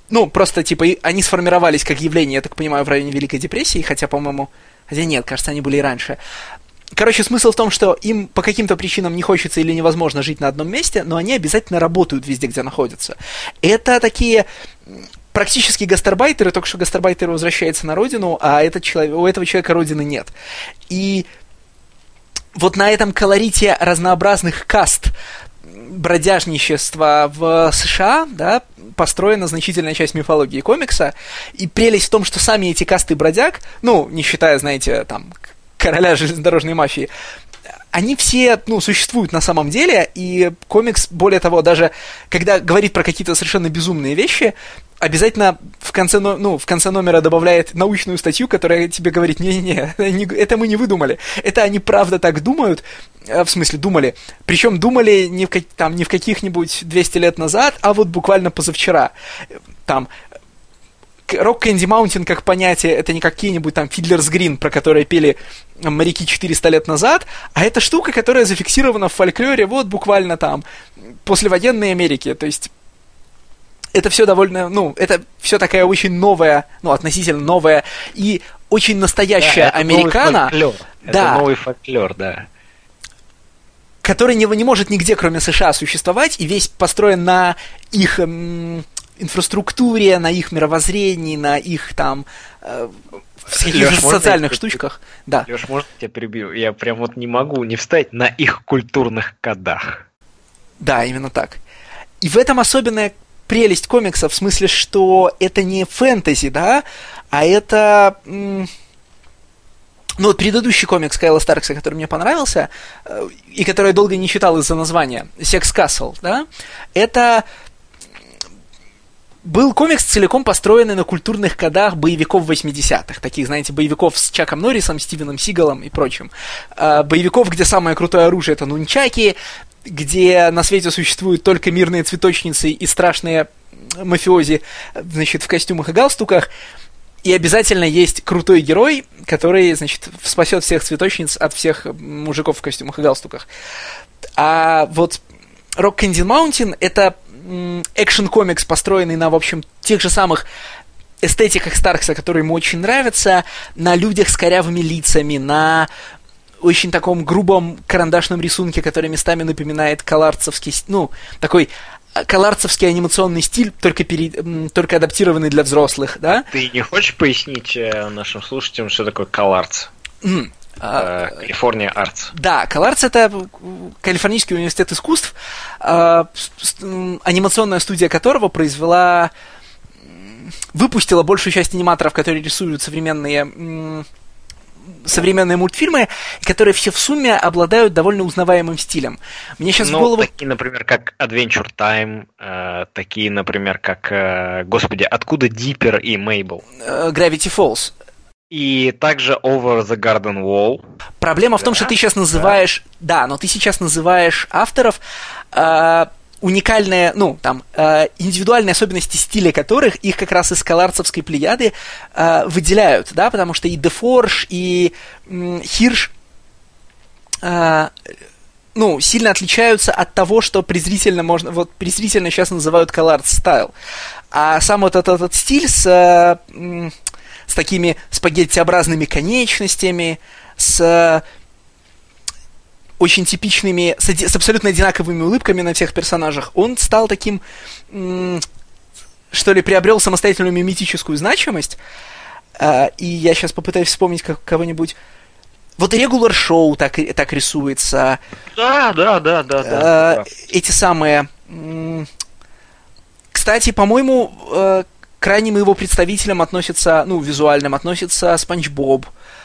ну, просто, типа, они сформировались как явление, я так понимаю, в районе Великой депрессии, хотя, по-моему... Хотя нет, кажется, они были и раньше. Короче, смысл в том, что им по каким-то причинам не хочется или невозможно жить на одном месте, но они обязательно работают везде, где находятся. Это такие практически гастарбайтеры, только что гастарбайтер возвращается на родину, а этот человек, у этого человека родины нет. И вот на этом колорите разнообразных каст бродяжничества в США, да, построена значительная часть мифологии комикса, и прелесть в том, что сами эти касты бродяг, ну, не считая, знаете, там, короля железнодорожной мафии, они все, ну, существуют на самом деле, и комикс, более того, даже когда говорит про какие-то совершенно безумные вещи, обязательно в конце, ну, в конце номера добавляет научную статью, которая тебе говорит, не-не-не, это мы не выдумали, это они правда так думают, в смысле думали, причем думали не в, там, не в каких-нибудь двести лет назад, а вот буквально позавчера. Там Rock Candy Mountain как понятие, это не какие-нибудь там Fiddler's Green, про которые пели моряки четыреста лет назад, а это штука, которая зафиксирована в фольклоре вот буквально там послевоенной Америки, то есть это все довольно, ну, это все такая очень новая, ну, относительно новая и очень настоящая да, американо. Новый да. Это новый фольклор, да. Который не, не может нигде, кроме США, существовать, и весь построен на их м, инфраструктуре, на их мировоззрении, на их там э, всяких социальных штучках. Да. Леш, можно я тебя перебью? Я прям вот не могу не встать на их культурных кодах. Да, именно так. И в этом особенная прелесть комикса, в смысле, что это не фэнтези, да, а это... М- Ну вот предыдущий комикс Кайла Старкса, который мне понравился, и который я долго не читал из-за названия, Sex Castle, да, это был комикс, целиком построенный на культурных кодах боевиков восьмидесятых, таких, знаете, боевиков с Чаком Норрисом, Стивеном Сигалом и прочим. Боевиков, где самое крутое оружие — это нунчаки, где на свете существуют только мирные цветочницы и страшные мафиози, значит, в костюмах и галстуках. И обязательно есть крутой герой, который, значит, спасет всех цветочниц от всех мужиков в костюмах и галстуках. А вот Rock Candy Mountain — это экшн-комикс, построенный на, в общем, тех же самых эстетиках Старкса, которые ему очень нравятся, на людях с корявыми лицами, на очень таком грубом карандашном рисунке, который местами напоминает колларцевский, ну, такой... колларцевский анимационный стиль, только, пере... только адаптированный для взрослых, да? Ты не хочешь пояснить нашим слушателям, что такое колларц? Mm. Калифорния Артс. Да, колларц — это Калифорнийский университет искусств, анимационная студия которого произвела, выпустила большую часть аниматоров, которые рисуют современные... современные мультфильмы, которые все в сумме обладают довольно узнаваемым стилем. Мне сейчас ну, в голову... такие, например, как Adventure Time, э, такие, например, как, э, господи, откуда Диппер и Мейбл? Gravity Falls. И также Over the Garden Wall. Проблема да? в том, что ты сейчас называешь... Да, да но ты сейчас называешь авторов... Э, уникальные, ну, там, э, индивидуальные особенности стиля которых их как раз из колларцевской плеяды э, выделяют, да, потому что и Дефорж, и м, Хирш, э, ну, сильно отличаются от того, что презрительно можно, вот, презрительно сейчас называют колларц стайл. А сам вот этот, этот стиль с, э, с такими спагеттиобразными конечностями, с... очень типичными, с, с абсолютно одинаковыми улыбками на всех персонажах, он стал таким, м- что ли, приобрел самостоятельную миметическую значимость. А, и я сейчас попытаюсь вспомнить как, кого-нибудь. Вот Regular Show так, так рисуется. Да, да, да, да. А, да. Эти самые... М- Кстати, по-моему, э, крайним его представителям относится, ну, визуальным относится Спанч Боб.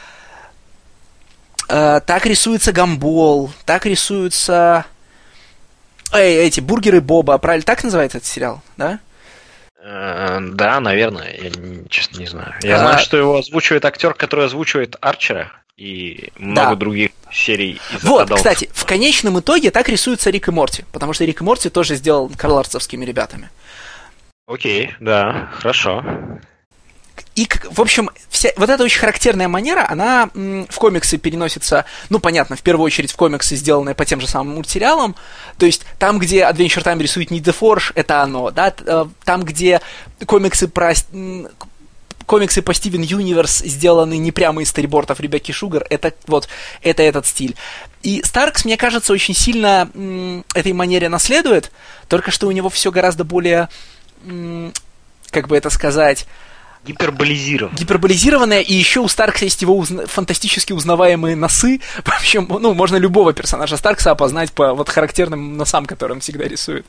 Так рисуется Гамбол, так рисуются Эй, эти бургеры Боба, правильно так называется этот сериал, да? Да, наверное, я честно не знаю. Я а... знаю, что его озвучивает актер, который озвучивает Арчера и много да. других серий из Вот, Adult. Кстати, в конечном итоге так рисуется Рик и Морти, потому что Рик и Морти тоже сделал колларцевскими ребятами. Окей, да, хорошо. И, в общем, вся, вот эта очень характерная манера, она м, в комиксы переносится, ну, понятно, в первую очередь в комиксы, сделанные по тем же самым мультсериалам. То есть там, где Adventure Time рисует Need the Forge, это оно, да, там, где комиксы про... комиксы по Steven Universe сделаны не прямо из сторибордов Ребекки Шугар, это вот это этот стиль. И Старкс, мне кажется, очень сильно м, этой манере наследует, только что у него все гораздо более, м, как бы это сказать... Гиперболизированное. Гиперболизированное, и еще у Старкса есть его узна- фантастически узнаваемые носы. В общем, ну, можно любого персонажа Старкса опознать по вот характерным носам, которые он всегда рисует.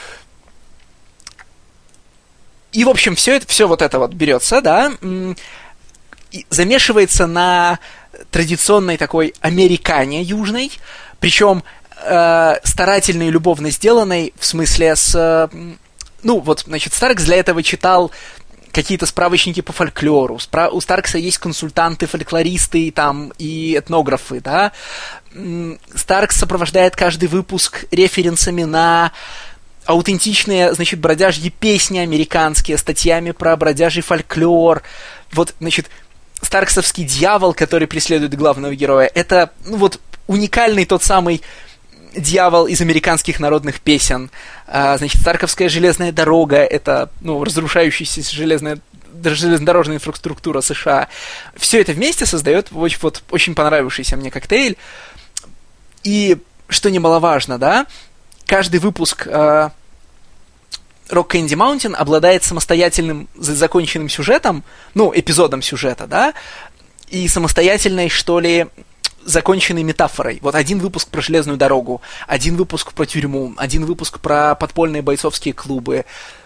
И, в общем, все это, все вот это вот берется, да, и замешивается на традиционной такой американе южной, причем э, старательной и любовно сделанной, в смысле с... Э, ну, вот, значит, Старкс для этого читал какие-то справочники по фольклору. Спра- у Старкса есть консультанты, фольклористы там, и этнографы, да. Старкс сопровождает каждый выпуск референсами на аутентичные, значит, бродяжьи песни американские, статьями про бродяжий фольклор. Вот, значит, старксовский дьявол, который преследует главного героя, это, ну, вот, уникальный тот самый дьявол из американских народных песен. А, значит, Старковская железная дорога, это, ну, разрушающаяся железная, железнодорожная инфраструктура США. Все это вместе создает очень, вот, очень понравившийся мне коктейль. И, что немаловажно, да, каждый выпуск э, Rock Candy Mountain обладает самостоятельным законченным сюжетом, ну, эпизодом сюжета, да, и самостоятельной, что ли, законченной метафорой. Вот один выпуск про железную дорогу, один выпуск про тюрьму, один выпуск про подпольные бойцовские клубы.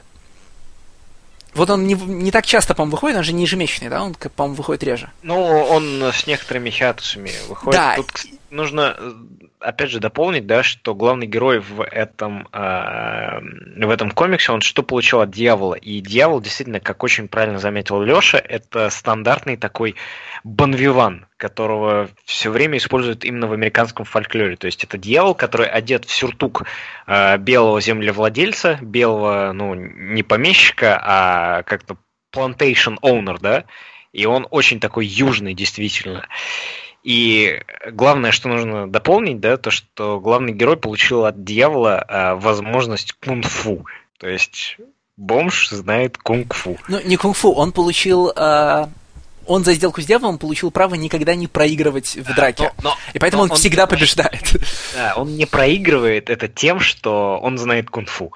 Вот он не, не так часто, по-моему, выходит, он же не ежемесячный, да? Он, по-моему, выходит реже. Ну, он с некоторыми хиатусами выходит. Да. Тут нужно, опять же, дополнить, да, что главный герой в этом, э, в этом комиксе, он что получил от дьявола? И дьявол, действительно, как очень правильно заметил Леша, это стандартный такой бонвиван, которого все время используют именно в американском фольклоре. То есть это дьявол, который одет в сюртук э, белого землевладельца, белого, ну, не помещика, а как-то plantation owner, да, и он очень такой южный, действительно. И главное, что нужно дополнить, да, то, что главный герой получил от дьявола э, возможность кунг-фу. То есть бомж знает кунг-фу. Ну, не кунг-фу, он получил... Э... Он за сделку с дьяволом получил право никогда не проигрывать в драке. Но, но, и поэтому он, он всегда побеждает. Да, он не проигрывает это тем, что он знает кунг-фу.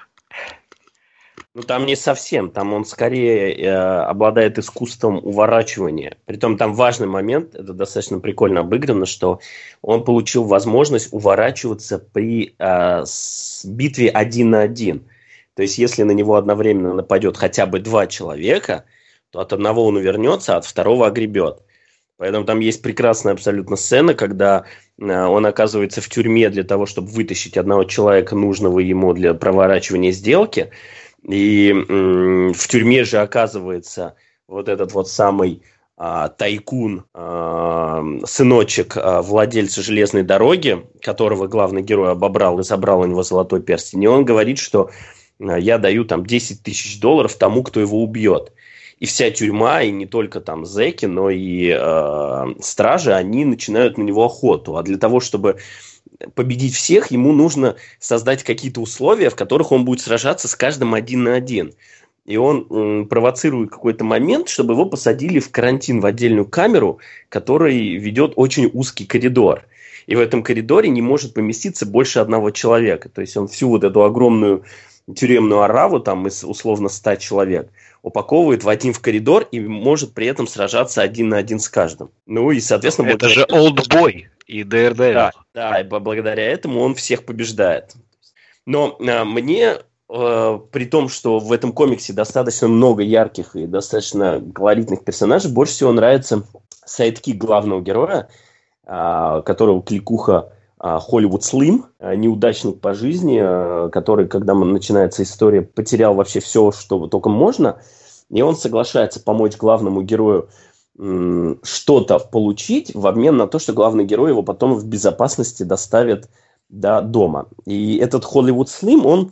Ну, там не совсем. Там он скорее э, обладает искусством уворачивания. Притом там важный момент, это достаточно прикольно обыграно, что он получил возможность уворачиваться при э, битве один на один. То есть, если на него одновременно нападет хотя бы два человека, то от одного он увернется, а от второго огребет. Поэтому там есть прекрасная абсолютно сцена, когда э, он оказывается в тюрьме для того, чтобы вытащить одного человека, нужного ему для проворачивания сделки. И э, в тюрьме же оказывается вот этот вот самый э, тайкун, э, сыночек э, владельца железной дороги, которого главный герой обобрал и забрал у него золотой перстень. И он говорит, что э, я даю там десять тысяч долларов тому, кто его убьет. И вся тюрьма, и не только там зэки, но и э, стражи, они начинают на него охоту. А для того, чтобы победить всех, ему нужно создать какие-то условия, в которых он будет сражаться с каждым один на один. И он э, провоцирует какой-то момент, чтобы его посадили в карантин, в отдельную камеру, который ведет очень узкий коридор. И в этом коридоре не может поместиться больше одного человека. То есть он всю вот эту огромную тюремную ораву, там из условно ста человек, упаковывает в один в коридор и может при этом сражаться один на один с каждым. Ну и, соответственно... Это благодаря... же Олдбой и Daredevil. Да, да, и благодаря этому он всех побеждает. Но а, мне, э, при том, что в этом комиксе достаточно много ярких и достаточно колоритных персонажей, больше всего нравится сайдкик главного героя, э, которого кликуха Холливуд Слим, неудачник по жизни, который, когда начинается история, потерял вообще все, что только можно, и он соглашается помочь главному герою м- что-то получить в обмен на то, что главный герой его потом в безопасности доставит до дома. И этот Холливуд Слим, он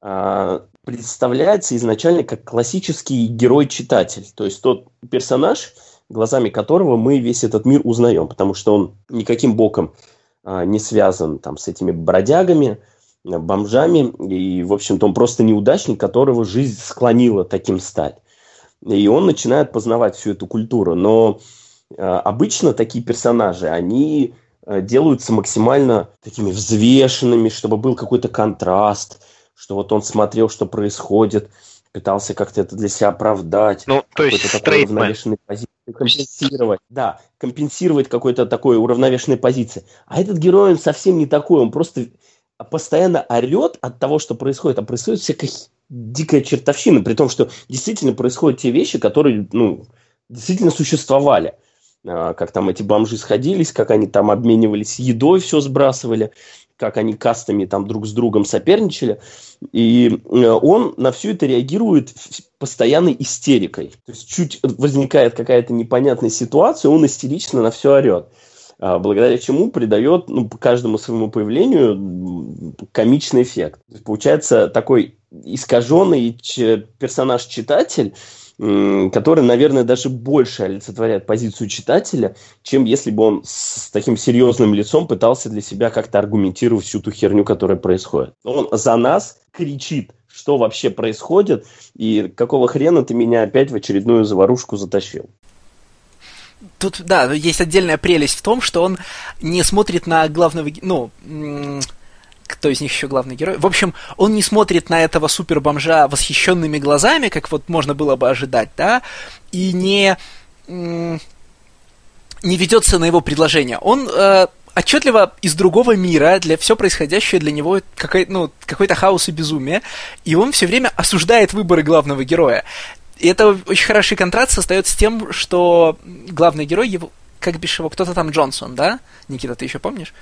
а, представляется изначально как классический герой-читатель. То есть тот персонаж, глазами которого мы весь этот мир узнаем, потому что он никаким боком а, не связан там, с этими бродягами, бомжами, и, в общем-то, он просто неудачник, которого жизнь склонила таким стать. И он начинает познавать всю эту культуру. Но э, обычно такие персонажи, они э, делаются максимально такими взвешенными, чтобы был какой-то контраст, что вот он смотрел, что происходит, пытался как-то это для себя оправдать. Ну, то есть такой уравновешенной позиции, компенсировать. Да, компенсировать какой-то такой уравновешенной позиции. А этот герой, он совсем не такой, он просто постоянно орет от того, что происходит, а происходит всякая дикая чертовщина, при том, что действительно происходят те вещи, которые, ну, действительно существовали. А, как там эти бомжи сходились, как они там обменивались едой, все сбрасывали, как они кастами там друг с другом соперничали. И он на все это реагирует постоянной истерикой. То есть чуть возникает какая-то непонятная ситуация, он истерично на все орет. Благодаря чему придает, ну, каждому своему появлению комичный эффект. Получается такой искаженный ч- персонаж-читатель, м- который, наверное, даже больше олицетворяет позицию читателя, чем если бы он с таким серьезным лицом пытался для себя как-то аргументировать всю ту херню, которая происходит. Он за нас кричит, что вообще происходит, и какого хрена ты меня опять в очередную заварушку затащил. Тут, да, есть отдельная прелесть в том, что он не смотрит на главного... Ну, кто из них еще главный герой? В общем, он не смотрит на этого супербомжа восхищенными глазами, как вот можно было бы ожидать, да, и не, не ведется на его предложение. Он э, отчетливо из другого мира, для все происходящее для него какой, ну, какой-то хаос и безумие, и он все время осуждает выборы главного героя. И это очень хороший контраст создается с тем, что главный герой, его, как бишь его, кто-то там Джонсон, да? Никита, ты еще помнишь?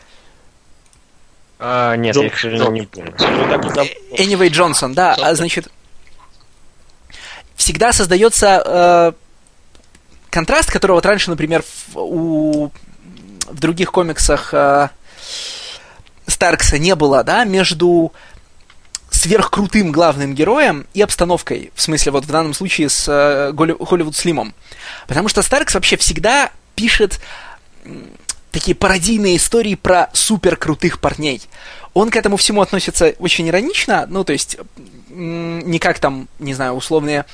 А, нет, Джон, я, к сожалению, не помню. Anyway, Джонсон, да, а, значит, всегда создается э, контраст, которого вот раньше, например, в, у, в других комиксах э, Старкса не было, да, между сверхкрутым главным героем и обстановкой, в смысле, вот в данном случае с э, Холливуд Слимом. Потому что Старкс вообще всегда пишет такие пародийные истории про суперкрутых парней. Он к этому всему относится очень иронично, ну, то есть, не как там, не знаю, условные,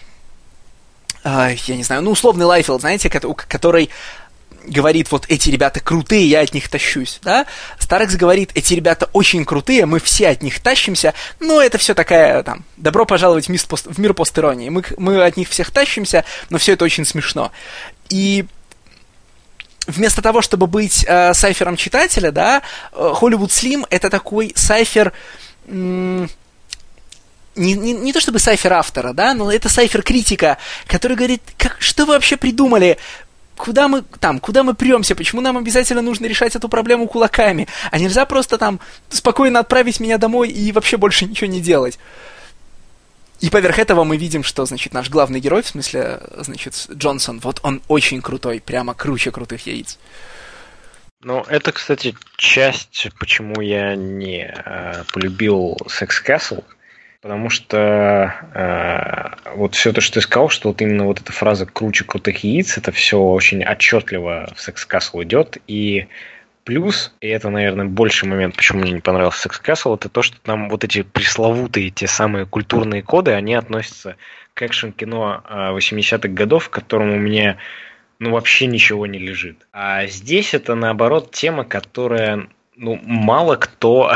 э, я не знаю, ну, условный Лайфелд, знаете, который говорит, вот эти ребята крутые, я от них тащусь, да? Старкс говорит, эти ребята очень крутые, мы все от них тащимся, но это все такая, там, добро пожаловать в мир, пост, в мир постиронии. Мы, мы от них всех тащимся, но все это очень смешно. И вместо того, чтобы быть э, сайфером читателя, да, Hollywood Slim это такой сайфер, м- не, не, не то чтобы сайфер автора, да, но это сайфер критика, который говорит, как, что вы вообще придумали? Куда мы там, куда мы премся? Почему нам обязательно нужно решать эту проблему кулаками? А нельзя просто там спокойно отправить меня домой и вообще больше ничего не делать? И поверх этого мы видим, что, значит, наш главный герой, в смысле, значит, Джонсон, вот он очень крутой, прямо круче крутых яиц. Ну, это, кстати, часть, почему я не э, полюбил Sex Castle. Потому что э, вот все то, что ты сказал, что вот именно вот эта фраза «круче крутых яиц», это все очень отчетливо в Sex Castle идет. И плюс, и это, наверное, больший момент, почему мне не понравился Sex Castle, это то, что там вот эти пресловутые, те самые культурные коды, они относятся к экшн-кино восьмидесятых годов, к которому мне ну, вообще ничего не лежит. А здесь это, наоборот, тема, которая ну, мало кто...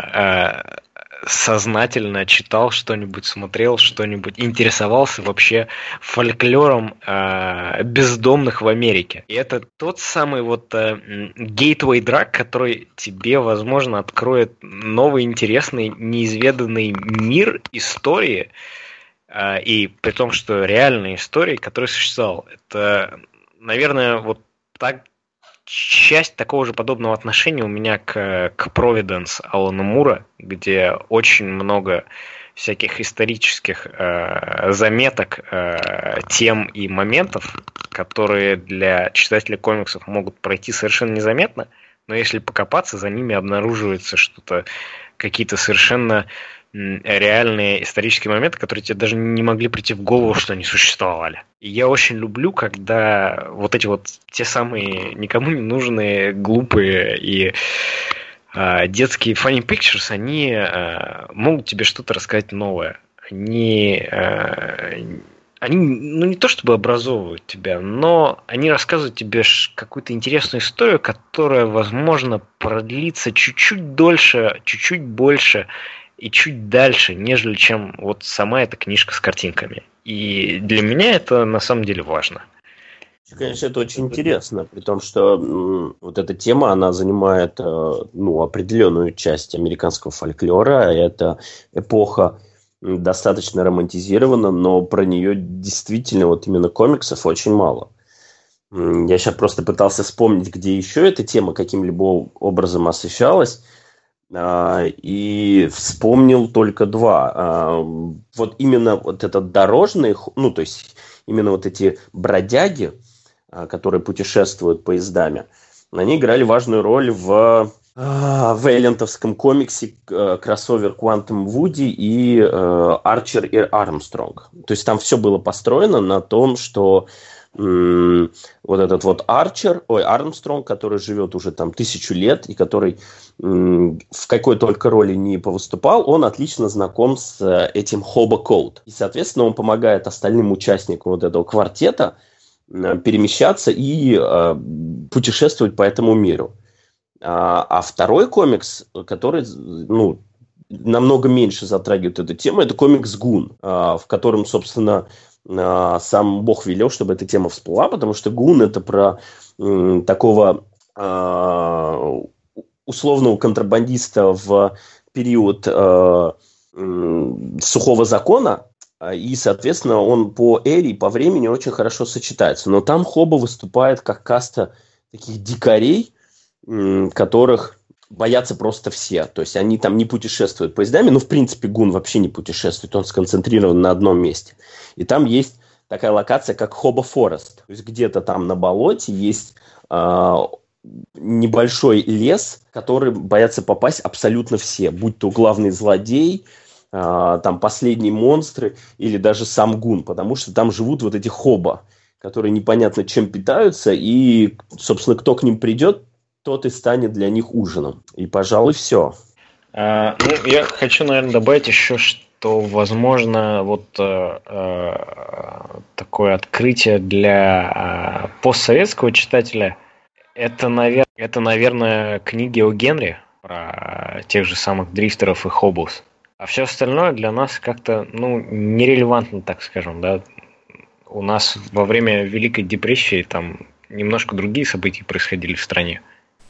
сознательно читал что-нибудь, смотрел что-нибудь, интересовался вообще фольклором э, бездомных в Америке. И это тот самый вот э, gateway drug, который тебе, возможно, откроет новый, интересный, неизведанный мир истории, э, и при том, что реальные истории, которые существовал. Это, наверное, вот так часть такого же подобного отношения у меня к, к Providence Алана Мура, где очень много всяких исторических э, заметок, э, тем и моментов, которые для читателей комиксов могут пройти совершенно незаметно, но если покопаться, за ними обнаруживается что-то, какие-то совершенно реальные исторические моменты, которые тебе даже не могли прийти в голову, что они существовали. И я очень люблю, когда вот эти вот те самые никому не нужные, глупые и э, детские funny pictures, они э, могут тебе что-то рассказать новое. Они, э, они, ну не то чтобы образовывают тебя, но они рассказывают тебе какую-то интересную историю, которая, возможно, продлится чуть-чуть дольше, чуть-чуть больше и чуть дальше, нежели чем вот сама эта книжка с картинками. И для меня это на самом деле важно. Конечно, это очень интересно, при том, что м, вот эта тема, она занимает э, ну, определенную часть американского фольклора. Это эпоха достаточно романтизирована, но про нее действительно вот именно комиксов очень мало. Я сейчас просто пытался вспомнить, где еще эта тема каким-либо образом освещалась. И вспомнил только два. Вот именно вот этот дорожный, ну, то есть именно вот эти бродяги, которые путешествуют поездами, они играли важную роль в, в эллентовском комиксе кроссовер Quantum Woody и Archer и Armstrong. То есть там все было построено на том, что вот этот вот Арчер, ой, Армстронг, который живет уже там тысячу лет и который м, в какой только роли не повыступал, он отлично знаком с этим Хоба Коут. И, соответственно, он помогает остальным участникам вот этого квартета э, перемещаться и э, путешествовать по этому миру. А, а второй комикс, который, ну, намного меньше затрагивает эту тему, это комикс Гун, э, в котором, собственно, сам Бог велел, чтобы эта тема всплыла, потому что Гун — это про м, такого э, условного контрабандиста в период э, э, сухого закона, и, соответственно, он по эре и по времени очень хорошо сочетается. Но там Хоба выступает как каста таких дикарей, э, которых боятся просто все. То есть они там не путешествуют поездами. Ну, в принципе, Гун вообще не путешествует. Он сконцентрирован на одном месте. И там есть такая локация, как Хоба Форест. То есть где-то там на болоте есть э, небольшой лес, в который боятся попасть абсолютно все. Будь то главный злодей, э, там последние монстры или даже сам Гун. Потому что там живут вот эти хоба, которые непонятно чем питаются. И, собственно, кто к ним придет, тот и станет для них ужином. И, пожалуй, все. А, ну, я хочу, наверное, добавить еще, что, возможно, вот а, а, такое открытие для а, постсоветского читателя это, навер... это, наверное, книги о Генри про тех же самых дрифтеров и хоббус. А все остальное для нас как-то, ну, нерелевантно, так скажем, да. У нас во время Великой депрессии там немножко другие события происходили в стране.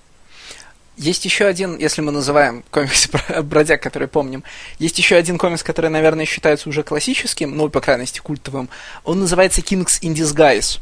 Есть еще один, если мы называем комикс про бродяг, который помним, есть еще один комикс, который, наверное, считается уже классическим, ну, по крайней мере, культовым. Он называется Kings in Disguise.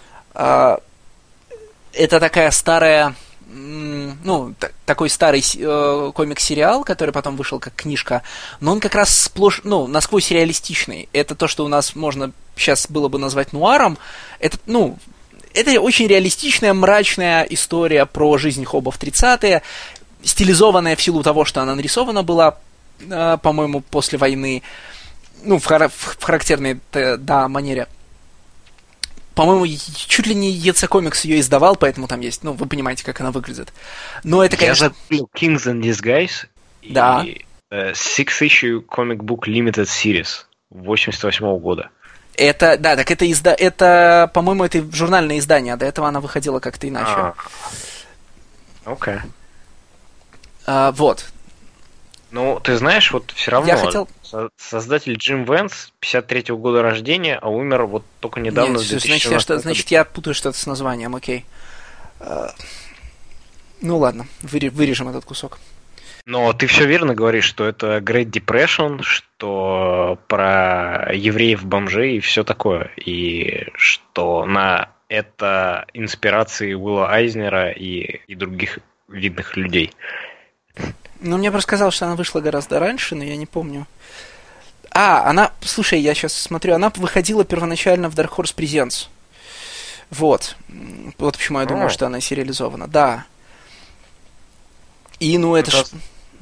Это такая старая, ну, такой старый комикс-сериал, который потом вышел как книжка, но он как раз сплошь, ну, насквозь реалистичный. Это то, что у нас можно сейчас было бы назвать нуаром. Это, ну... Это очень реалистичная, мрачная история про жизнь Хоба в тридцатые, стилизованная в силу того, что она нарисована была, э, по-моему, после войны, ну, в, хар- в характерной, да, манере. По-моему, чуть ли не и си Comics ее издавал, поэтому там есть, ну, вы понимаете, как она выглядит. Но это, конечно... Я забыл Kings in Disguise да. и uh, Six Issue Comic Book Limited Series восемьдесят восьмого года. Это, да, так это, изда... это, по-моему, это журнальное издание, а до этого она выходила как-то иначе. Окей. Okay. А, вот. Ну, ты знаешь, вот все равно Я хотел... создатель Джим Вэнс пятьдесят третьего года рождения, а умер вот только недавно. Нет, значит, я что, значит, я путаю что-то с названием, окей. А... Ну ладно, выре... вырежем этот кусок. Но ты все верно говоришь, что это Great Depression, что про евреев-бомжей и все такое. И что на это инспирации Уилла Айзнера и, и других видных людей. Ну, мне просто сказал, что она вышла гораздо раньше, но я не помню. А, она, слушай, я сейчас смотрю, она выходила первоначально в Dark Horse Presents. Вот. Вот почему я думаю, что она сериализована. Да. И, ну, это ж...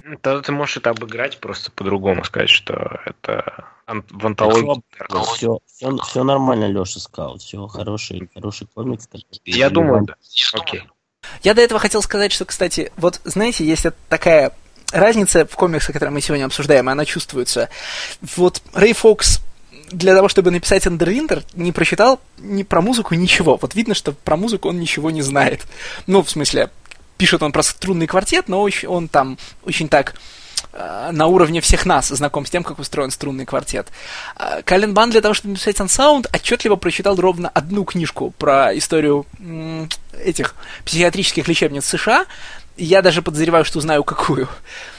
Тогда ты можешь это обыграть, просто по-другому сказать, что это в антологии. Все, все, все нормально, Леша сказал. Все хороший, хороший комикс. Я думаю, да. Окей. Я до этого хотел сказать, что, кстати, вот, знаете, есть такая разница в комиксах, которые мы сегодня обсуждаем, и она чувствуется. Вот Рэй Фокс для того, чтобы написать Underwinter, не прочитал ни про музыку ничего. Вот видно, что про музыку он ничего не знает. Ну, в смысле, пишет он про струнный квартет, но он там очень так э, на уровне всех нас знаком с тем, как устроен струнный квартет. Кален Бан для того, чтобы написать Unsound, отчетливо прочитал ровно одну книжку про историю м- этих психиатрических лечебниц США. Я даже подозреваю, что знаю, какую.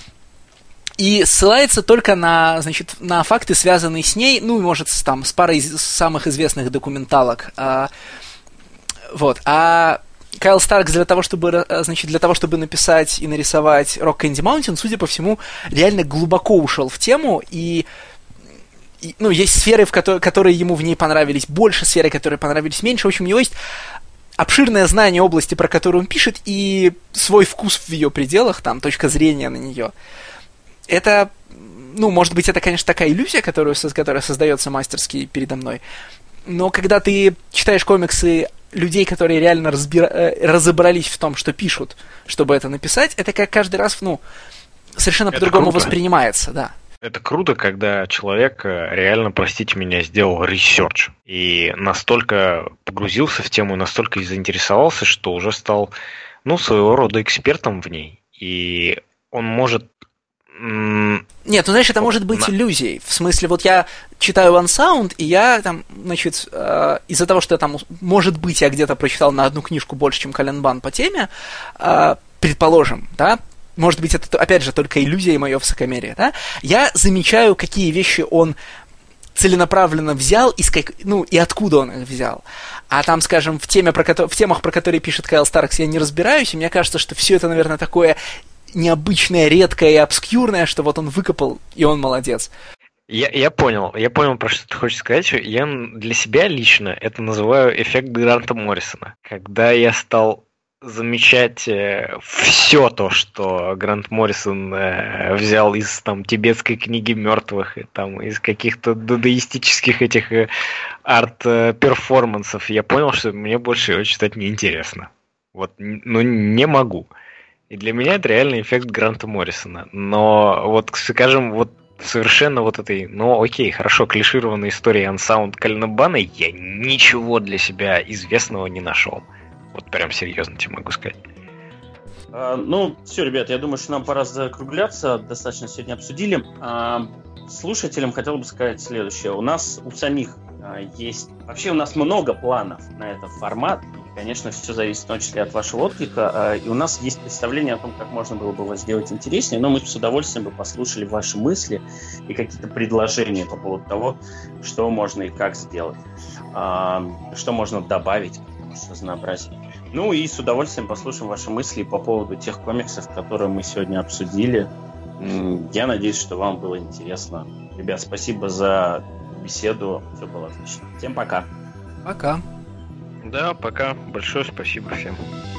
И ссылается только на, значит, на факты, связанные с ней, ну, может, с, там, с парой из самых известных документалок. А, вот. А Кайл Старкс для того, чтобы, значит, для того, чтобы написать и нарисовать Rock Candy Mountain, судя по всему, реально глубоко ушел в тему, и, и ну, есть сферы, в которые, которые ему в ней понравились больше, сферы, которые понравились меньше. В общем, у него есть обширное знание области, про которую он пишет, и свой вкус в ее пределах, там, точка зрения на нее. Это, ну, может быть, это, конечно, такая иллюзия, которую, которая создается мастерски передо мной, но когда ты читаешь комиксы людей, которые реально разбира... разобрались в том, что пишут, чтобы это написать, это как каждый раз, ну, совершенно это по-другому круто. Воспринимается, да. Это круто, когда человек реально, простите меня, сделал ресерч и настолько погрузился в тему, настолько заинтересовался, что уже стал, ну, своего рода экспертом в ней, и он может... Нет, ну знаешь, это может быть иллюзией. В смысле, вот я читаю Unsound, и я там, значит, э, из-за того, что я там, может быть, я где-то прочитал на одну книжку больше, чем Кален Бан по теме, э, предположим, да, может быть, это, опять же, только иллюзия и мое высокомерие, да, я замечаю, какие вещи он целенаправленно взял, и, ну, и откуда он их взял. А там, скажем, в, теме, про ко- в темах, про которые пишет Кайл Старкс, я не разбираюсь, и мне кажется, что все это, наверное, такое необычное, редкое и обскюрное, что вот он выкопал, и он молодец. Я, я понял, я понял, про что ты хочешь сказать. Я для себя лично это называю эффект Гранта Моррисона. Когда я стал замечать э, все то, что Грант Моррисон э, взял из там тибетской книги мертвых, и, там, из каких-то дадаистических этих э, арт-перформансов, я понял, что мне больше его читать неинтересно. Вот, ну, не могу. И для меня это реальный эффект Гранта Моррисона. Но вот, скажем, вот совершенно вот этой, ну окей, хорошо, клишированной истории Unsound Калена Бана я ничего для себя известного не нашел. Вот прям серьезно тебе могу сказать. А, ну, все, ребят, я думаю, что нам пора закругляться. Достаточно сегодня обсудили. А, слушателям хотел бы сказать следующее. У нас у самих а, есть... Вообще у нас много планов на этот формат. Конечно, все зависит в том числе от вашего отклика. И у нас есть представление о том, как можно было бы его сделать интереснее, но мы с удовольствием бы послушали ваши мысли и какие-то предложения по поводу того, что можно и как сделать, что можно добавить, разнообразие. Ну и с удовольствием послушаем ваши мысли по поводу тех комиксов, которые мы сегодня обсудили. Я надеюсь, что вам было интересно. Ребят, спасибо за беседу. Все было отлично. Всем пока. Пока. Да, пока. Большое спасибо всем.